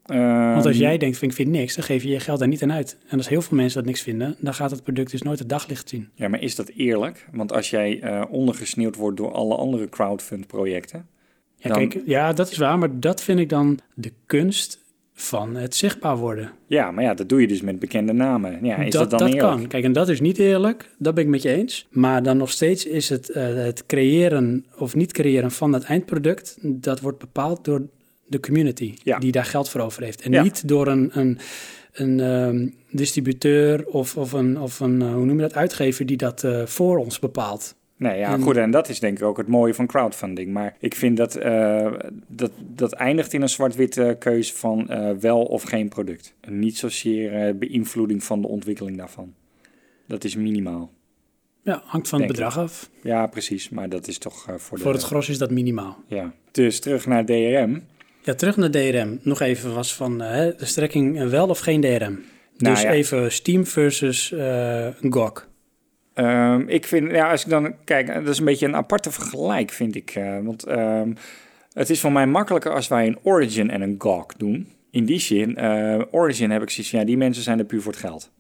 Um, Want als jij denkt, vind ik vind niks, dan geef je je geld daar niet aan uit. En als heel veel mensen dat niks vinden, dan gaat het product dus nooit het daglicht zien. Ja, maar is dat eerlijk? Want als jij uh, ondergesneeuwd wordt door alle andere crowdfund-projecten... Ja, dan... kijk, ja, dat is waar, maar dat vind ik dan de kunst van het zichtbaar worden. Ja, maar ja, dat doe je dus met bekende namen. Ja, is dat, dat dan dat eerlijk? kan. Kijk, en dat is niet eerlijk, dat ben ik met je eens. Maar dan nog steeds is het, uh, het creëren of niet creëren van het eindproduct, dat wordt bepaald door de community ja. die daar geld voor over heeft. En ja. niet door een, een, een um, distributeur of, of een, of een uh, hoe noem je dat, uitgever die dat uh, voor ons bepaalt. Nee, ja, en, goed, en dat is denk ik ook het mooie van crowdfunding. Maar ik vind dat uh, dat, dat eindigt in een zwart-witte keuze van uh, wel of geen product. En niet zozeer uh, beïnvloeding van de ontwikkeling daarvan. Dat is minimaal. Ja, hangt van denk het bedrag ik. af. Ja, precies, maar dat is toch uh, voor de... Voor het gros is dat minimaal. Ja, dus terug naar D R M... Ja, terug naar D R M. Nog even was van uh, de strekking uh, wel of geen D R M. Nou, dus ja. even Steam versus uh, G O G. Um, ik vind, ja, als ik dan kijk, dat is een beetje een aparte vergelijk, vind ik. Uh, want um, het is voor mij makkelijker als wij een Origin en een G O G doen. In die zin, uh, Origin heb ik zoiets van, ja, die mensen zijn er puur voor het geld.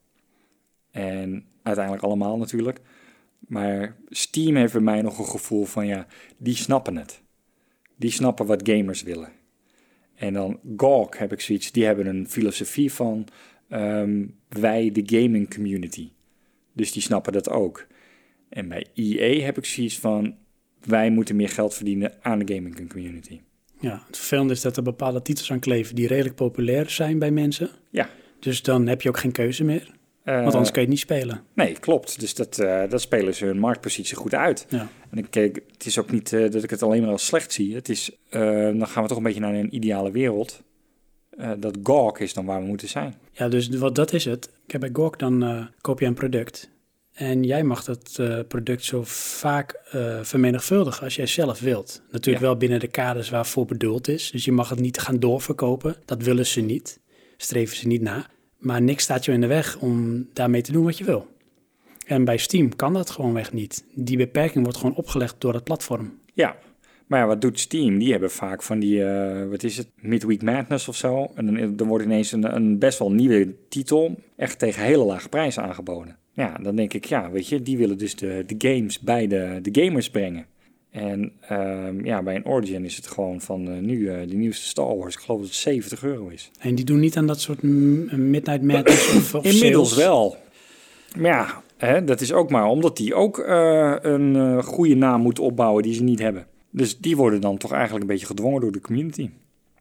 En uiteindelijk allemaal natuurlijk. Maar Steam heeft bij mij nog een gevoel van, ja, die snappen het. Die snappen wat gamers willen. En dan G O G heb ik zoiets, die hebben een filosofie van um, wij, de gaming community. Dus die snappen dat ook. En bij E A heb ik zoiets van, wij moeten meer geld verdienen aan de gaming community. Ja, het vervelende is dat er bepaalde titels aan kleven die redelijk populair zijn bij mensen. Ja. Dus dan heb je ook geen keuze meer. Uh, Want anders kun je het niet spelen. Nee, klopt. Dus dat, uh, dat spelen ze hun marktpositie goed uit. Ja. En ik, kijk, het is ook niet uh, dat ik het alleen maar als slecht zie. Het is, uh, dan gaan we toch een beetje naar een ideale wereld. Uh, dat G O G is dan waar we moeten zijn. Ja, dus wat dat is het. Kijk, bij G O G dan uh, koop je een product. En jij mag dat uh, product zo vaak uh, vermenigvuldigen als jij zelf wilt. Natuurlijk ja. wel binnen de kaders waarvoor bedoeld is. Dus je mag het niet gaan doorverkopen. Dat willen ze niet. Streven ze niet na. Maar niks staat je in de weg om daarmee te doen wat je wil. En bij Steam kan dat gewoonweg niet. Die beperking wordt gewoon opgelegd door het platform. Ja, maar ja, wat doet Steam? Die hebben vaak van die, uh, wat is het, Midweek Madness of zo. En dan, dan wordt ineens een, een best wel nieuwe titel echt tegen hele lage prijzen aangeboden. Ja, dan denk ik, ja, weet je, die willen dus de, de games bij de, de gamers brengen. En uh, ja, bij een Origin is het gewoon van uh, nu uh, de nieuwste Star Wars. Ik geloof dat het zeventig euro is. En die doen niet aan dat soort m- Midnight Madness of, of Inmiddels sales. wel. Maar ja, hè, dat is ook maar omdat die ook uh, een uh, goede naam moeten opbouwen die ze niet hebben. Dus die worden dan toch eigenlijk een beetje gedwongen door de community.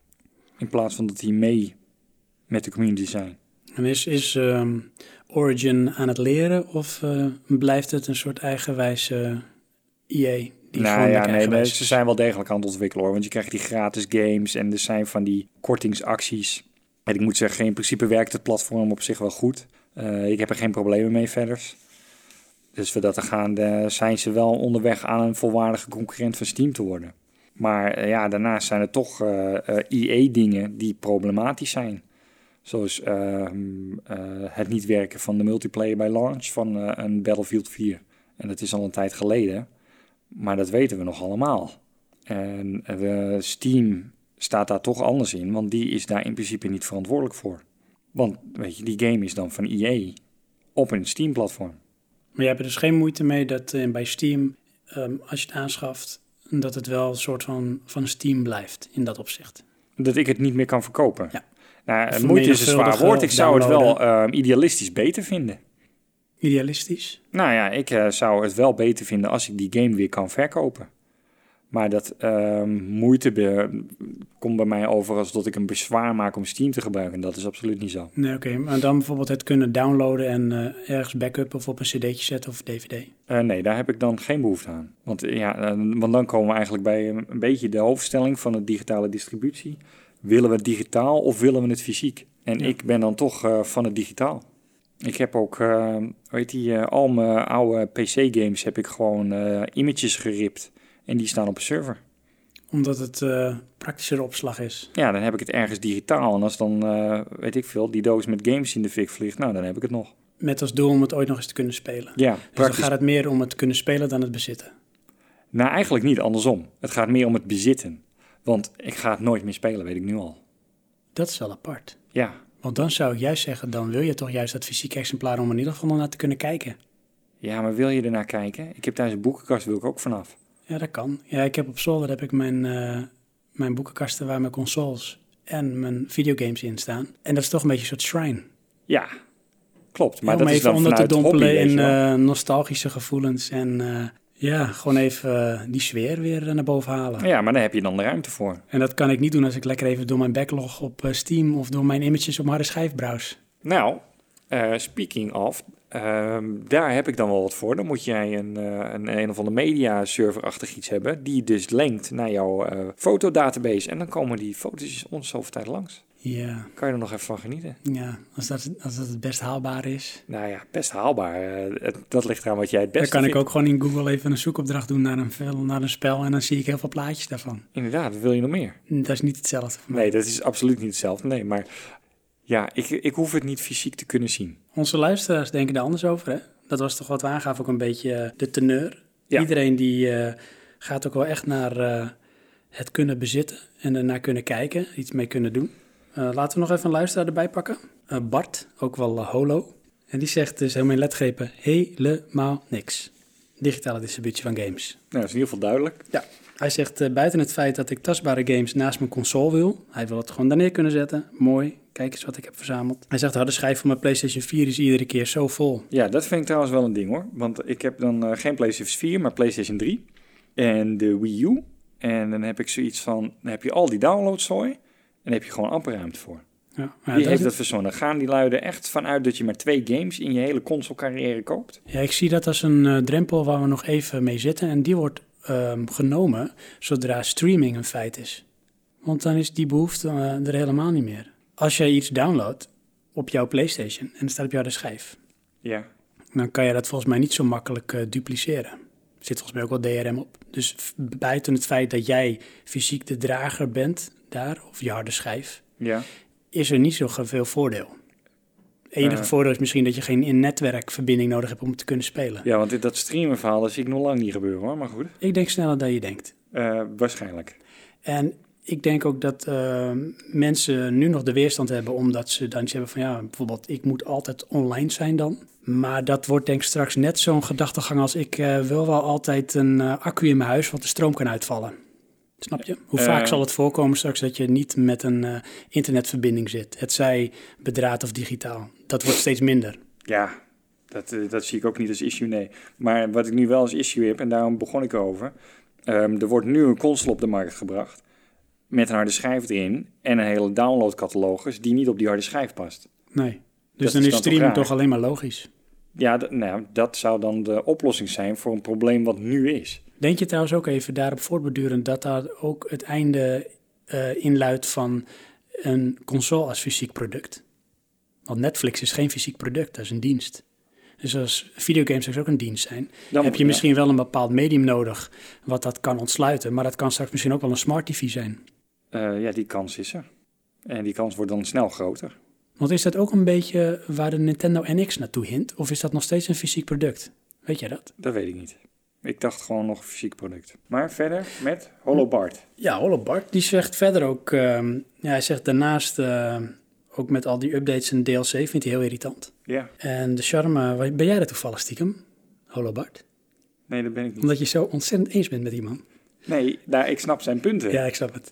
In plaats van dat die mee met de community zijn. En is, is um, Origin aan het leren of uh, blijft het een soort eigenwijze E A? Die nou ja, nee, nee, ze zijn wel degelijk aan het ontwikkelen hoor. Want je krijgt die gratis games en er zijn van die kortingsacties. En ik moet zeggen, in principe werkt het platform op zich wel goed. Uh, ik heb er geen problemen mee verder. Dus voor dat te gaan, uh, zijn ze wel onderweg aan een volwaardige concurrent van Steam te worden. Maar uh, ja, daarnaast zijn er toch uh, uh, E A-dingen die problematisch zijn. Zoals uh, uh, het niet werken van de multiplayer bij launch van uh, een Battlefield vier. En dat is al een tijd geleden. Maar dat weten we nog allemaal. En uh, Steam staat daar toch anders in, want die is daar in principe niet verantwoordelijk voor. Want weet je, die game is dan van E A op een Steam-platform. Maar je hebt er dus geen moeite mee dat uh, bij Steam, um, als je het aanschaft, dat het wel een soort van, van Steam blijft in dat opzicht? Dat ik het niet meer kan verkopen? Ja. Nou, moeite is een zwaar woord. Ik zou het wel uh, idealistisch beter vinden. Idealistisch? Nou ja, ik uh, zou het wel beter vinden als ik die game weer kan verkopen. Maar dat uh, moeite be- komt bij mij over als dat ik een bezwaar maak om Steam te gebruiken. Dat is absoluut niet zo. Nee, oké. Okay. Maar dan bijvoorbeeld het kunnen downloaden en uh, ergens backuppen of op een cd'tje zetten of D V D? Uh, nee, daar heb ik dan geen behoefte aan. Want, ja, uh, want dan komen we eigenlijk bij een, een beetje de hoofdstelling van de digitale distributie. Willen we het digitaal of willen we het fysiek? En ja. ik ben dan toch uh, van het digitaal. Ik heb ook, uh, weet je, uh, al mijn oude P C-games heb ik gewoon uh, images geript. En die staan op een server. Omdat het uh, praktischer opslag is? Ja, dan heb ik het ergens digitaal. En als dan, uh, weet ik veel, die doos met games in de fik vliegt, nou, dan heb ik het nog. Met als doel om het ooit nog eens te kunnen spelen? Ja, dus praktisch. dan gaat het meer om het kunnen spelen dan het bezitten? Nou, eigenlijk niet, andersom. Het gaat meer om het bezitten. Want ik ga het nooit meer spelen, weet ik nu al. Dat is wel apart. Ja. Want dan zou ik juist zeggen, dan wil je toch juist dat fysieke exemplaar om in ieder geval nog naar te kunnen kijken. Ja, maar wil je ernaar kijken? Ik heb thuis een boekenkast, wil ik ook vanaf. Ja, dat kan. Ja, ik heb op zolder heb ik mijn, uh, mijn boekenkasten waar mijn consoles en mijn videogames in staan. En dat is toch een beetje een soort shrine. Ja, klopt. Maar ja, dat om is even dan onder te vanuit dompelen hobby, in uh, nostalgische gevoelens en uh, ja, gewoon even uh, die sfeer weer uh, naar boven halen. Ja, maar daar heb je dan de ruimte voor. En dat kan ik niet doen als ik lekker even door mijn backlog op uh, Steam of door mijn images op mijn harde schijf browse. Nou, uh, speaking of, uh, daar heb ik dan wel wat voor. Dan moet jij een, uh, een, een of andere media-server-achtig iets hebben, die dus linkt naar jouw uh, fotodatabase. En dan komen die foto's ons zoveel tijd langs. Ja. Kan je er nog even van genieten? Ja, als dat, als dat het best haalbaar is. Nou ja, best haalbaar. Uh, het, dat ligt eraan wat jij het beste Dan kan vindt. ik ook gewoon in Google even een zoekopdracht doen naar een, film, naar een spel en dan zie ik heel veel plaatjes daarvan. Inderdaad, wat wil je nog meer? Dat is niet hetzelfde voor mij. Nee, dat is absoluut niet hetzelfde. Nee, maar ja, ik, ik hoef het niet fysiek te kunnen zien. Onze luisteraars denken er anders over, hè? Dat was toch wat we aangaven, ook een beetje de teneur. Ja. Iedereen die uh, gaat ook wel echt naar uh, het kunnen bezitten en ernaar kunnen kijken, iets mee kunnen doen. Uh, laten we nog even een luisteraar erbij pakken. Uh, Bart, ook wel uh, Holo. En die zegt dus helemaal in letgrepen helemaal niks. Digitale distributie van games. Nou, dat is in ieder geval duidelijk. Ja. Hij zegt, uh, buiten het feit dat ik tastbare games naast mijn console wil, hij wil het gewoon daar neer kunnen zetten. Mooi, kijk eens wat ik heb verzameld. Hij zegt, de harde schijf van mijn PlayStation vier is iedere keer zo vol. Ja, dat vind ik trouwens wel een ding hoor. Want ik heb dan uh, geen PlayStation vier, maar PlayStation drie. En de Wii U. En dan heb ik zoiets van, dan heb je al die downloadzooi. En daar heb je gewoon amper ruimte voor. Ja, Wie dat heeft dat verzonnen? Gaan die luiden echt vanuit dat je maar twee games in je hele console-carrière koopt? Ja, ik zie dat als een uh, drempel waar we nog even mee zitten. En die wordt um, genomen zodra streaming een feit is. Want dan is die behoefte uh, er helemaal niet meer. Als jij iets downloadt op jouw PlayStation en het staat op jouw schijf, Ja. dan kan je dat volgens mij niet zo makkelijk uh, dupliceren. Er zit volgens mij ook wel D R M op. Dus f- buiten het feit dat jij fysiek de drager bent daar, of je harde schijf, Ja. is er niet zo veel voordeel. Het enige Uh, voordeel is misschien dat je geen in-netwerkverbinding nodig hebt om te kunnen spelen. Ja, want dit, dat streamen verhaal, dat zie ik nog lang niet gebeuren hoor, maar goed. Ik denk sneller dan je denkt. Uh, waarschijnlijk. En ik denk ook dat uh, mensen nu nog de weerstand hebben, omdat ze dan iets hebben van, ja, bijvoorbeeld, ik moet altijd online zijn dan. Maar dat wordt denk ik straks net zo'n gedachtegang als ik uh, wil wel altijd een uh, accu in mijn huis, want de stroom kan uitvallen. Snap je? Hoe Uh, vaak zal het voorkomen straks dat je niet met een uh, internetverbinding zit? Het zij bedraad of digitaal. Dat wordt steeds minder. Ja, dat, uh, dat zie ik ook niet als issue, nee. Maar wat ik nu wel als issue heb, en daarom begon ik over. Um, er wordt nu een console op de markt gebracht met een harde schijf erin en een hele downloadcatalogus die niet op die harde schijf past. Nee. Dus Dat dan is is dan streaming toch toch alleen maar logisch. Ja, d- nou, dat zou dan de oplossing zijn voor een probleem wat nu is. Denk je trouwens ook even daarop voortbordurend dat daar ook het einde uh, inluidt van een console als fysiek product? Want Netflix is geen fysiek product, dat is een dienst. Dus als videogames straks ook een dienst zijn, Dan, heb je ja. misschien wel een bepaald medium nodig wat dat kan ontsluiten. Maar dat kan straks misschien ook wel een smart T V zijn. Uh, ja, die kans is er. En die kans wordt dan snel groter. Want is dat ook een beetje waar de Nintendo N X naartoe hint? Of is dat nog steeds een fysiek product? Weet jij dat? Dat weet ik niet. Ik dacht gewoon nog een fysiek product. Maar verder met HoloBart. Ja, Holobart, die zegt verder ook... Um, ja, hij zegt daarnaast, uh, ook met al die updates en D L C, vindt hij heel irritant. Ja. En de charme, ben jij dat toevallig stiekem, Holobart? Nee, dat ben ik niet. Omdat je zo ontzettend eens bent met die man. Nee, daar, ik snap zijn punten. Ja, ik snap het.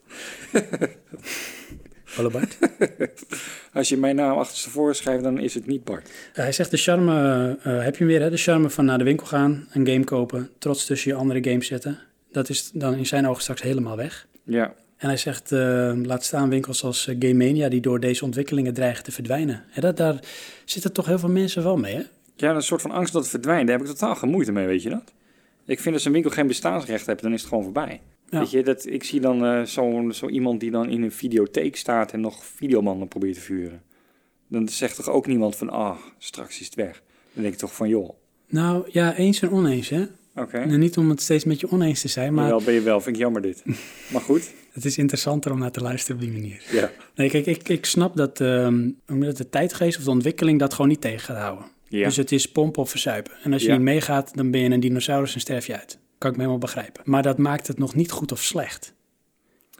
Holobart? Als je mijn naam achterstevoren schrijft, dan is het niet Bart. Uh, hij zegt de charme, uh, heb je hem weer, hè? De charme van naar de winkel gaan, een game kopen, trots tussen je andere games zetten. Dat is dan in zijn ogen straks helemaal weg. Ja. En hij zegt, uh, laat staan winkels als uh, Game Mania die door deze ontwikkelingen dreigen te verdwijnen. En dat, daar zitten toch heel veel mensen wel mee, hè? Ja, een soort van angst dat het verdwijnt. Daar heb ik totaal geen moeite mee, weet je dat? Ik vind als een winkel geen bestaansrecht heeft, dan is het gewoon voorbij. Ja. Weet je, dat, ik zie dan uh, zo, zo iemand die dan in een videotheek staat en nog videobanden probeert te vuren. Dan zegt toch ook niemand van, ah, straks is het weg. Dan denk ik toch van, joh. Nou, ja, eens en oneens, hè? Oké. Okay. Nou, niet om het steeds met je oneens te zijn, maar... Wel ben je wel, vind ik jammer dit. Maar goed. Het is interessanter om naar te luisteren op die manier. Ja. Nee, kijk, ik, ik snap dat, um, dat de tijdgeest of de ontwikkeling dat gewoon niet tegen gaat houden. Ja. Dus het is pompen of verzuipen. En als je ja. niet meegaat, dan ben je een dinosaurus en sterf je uit. Kan ik me helemaal begrijpen. Maar dat maakt het nog niet goed of slecht.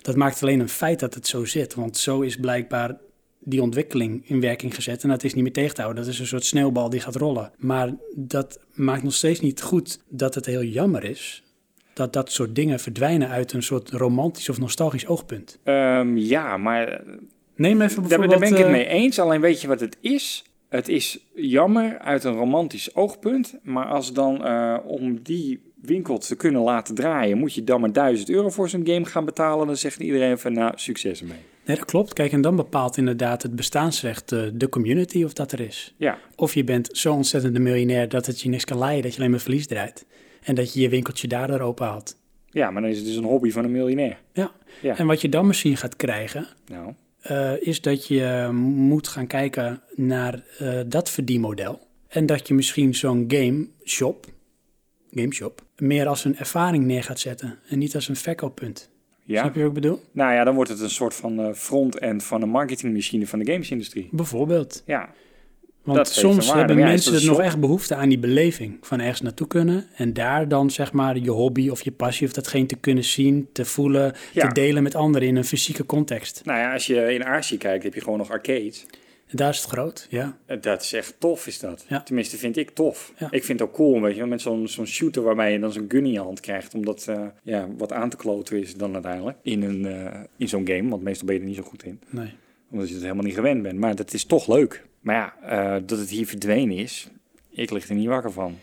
Dat maakt alleen een feit dat het zo zit. Want zo is blijkbaar die ontwikkeling in werking gezet. En dat is niet meer tegen te houden. Dat is een soort sneeuwbal die gaat rollen. Maar dat maakt nog steeds niet goed dat het heel jammer is dat dat soort dingen verdwijnen uit een soort romantisch of nostalgisch oogpunt. Um, ja, maar Neem even bijvoorbeeld... daar, daar ben ik het uh, mee eens. Alleen weet je wat het is? Het is jammer uit een romantisch oogpunt. Maar als dan uh, om die winkel te kunnen laten draaien, moet je dan maar duizend euro voor zo'n game gaan betalen. Dan zegt iedereen van, nou, succes ermee. Nee, dat klopt. Kijk, en dan bepaalt inderdaad het bestaansrecht uh, de community of dat er is. Ja. Of je bent zo ontzettend een miljonair dat het je niks kan leiden, dat je alleen maar verlies draait. En dat je je winkeltje daardoor open haalt. Ja, maar dan is het dus een hobby van een miljonair. Ja. Ja. En wat je dan misschien gaat krijgen, Nou. uh, is dat je moet gaan kijken naar uh, dat verdienmodel. En dat je misschien zo'n game shop, game shop, meer als een ervaring neer gaat zetten en niet als een verkooppunt. Ja. Snap je wat ik bedoel? Nou ja, dan wordt het een soort van uh, front-end van een marketingmachine van de gamesindustrie. Bijvoorbeeld. Ja. Want Dat heeft soms een waarde. hebben Maar ja, mensen is er dat nog shop? echt behoefte aan die beleving van ergens naartoe kunnen. En daar dan zeg maar je hobby of je passie of datgene te kunnen zien, te voelen, Ja. te delen met anderen in een fysieke context. Nou ja, als je in Azië kijkt, heb je gewoon nog arcades. En daar is het groot, ja. Uh, Dat is echt tof, is dat. Ja. Tenminste, vind ik tof. Ja. Ik vind het ook cool, weet je, met zo'n zo'n shooter waarbij je dan zo'n gun in je hand krijgt, omdat uh, ja, wat aan te kloten is dan uiteindelijk in, een, uh, in zo'n game, want meestal ben je er niet zo goed in. Nee. Omdat je het helemaal niet gewend bent. Maar dat is toch leuk. Maar ja, uh, dat het hier verdwenen is, ik lig er niet wakker van.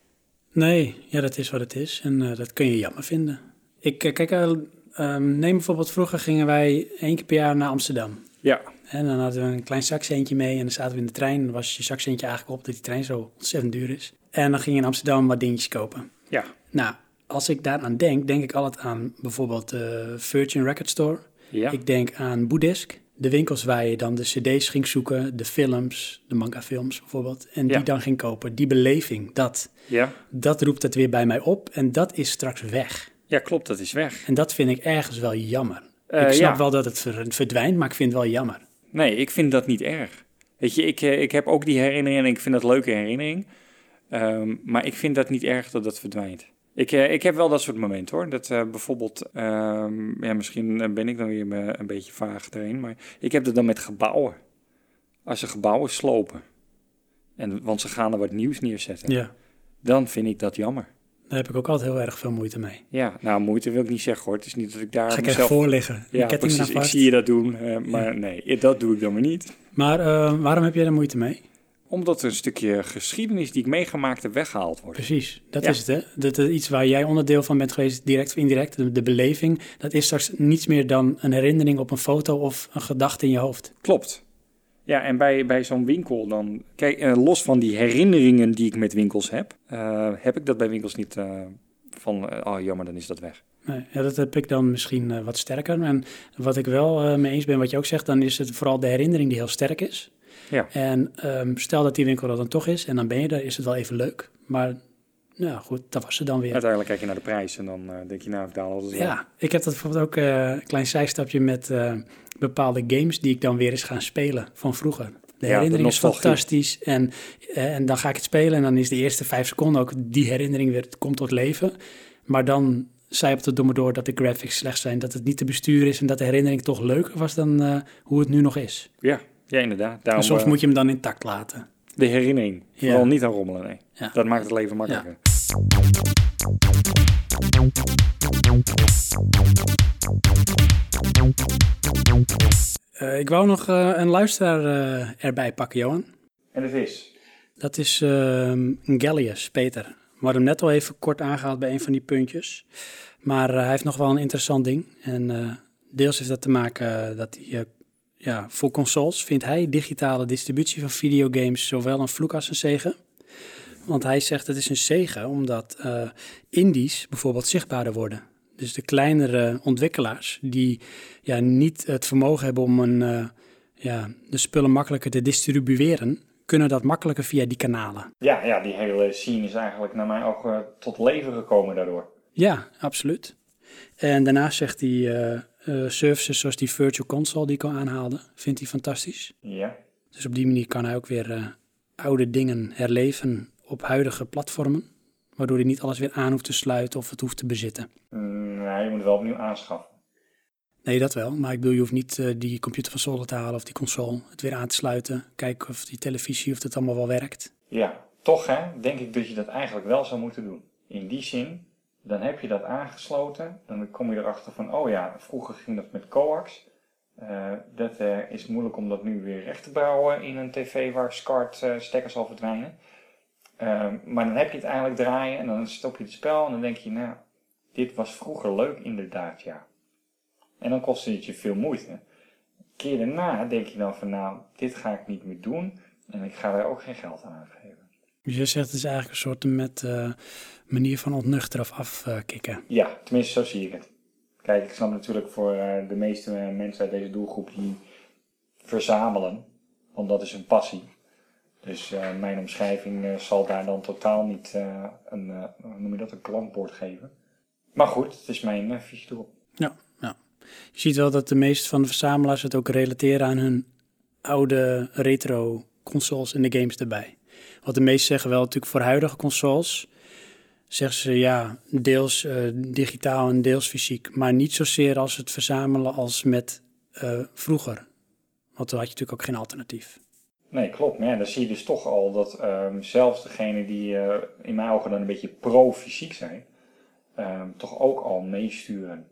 Nee, ja, dat is wat het is. En uh, dat kun je jammer vinden. Ik, uh, kijk, uh, um, neem bijvoorbeeld, vroeger gingen wij één keer per jaar naar Amsterdam. Ja. En dan hadden we een klein zakcentje mee en dan zaten we in de trein. Dan was je zakcentje eigenlijk op dat die trein zo ontzettend duur is. En dan ging je in Amsterdam wat dingetjes kopen. Ja. Nou, als ik daaraan denk, denk ik altijd aan bijvoorbeeld de uh, Virgin Record Store. Ja. Ik denk aan Boeddhisk. De winkels waar je dan de cd's ging zoeken, de films, de manga-films bijvoorbeeld. En die Ja. dan ging kopen. Die beleving, dat, Ja. dat roept het weer bij mij op. En dat is straks weg. Ja, klopt, dat is weg. En dat vind ik ergens wel jammer. Uh, ik snap ja. wel dat het ver- verdwijnt, maar ik vind het wel jammer. Nee, ik vind dat niet erg. Weet je, ik, ik heb ook die herinnering en ik vind dat een leuke herinnering. Um, maar ik vind dat niet erg dat dat verdwijnt. Ik, uh, ik heb wel dat soort momenten hoor. Dat uh, bijvoorbeeld, um, ja, misschien ben ik dan weer een, een beetje vaag erin, maar ik heb dat dan met gebouwen. Als ze gebouwen slopen, en, want ze gaan er wat nieuws neerzetten, Ja, dan vind ik dat jammer. daar heb ik ook altijd heel erg veel moeite mee. Ja, nou moeite wil ik niet zeggen hoor. Het is niet dat ik daar Ga ik mezelf... echt voor liggen. Ja, ketting precies. eraan Ik vast. zie je dat doen, uh, maar ja. nee, dat doe ik dan maar niet. Maar uh, waarom heb jij daar moeite mee? Omdat er een stukje geschiedenis die ik meegemaakt heb weggehaald wordt. Precies, dat Ja. is het hè. Dat is iets waar jij onderdeel van bent geweest, direct of indirect. De, de beleving, dat is straks niets meer dan een herinnering op een foto of een gedachte in je hoofd. Klopt. Ja, en bij, bij zo'n winkel dan... Kijk, uh, los van die herinneringen die ik met winkels heb... Uh, heb ik dat bij winkels niet uh, van... Uh, oh, jammer, dan is dat weg. Nee, ja, dat heb ik dan misschien uh, wat sterker. En wat ik wel uh, mee eens ben, wat je ook zegt, dan is het vooral de herinnering die heel sterk is. Ja. En um, stel dat die winkel er dan toch is en dan ben je er, is het wel even leuk. Maar ja, goed, dat was het dan weer. Uiteindelijk kijk je naar de prijs en dan uh, denk je, nou, ik daal altijd wel. Ja, ik heb dat bijvoorbeeld ook uh, een klein zijstapje met uh, bepaalde games die ik dan weer eens ga spelen van vroeger. De ja, herinnering de is fantastisch en, uh, en dan ga ik het spelen en dan is de eerste vijf seconden ook die herinnering weer, het komt tot leven. Maar dan zijpelt het door me door dat de graphics slecht zijn, dat het niet te besturen is en dat de herinnering toch leuker was dan uh, hoe het nu nog is. Ja, ja inderdaad. Daarom, en soms uh, moet je hem dan intact laten. De herinnering. Ja. Vooral niet aan rommelen, nee. Ja. Dat maakt het leven makkelijker. Ja. Uh, ik wou nog uh, een luisteraar uh, erbij pakken, Johan. En dat is? Dat is uh, Gallius, Peter. We hadden hem net al even kort aangehaald bij een van die puntjes. Maar uh, hij heeft nog wel een interessant ding. En uh, deels heeft dat te maken uh, dat hij... Uh, ja, voor consoles vindt hij digitale distributie van videogames zowel een vloek als een zegen. Want hij zegt het is een zegen omdat uh, indies bijvoorbeeld zichtbaarder worden. Dus de kleinere ontwikkelaars die ja, niet het vermogen hebben om een, uh, ja, de spullen makkelijker te distribueren, kunnen dat makkelijker via die kanalen. Ja, ja, die hele scene is eigenlijk naar mijn ogen tot leven gekomen daardoor. Ja, absoluut. En daarnaast zegt hij uh, uh, services zoals die Virtual Console die ik al aanhaalde, vindt hij fantastisch. Ja. Dus op die manier kan hij ook weer uh, oude dingen herleven op huidige platformen, waardoor hij niet alles weer aan hoeft te sluiten of het hoeft te bezitten. Mm, nee, je moet het wel opnieuw aanschaffen. Nee, dat wel. Maar ik bedoel, je hoeft niet uh, die computer van zolder te halen of die console, het weer aan te sluiten. Kijken of die televisie, of het allemaal wel werkt. Ja, toch hè, denk ik dat je dat eigenlijk wel zou moeten doen. In die zin, dan heb je dat aangesloten. Dan kom je erachter van, oh ja, vroeger ging dat met coax. Uh, dat uh, is moeilijk om dat nu weer recht te bouwen in een tv waar SCART uh, stekker zal verdwijnen. Uh, maar dan heb je het eigenlijk draaien en dan stop je het spel en dan denk je, nou, dit was vroeger leuk inderdaad, ja. En dan kostte het je veel moeite. Een keer daarna denk je dan van, nou, dit ga ik niet meer doen en ik ga er ook geen geld aan uitgeven. Dus je zegt het is eigenlijk een soort met uh, manier van ontnuchteren of afkicken. Uh, ja, tenminste zo zie ik het. Kijk, ik snap natuurlijk voor uh, de meeste mensen uit deze doelgroep die verzamelen, want dat is hun passie. Dus uh, mijn omschrijving uh, zal daar dan totaal niet uh, een, uh, hoe noem je dat, een klankbord geven. Maar goed, het is mijn uh, visie erop. Ja, ja, je ziet wel dat de meeste van de verzamelaars het ook relateren aan hun oude retro consoles en de games erbij. Want de meesten zeggen wel natuurlijk voor huidige consoles, zeggen ze ja, deels uh, digitaal en deels fysiek. Maar niet zozeer als het verzamelen als met uh, vroeger. Want toen had je natuurlijk ook geen alternatief. Nee, klopt. Maar ja, dan zie je dus toch al dat um, zelfs degenen die uh, in mijn ogen dan een beetje pro-fysiek zijn, um, toch ook al meesturen.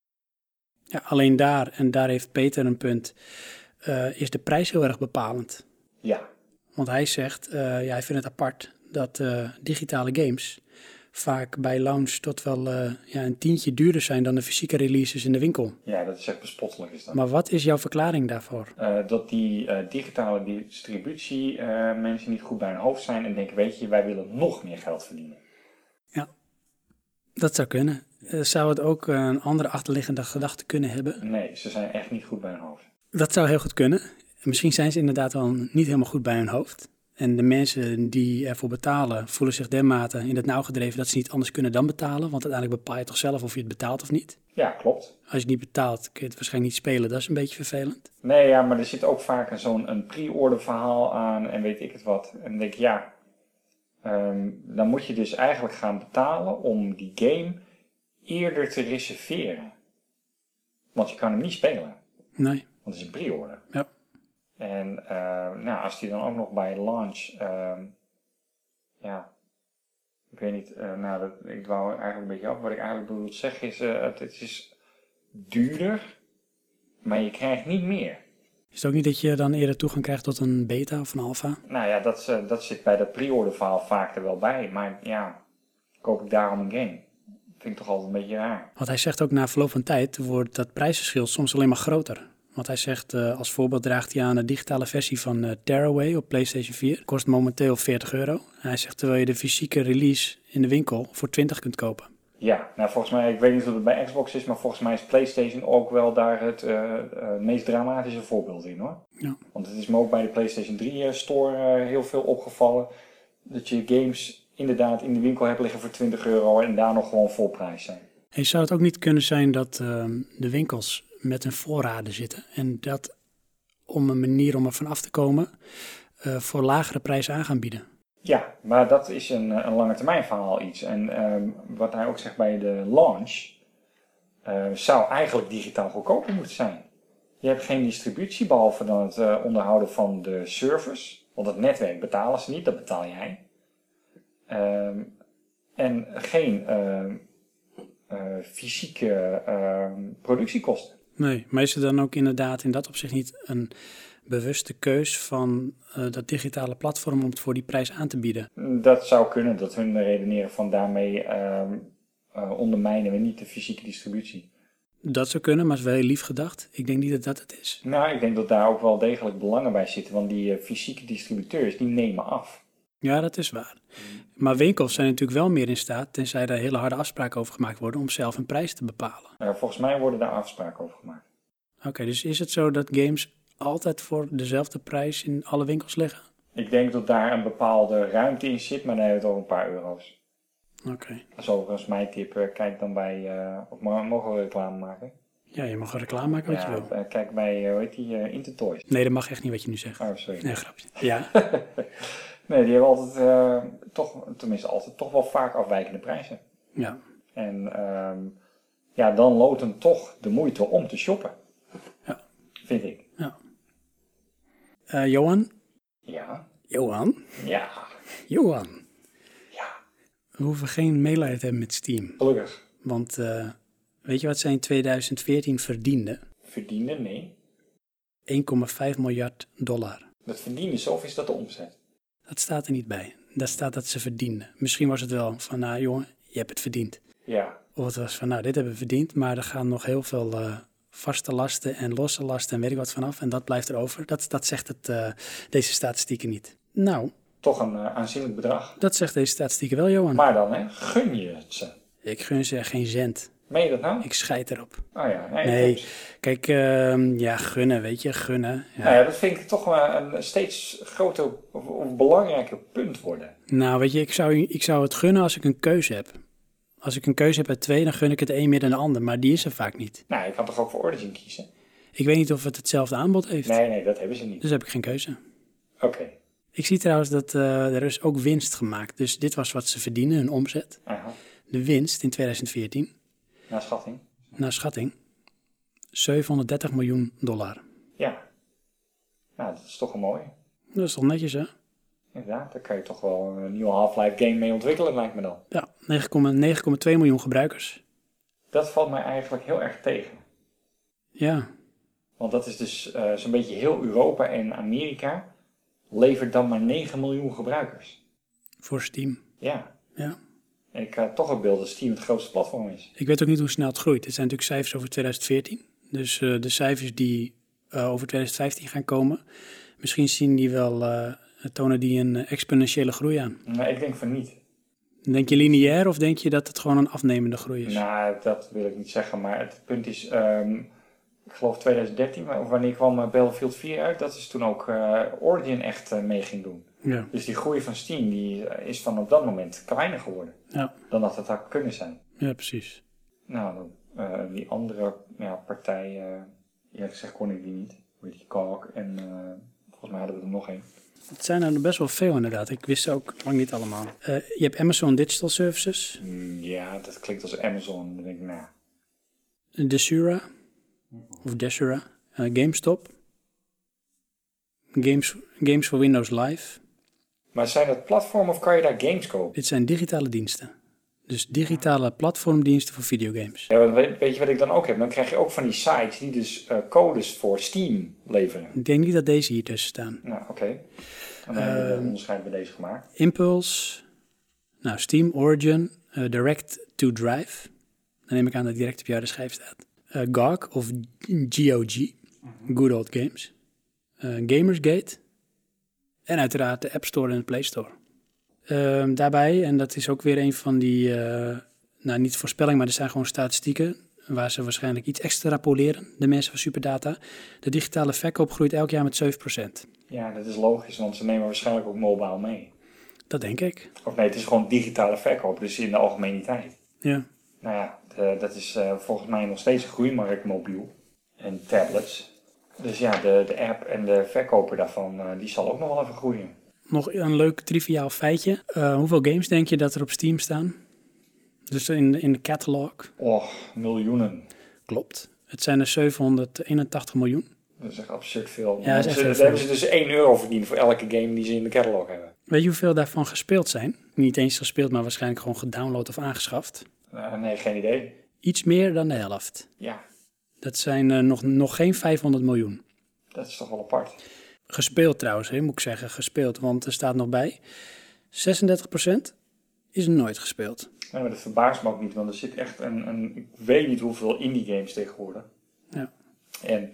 Ja, alleen daar, en daar heeft Peter een punt, uh, is de prijs heel erg bepalend. Ja. Want hij zegt, uh, ja, hij vindt het apart dat uh, digitale games vaak bij launch tot wel uh, ja, een tientje duurder zijn dan de fysieke releases in de winkel. Ja, dat is echt bespottelijk is dat. Maar wat is jouw verklaring daarvoor? Uh, dat die uh, digitale distributie uh, mensen niet goed bij hun hoofd zijn en denken, weet je, wij willen nog meer geld verdienen. Ja, dat zou kunnen. Uh, zou het ook uh, een andere achterliggende gedachte kunnen hebben? Nee, ze zijn echt niet goed bij hun hoofd. Dat zou heel goed kunnen. Misschien zijn ze inderdaad wel niet helemaal goed bij hun hoofd. En de mensen die ervoor betalen voelen zich dermate in het nauw gedreven dat ze niet anders kunnen dan betalen. Want uiteindelijk bepaal je toch zelf of je het betaalt of niet. Ja, klopt. Als je het niet betaalt kun je het waarschijnlijk niet spelen. Dat is een beetje vervelend. Nee, ja, maar er zit ook vaak zo'n een pre-order verhaal aan en weet ik het wat. En dan denk ik, ja, um, dan moet je dus eigenlijk gaan betalen om die game eerder te reserveren. Want je kan hem niet spelen. Nee. Want het is een pre-order. Ja. En uh, nou, als die dan ook nog bij launch, uh, ja, ik weet niet, uh, nou, dat, ik wou eigenlijk een beetje af. Wat ik eigenlijk bedoel te zeggen is, uh, het, het is duurder, maar je krijgt niet meer. Is het ook niet dat je dan eerder toegang krijgt tot een beta of een alpha? Nou ja, dat, uh, dat zit bij dat pre-order verhaal vaak er wel bij. Maar ja, koop ik daarom een game? Dat vind ik toch altijd een beetje raar. Want hij zegt ook na verloop van tijd wordt dat prijsverschil soms alleen maar groter. Want hij zegt, uh, als voorbeeld draagt hij aan de digitale versie van uh, Tearaway op PlayStation vier. Kost momenteel veertig euro. En hij zegt, terwijl je de fysieke release in de winkel voor twintig kunt kopen. Ja, nou volgens mij, ik weet niet of het bij Xbox is, maar volgens mij is PlayStation ook wel daar het uh, uh, meest dramatische voorbeeld in hoor. Ja. Want het is me ook bij de PlayStation drie uh, store uh, heel veel opgevallen. Dat je games inderdaad in de winkel hebt liggen voor twintig euro en daar nog gewoon vol prijs zijn. Hey, zou het ook niet kunnen zijn dat uh, de winkels met hun voorraden zitten en dat om een manier om er van af te komen uh, voor lagere prijzen aan gaan bieden? Ja, maar dat is een, een lange termijn verhaal iets. En um, wat hij ook zegt bij de launch, uh, zou eigenlijk digitaal goedkoper moeten zijn. Je hebt geen distributie behalve dan het uh, onderhouden van de servers. Want het netwerk betalen ze niet, dat betaal jij. Um, en geen uh, uh, fysieke uh, productiekosten. Nee, maar is er dan ook inderdaad in dat opzicht niet een bewuste keus van uh, dat digitale platform om het voor die prijs aan te bieden? Dat zou kunnen, dat hun redeneren van daarmee uh, uh, ondermijnen we niet de fysieke distributie. Dat zou kunnen, maar is wel heel lief gedacht. Ik denk niet dat dat het is. Nou, ik denk dat daar ook wel degelijk belangen bij zitten, want die uh, fysieke distributeurs die nemen af. Ja, dat is waar. Maar winkels zijn natuurlijk wel meer in staat, tenzij er hele harde afspraken over gemaakt worden, om zelf een prijs te bepalen. Uh, volgens mij worden daar afspraken over gemaakt. Oké, okay, dus is het zo dat games altijd voor dezelfde prijs in alle winkels liggen? Ik denk dat daar een bepaalde ruimte in zit, maar dan hebben we het over een paar euro's. Oké. Okay. Dat is overigens mijn tip. Uh, kijk dan bij, uh, of mogen we reclame maken? Ja, je mag een reclame maken wat ja, je wil. Uh, kijk bij, uh, hoe heet die, uh, Intertoys. Nee, dat mag echt niet wat je nu zegt. Oh, sorry. Nee, grapje. Ja. Nee, die hebben altijd, uh, toch, tenminste altijd, toch wel vaak afwijkende prijzen. Ja. En um, ja, dan loont het toch de moeite om te shoppen. Ja. Vind ik. Ja. Uh, Johan? Ja. Johan? Ja. Johan? Ja. We hoeven geen medelijden te hebben met Steam. Gelukkig. Want uh, weet je wat zij in tweeduizend veertien verdienden? Verdienden? Nee. één komma vijf miljard dollar. Dat verdienen ze of is dat de omzet? Dat staat er niet bij. Daar staat dat ze verdienden. Misschien was het wel van, nou jongen, je hebt het verdiend. Ja. Of het was van, nou, dit hebben we verdiend, maar er gaan nog heel veel uh, vaste lasten en losse lasten en weet ik wat vanaf. En dat blijft er over. Dat, dat zegt het, uh, deze statistieken niet. Nou. Toch een uh, aanzienlijk bedrag. Dat zegt deze statistieken wel, Johan. Maar dan, hè, gun je het ze? Ik gun ze geen cent. Meen je dat nou? Ik scheid erop. Oh ja. Nee, nee. Kijk, uh, ja, gunnen, weet je, gunnen. Ja. Nou ja, dat vind ik toch wel een steeds groter of, of belangrijker punt worden. Nou, weet je, ik zou, ik zou het gunnen als ik een keuze heb. Als ik een keuze heb uit twee, dan gun ik het een meer dan de ander. Maar die is er vaak niet. Nou, je kan toch ook voor Origin kiezen? Ik weet niet of het hetzelfde aanbod heeft. Nee, nee, dat hebben ze niet. Dus heb ik geen keuze. Oké. Okay. Ik zie trouwens dat uh, er is ook winst gemaakt. Dus dit was wat ze verdienen, hun omzet. Aha. De winst in tweeduizend veertien. Naar schatting? Naar schatting. zevenhonderddertig miljoen dollar. Ja. Nou, dat is toch een mooie. Dat is toch netjes, hè? Inderdaad, daar kan je toch wel een nieuwe Half-Life game mee ontwikkelen, lijkt me dan. Ja, negen komma twee miljoen gebruikers. Dat valt mij eigenlijk heel erg tegen. Ja. Want dat is dus uh, zo'n beetje heel Europa en Amerika levert dan maar negen miljoen gebruikers. Voor Steam. Ja. Ja. En ik had toch het beeld dat Steam het grootste platform is. Ik weet ook niet hoe snel het groeit. Het zijn natuurlijk cijfers over tweeduizend veertien. Dus uh, de cijfers die uh, over tweeduizend vijftien gaan komen, misschien zien die wel, uh, tonen die een exponentiële groei aan. Maar ik denk van niet. Denk je lineair of denk je dat het gewoon een afnemende groei is? Nou, dat wil ik niet zeggen. Maar het punt is, um, ik geloof tweeduizend dertien, of wanneer kwam uh, Battlefield vier uit? Dat is toen ook uh, Origin echt uh, mee ging doen. Ja. Dus die groei van Steam die uh, is van op dat moment kleiner geworden. Ja. Dan dat het had kunnen zijn. Ja, precies. Nou, uh, die andere ja, partij, uh, eerlijk gezegd kon ik die niet. Weet je, Kalk en uh, volgens mij hadden we er nog één. Het zijn er best wel veel inderdaad. Ik wist ze ook lang niet allemaal. Uh, je hebt Amazon Digital Services. Mm, ja, dat klinkt als Amazon. Dan denk ik, nou. Desura. Of Desura. Uh, GameStop. Games, Games for Windows Live. Maar zijn dat platformen of kan je daar games kopen? Dit zijn digitale diensten. Dus digitale platformdiensten voor videogames. Ja, weet, weet je wat ik dan ook heb? Dan krijg je ook van die sites die dus uh, codes voor Steam leveren. Ik denk niet dat deze hier tussen staan. Nou, oké. Okay. Dan hebben we uh, de onderscheid bij deze gemaakt. Impulse. Nou, Steam, Origin, uh, Direct to Drive. Dan neem ik aan dat direct op jou de schijf staat. Uh, G O G of G O G. Mm-hmm. Good Old Games. Uh, Gamersgate. En uiteraard de App Store en de Play Store. Uh, daarbij, en dat is ook weer een van die, uh, nou niet voorspelling, maar er zijn gewoon statistieken waar ze waarschijnlijk iets extrapoleren, de mensen van Superdata. De digitale verkoop groeit elk jaar met zeven procent. Ja, dat is logisch, want ze nemen waarschijnlijk ook mobile mee. Dat denk ik. Of nee, het is gewoon digitale verkoop, dus in de algemeniteit. Ja. Nou ja, de, dat is uh, volgens mij nog steeds een groeimarkt mobiel en tablets. Dus ja, de, de app en de verkoper daarvan, uh, die zal ook nog wel even groeien. Nog een leuk triviaal feitje. Uh, hoeveel games denk je dat er op Steam staan? Dus in, in de catalog? Oh, miljoenen. Klopt. Het zijn er zevenhonderdeenentachtig miljoen. Dat is echt absurd veel. Ja, dat is echt ze, veel. Daar hebben ze dus één euro verdiend voor elke game die ze in de catalog hebben. Weet je hoeveel daarvan gespeeld zijn? Niet eens gespeeld, maar waarschijnlijk gewoon gedownload of aangeschaft. Uh, nee, geen idee. Iets meer dan de helft. Ja. Dat zijn uh, nog, nog geen vijfhonderd miljoen. Dat is toch wel apart. Gespeeld trouwens, hè, moet ik zeggen. Gespeeld, want er staat nog bij. zesendertig procent is nooit gespeeld. Nee, maar dat verbaast me ook niet, want er zit echt een, een ik weet niet hoeveel indie games tegenwoordig. Ja. En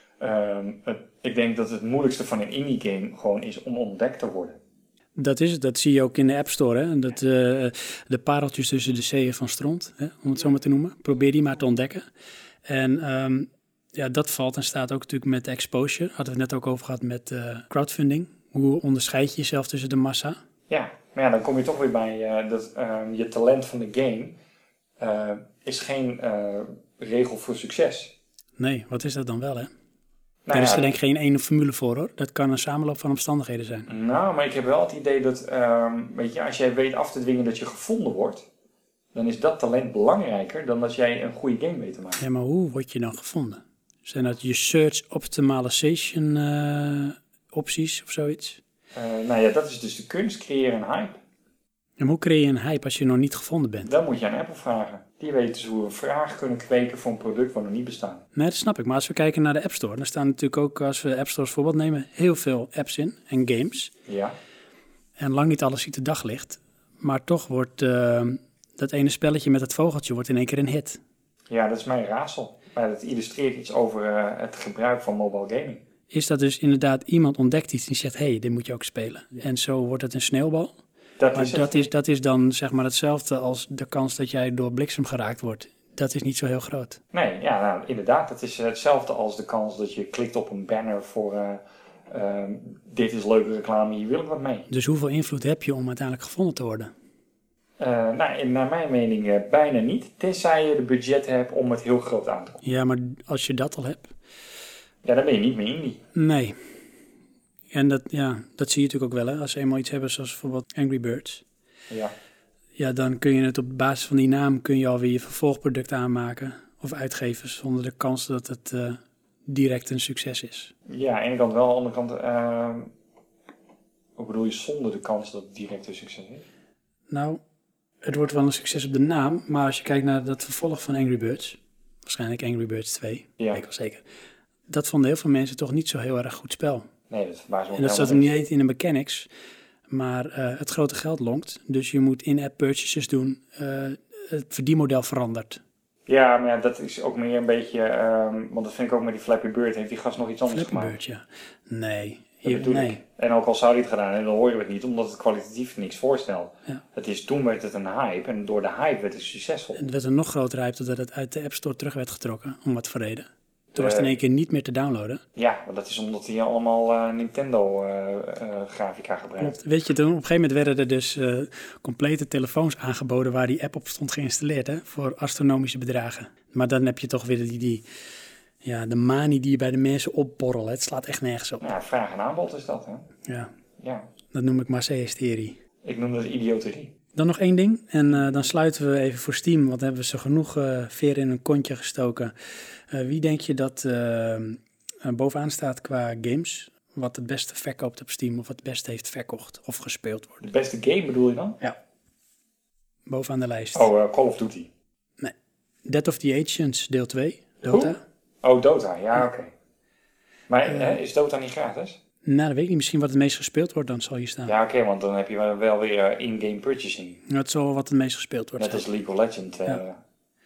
um, het, ik denk dat het moeilijkste van een indie game gewoon is om ontdekt te worden. Dat is het, dat zie je ook in de App Store. Hè? Dat, uh, de pareltjes tussen de zeeën van stront, hè? Om het zo maar te noemen. Probeer die maar te ontdekken. En um, ja, dat valt en staat ook natuurlijk met de exposure. Hadden we het net ook over gehad met uh, crowdfunding. Hoe onderscheid je jezelf tussen de massa? Ja, maar ja, dan kom je toch weer bij uh, dat uh, je talent van de game uh, is geen uh, regel voor succes. Nee, wat is dat dan wel, hè? Nou, er is ja, er denk ik geen ene formule voor, hoor. Dat kan een samenloop van omstandigheden zijn. Nou, maar ik heb wel het idee dat, um, weet je, als jij weet af te dwingen dat je gevonden wordt, dan is dat talent belangrijker dan dat jij een goede game weet te maken. Ja, maar hoe word je dan gevonden? Zijn dat je search optimization uh, opties of zoiets? Uh, nou ja, dat is dus de kunst, creëer een hype. En hoe creëer je een hype als je nog niet gevonden bent? Dan moet je aan Apple vragen. Die weten dus hoe we een vraag kunnen kweken voor een product wat nog niet bestaat. Nee, dat snap ik. Maar als we kijken naar de App Store, dan staan natuurlijk ook, als we App Store als voorbeeld nemen, heel veel apps in en games. Ja. En lang niet alles ziet de daglicht. Maar toch wordt uh, dat ene spelletje met het vogeltje wordt in één keer een hit. Ja, dat is mijn raadsel. Maar dat illustreert iets over uh, het gebruik van mobile gaming. Is dat dus inderdaad iemand ontdekt iets en zegt, hé, hey, dit moet je ook spelen. En zo wordt het een sneeuwbal. Dat maar is dat, is, dat is dan zeg maar hetzelfde als de kans dat jij door bliksem geraakt wordt. Dat is niet zo heel groot. Nee, ja, nou, inderdaad. Het is hetzelfde als de kans dat je klikt op een banner voor... Uh, uh, dit is leuke reclame, hier wil ik wat mee. Dus hoeveel invloed heb je om uiteindelijk gevonden te worden? Uh, nou, naar mijn mening uh, bijna niet. Tenzij je de budget hebt om het heel groot aan te komen. Ja, maar als je dat al hebt... Ja, dan ben je niet meer indie. Nee. En dat, ja, dat zie je natuurlijk ook wel, hè. Als ze eenmaal iets hebben zoals bijvoorbeeld Angry Birds. Ja. Ja, dan kun je het op basis van die naam kun je alweer je vervolgproduct aanmaken. Of uitgeven zonder de kans dat het uh, direct een succes is. Ja, aan de ene kant wel, aan de andere kant... Uh, hoe bedoel je zonder de kans dat het direct een succes is? Nou, het wordt wel een succes op de naam. Maar als je kijkt naar dat vervolg van Angry Birds. Waarschijnlijk Angry Birds twee. Ja. Weet ik wel zeker. Dat vonden heel veel mensen toch niet zo heel erg goed spel. Nee, dat verbaast me ook. En dat zat hem niet eens in de mechanics. Maar uh, het grote geld lonkt. Dus je moet in-app purchases doen. Uh, het verdienmodel verandert. Ja, maar ja, dat is ook meer een beetje... Um, want dat vind ik ook met die Flappy Bird. Heeft die gast nog iets anders Flappy gemaakt? Bird, ja. Nee. Dat bedoel nee. ik. En ook al zou hij het gedaan hebben, dan hoor je het niet. Omdat het kwalitatief niks voorstelt. Ja. Het is, toen werd het een hype. En door de hype werd het succesvol. Het werd een nog grotere hype totdat het uit de App Store terug werd getrokken. Om wat voor reden. Toen was het in één keer niet meer te downloaden. Ja, maar dat is omdat hij allemaal uh, Nintendo-grafica uh, uh, gebruikt. Klopt. Weet je, toen op een gegeven moment werden er dus uh, complete telefoons aangeboden waar die app op stond geïnstalleerd, hè, voor astronomische bedragen. Maar dan heb je toch weer die, die ja, de manie die je bij de mensen opborrelt. Het slaat echt nergens op. Ja, vraag en aanbod is dat, hè? Ja, ja. Dat noem ik Marseille-hysterie. Ik noem dat idioterie. Dan nog één ding en uh, dan sluiten we even voor Steam, want hebben we ze genoeg uh, veer in een kontje gestoken. Uh, wie denk je dat uh, uh, bovenaan staat qua games, wat het beste verkoopt op Steam of wat het beste heeft verkocht of gespeeld wordt? De beste game bedoel je dan? Ja. Bovenaan de lijst. Oh, uh, Call of Duty. Nee. Dead of the Ancients deel twee, Dota. Hoe? Oh, Dota, ja, ja. Oké. Okay. Maar uh, uh, is Dota niet gratis? Nou, dat weet ik niet. Misschien wat het meest gespeeld wordt, dan zal hier staan. Ja, oké, okay, want dan heb je wel weer uh, in-game purchasing. Dat zal wat het meest gespeeld wordt. Net als League of Legends. Uh, ja.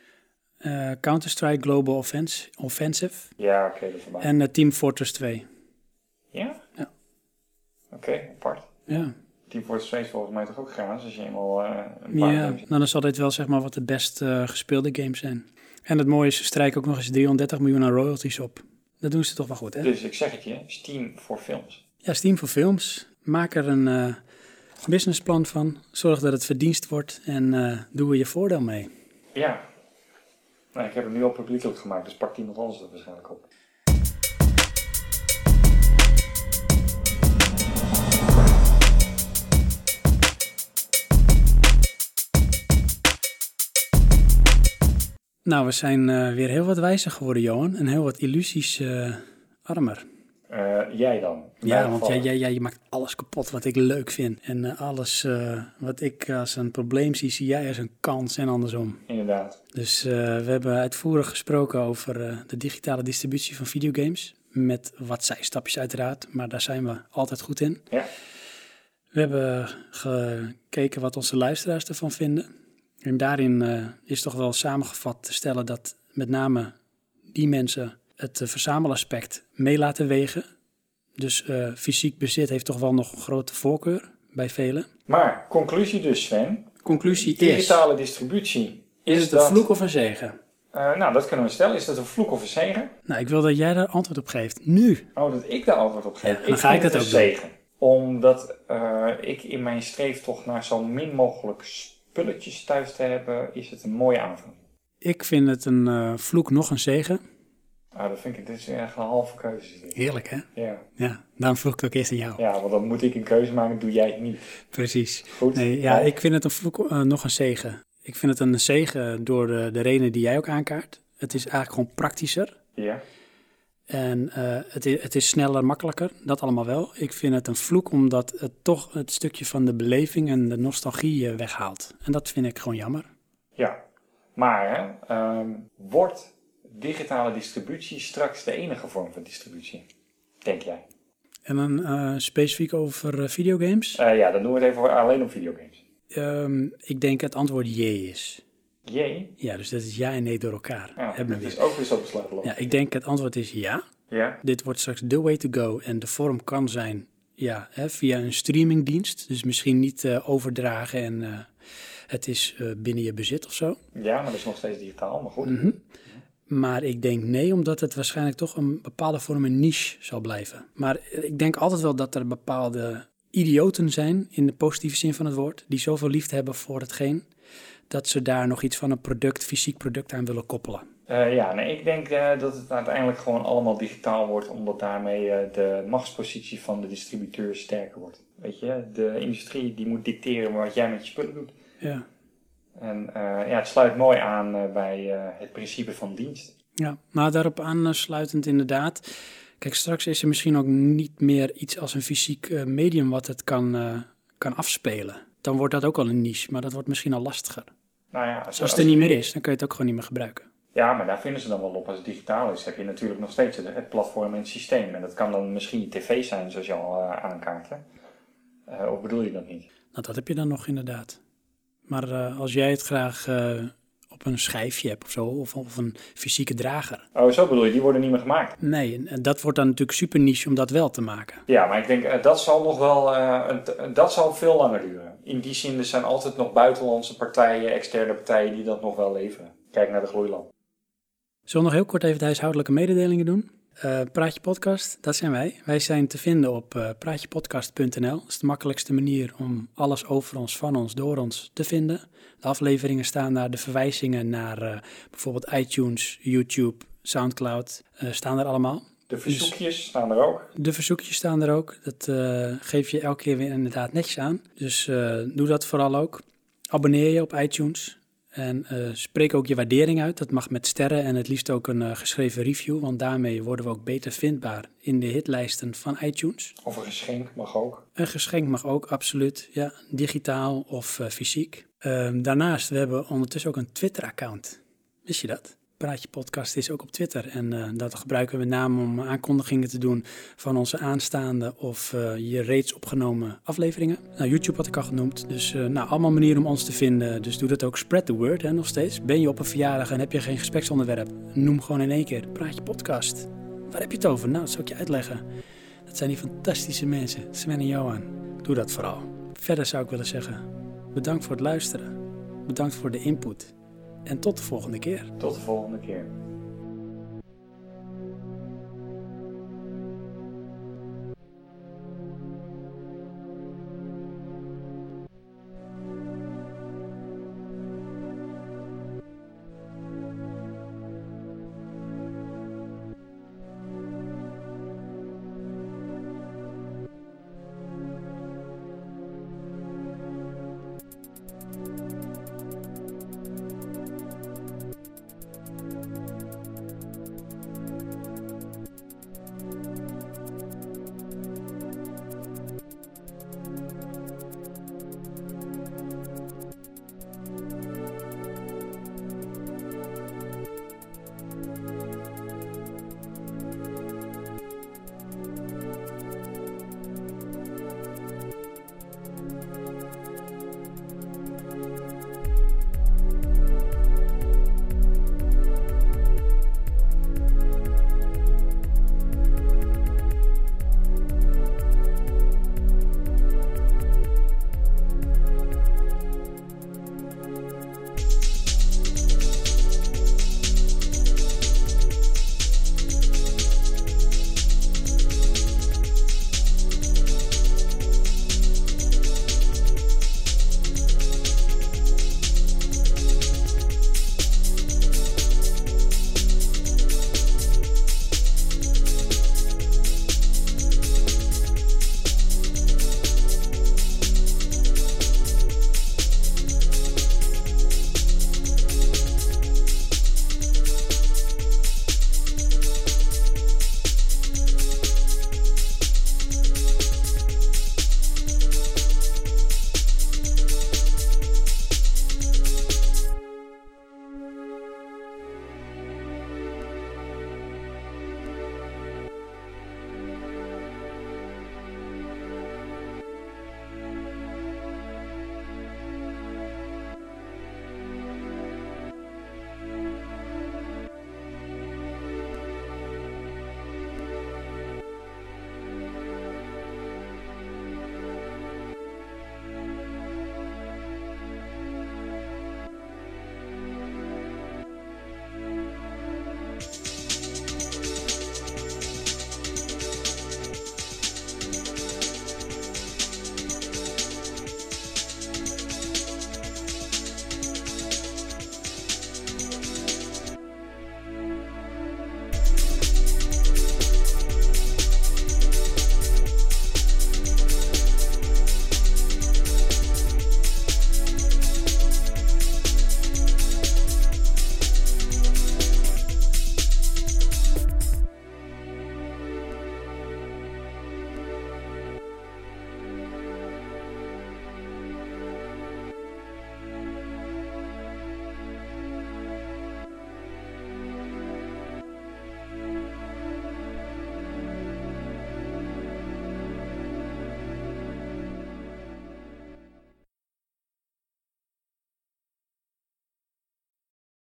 Uh, Counter-Strike Global Offens- Offensive. Ja, oké, okay, dat is waar. En uh, Team Fortress twee. Ja? Ja. Oké, okay, apart. Ja. Team Fortress twee is volgens mij toch ook gratis, als je eenmaal uh, een paar Ja, nou dan zal dit wel zeg maar wat de best uh, gespeelde games zijn. En het mooie is, ze strijken ook nog eens driehonderddertig miljoen aan royalties op. Dat doen ze toch wel goed, hè? Dus ik zeg het je, Steam voor films. Ja, Steam voor films. Maak er een uh, businessplan van. Zorg dat het verdienst wordt en uh, doe er je voordeel mee. Ja. Nou, ik heb het nu al publiekelijk gemaakt, dus pakt iemand anders er waarschijnlijk op. Nou, we zijn uh, weer heel wat wijzer geworden, Johan. En heel wat illusies uh, armer. Uh, jij dan? Ja, want jij, jij, jij je maakt alles kapot wat ik leuk vind. En uh, alles uh, wat ik als een probleem zie, zie jij als een kans en andersom. Inderdaad. Dus uh, we hebben uitvoerig gesproken over uh, de digitale distributie van videogames. Met wat zijstapjes uiteraard, maar daar zijn we altijd goed in. Ja. We hebben gekeken wat onze luisteraars ervan vinden. En daarin uh, is toch wel samengevat te stellen dat met name die mensen het uh, verzamelaspect mee laten wegen. Dus uh, fysiek bezit heeft toch wel nog een grote voorkeur bij velen. Maar, conclusie dus, Sven. Conclusie is... Digitale distributie. Is, is het een dat... vloek of een zegen? Uh, nou, dat kunnen we stellen. Is dat een vloek of een zegen? Nou, ik wil dat jij daar antwoord op geeft. Nu. Oh, dat ik daar antwoord op geef? Ja, dan ik ga ik dat ook een zegen. Omdat uh, ik in mijn streeftocht naar zo min mogelijk spulletjes thuis te hebben, is het een mooie aanvulling. Ik vind het een uh, vloek nog een zegen. Ah, dat vind ik, dit is echt een halve keuze. Heerlijk, hè? Ja. Ja, daarom vroeg ik ook eerst aan jou. Ja, want dan moet ik een keuze maken, doe jij het niet. Precies. Goed. Nee, ja, ik vind het een vloek uh, nog een zegen. Ik vind het een zegen door de, de redenen die jij ook aankaart. Het is eigenlijk gewoon praktischer. Ja. En uh, het, is, het is sneller, makkelijker. Dat allemaal wel. Ik vind het een vloek omdat het toch het stukje van de beleving en de nostalgie uh, weghaalt. En dat vind ik gewoon jammer. Ja, maar hè, um, wordt digitale distributie straks de enige vorm van distributie? Denk jij? En dan uh, specifiek over uh, videogames? Uh, ja, dan doen we het even alleen om videogames. Um, ik denk het antwoord jee is. Jee? Ja, dus dat is ja en nee door elkaar. Ja, hebben dat we is ook weer zo besluiten. Ja, ik denk het antwoord is ja. Ja. Dit wordt straks the way to go. En de vorm kan zijn ja, hè, via een streamingdienst. Dus misschien niet uh, overdragen en uh, het is uh, binnen je bezit of zo. Ja, maar dat is nog steeds digitaal, maar goed. Mm-hmm. Maar ik denk nee, omdat het waarschijnlijk toch een bepaalde vorm een niche zal blijven. Maar ik denk altijd wel dat er bepaalde idioten zijn, in de positieve zin van het woord, die zoveel liefde hebben voor hetgeen, dat ze daar nog iets van een product, fysiek product aan willen koppelen. Uh, ja, nee, ik denk uh, dat het uiteindelijk gewoon allemaal digitaal wordt, omdat daarmee uh, de machtspositie van de distributeur sterker wordt. Weet je, de industrie die moet dicteren wat jij met je spullen doet. Ja. En uh, ja, het sluit mooi aan uh, bij uh, het principe van dienst. Ja, maar daarop aansluitend inderdaad. Kijk, straks is er misschien ook niet meer iets als een fysiek uh, medium wat het kan, uh, kan afspelen. Dan wordt dat ook al een niche, maar dat wordt misschien al lastiger. Nou ja, als, als het er niet meer is, dan kun je het ook gewoon niet meer gebruiken. Ja, maar daar vinden ze dan wel op. Als het digitaal is, heb je natuurlijk nog steeds het, het platform en het systeem. En dat kan dan misschien je tv zijn, zoals je al uh, aankaart. Hè? Uh, of bedoel je dat niet? Nou, dat heb je dan nog inderdaad. Maar uh, als jij het graag uh, op een schijfje hebt of zo, of, of een fysieke drager. Oh, zo bedoel je, die worden niet meer gemaakt? Nee, en dat wordt dan natuurlijk super niche om dat wel te maken. Ja, maar ik denk, uh, dat zal nog wel, uh, uh, dat zal veel langer duren. In die zin, er zijn altijd nog buitenlandse partijen, externe partijen die dat nog wel leveren. Kijk naar de groeiland. Zullen we nog heel kort even de huishoudelijke mededelingen doen? Uh, Praatje Podcast, dat zijn wij. Wij zijn te vinden op uh, praatjepodcast punt n l. Dat is de makkelijkste manier om alles over ons, van ons, door ons te vinden. De afleveringen staan daar, de verwijzingen naar uh, bijvoorbeeld iTunes, YouTube, Soundcloud, uh, staan er allemaal. De verzoekjes dus, staan er ook. De verzoekjes staan er ook. Dat uh, geef je elke keer weer inderdaad netjes aan. Dus uh, doe dat vooral ook. Abonneer je op iTunes. En uh, spreek ook je waardering uit. Dat mag met sterren en het liefst ook een uh, geschreven review. Want daarmee worden we ook beter vindbaar in de hitlijsten van iTunes. Of een geschenk mag ook. Een geschenk mag ook, absoluut. Ja, digitaal of uh, fysiek. Uh, daarnaast, we hebben ondertussen ook een Twitter-account. Wist je dat? Praatje Podcast is ook op Twitter. En uh, dat gebruiken we met name om aankondigingen te doen van onze aanstaande of uh, je reeds opgenomen afleveringen. Nou, YouTube had ik al genoemd. Dus uh, nou, allemaal manieren om ons te vinden. Dus doe dat ook. Spread the word, hè, nog steeds. Ben je op een verjaardag en heb je geen gespreksonderwerp? Noem gewoon in één keer Praatje Podcast. Waar heb je het over? Nou, dat zal ik je uitleggen. Dat zijn die fantastische mensen. Sven en Johan. Doe dat vooral. Verder zou ik willen zeggen, bedankt voor het luisteren. Bedankt voor de input. En tot de volgende keer. Tot de volgende keer.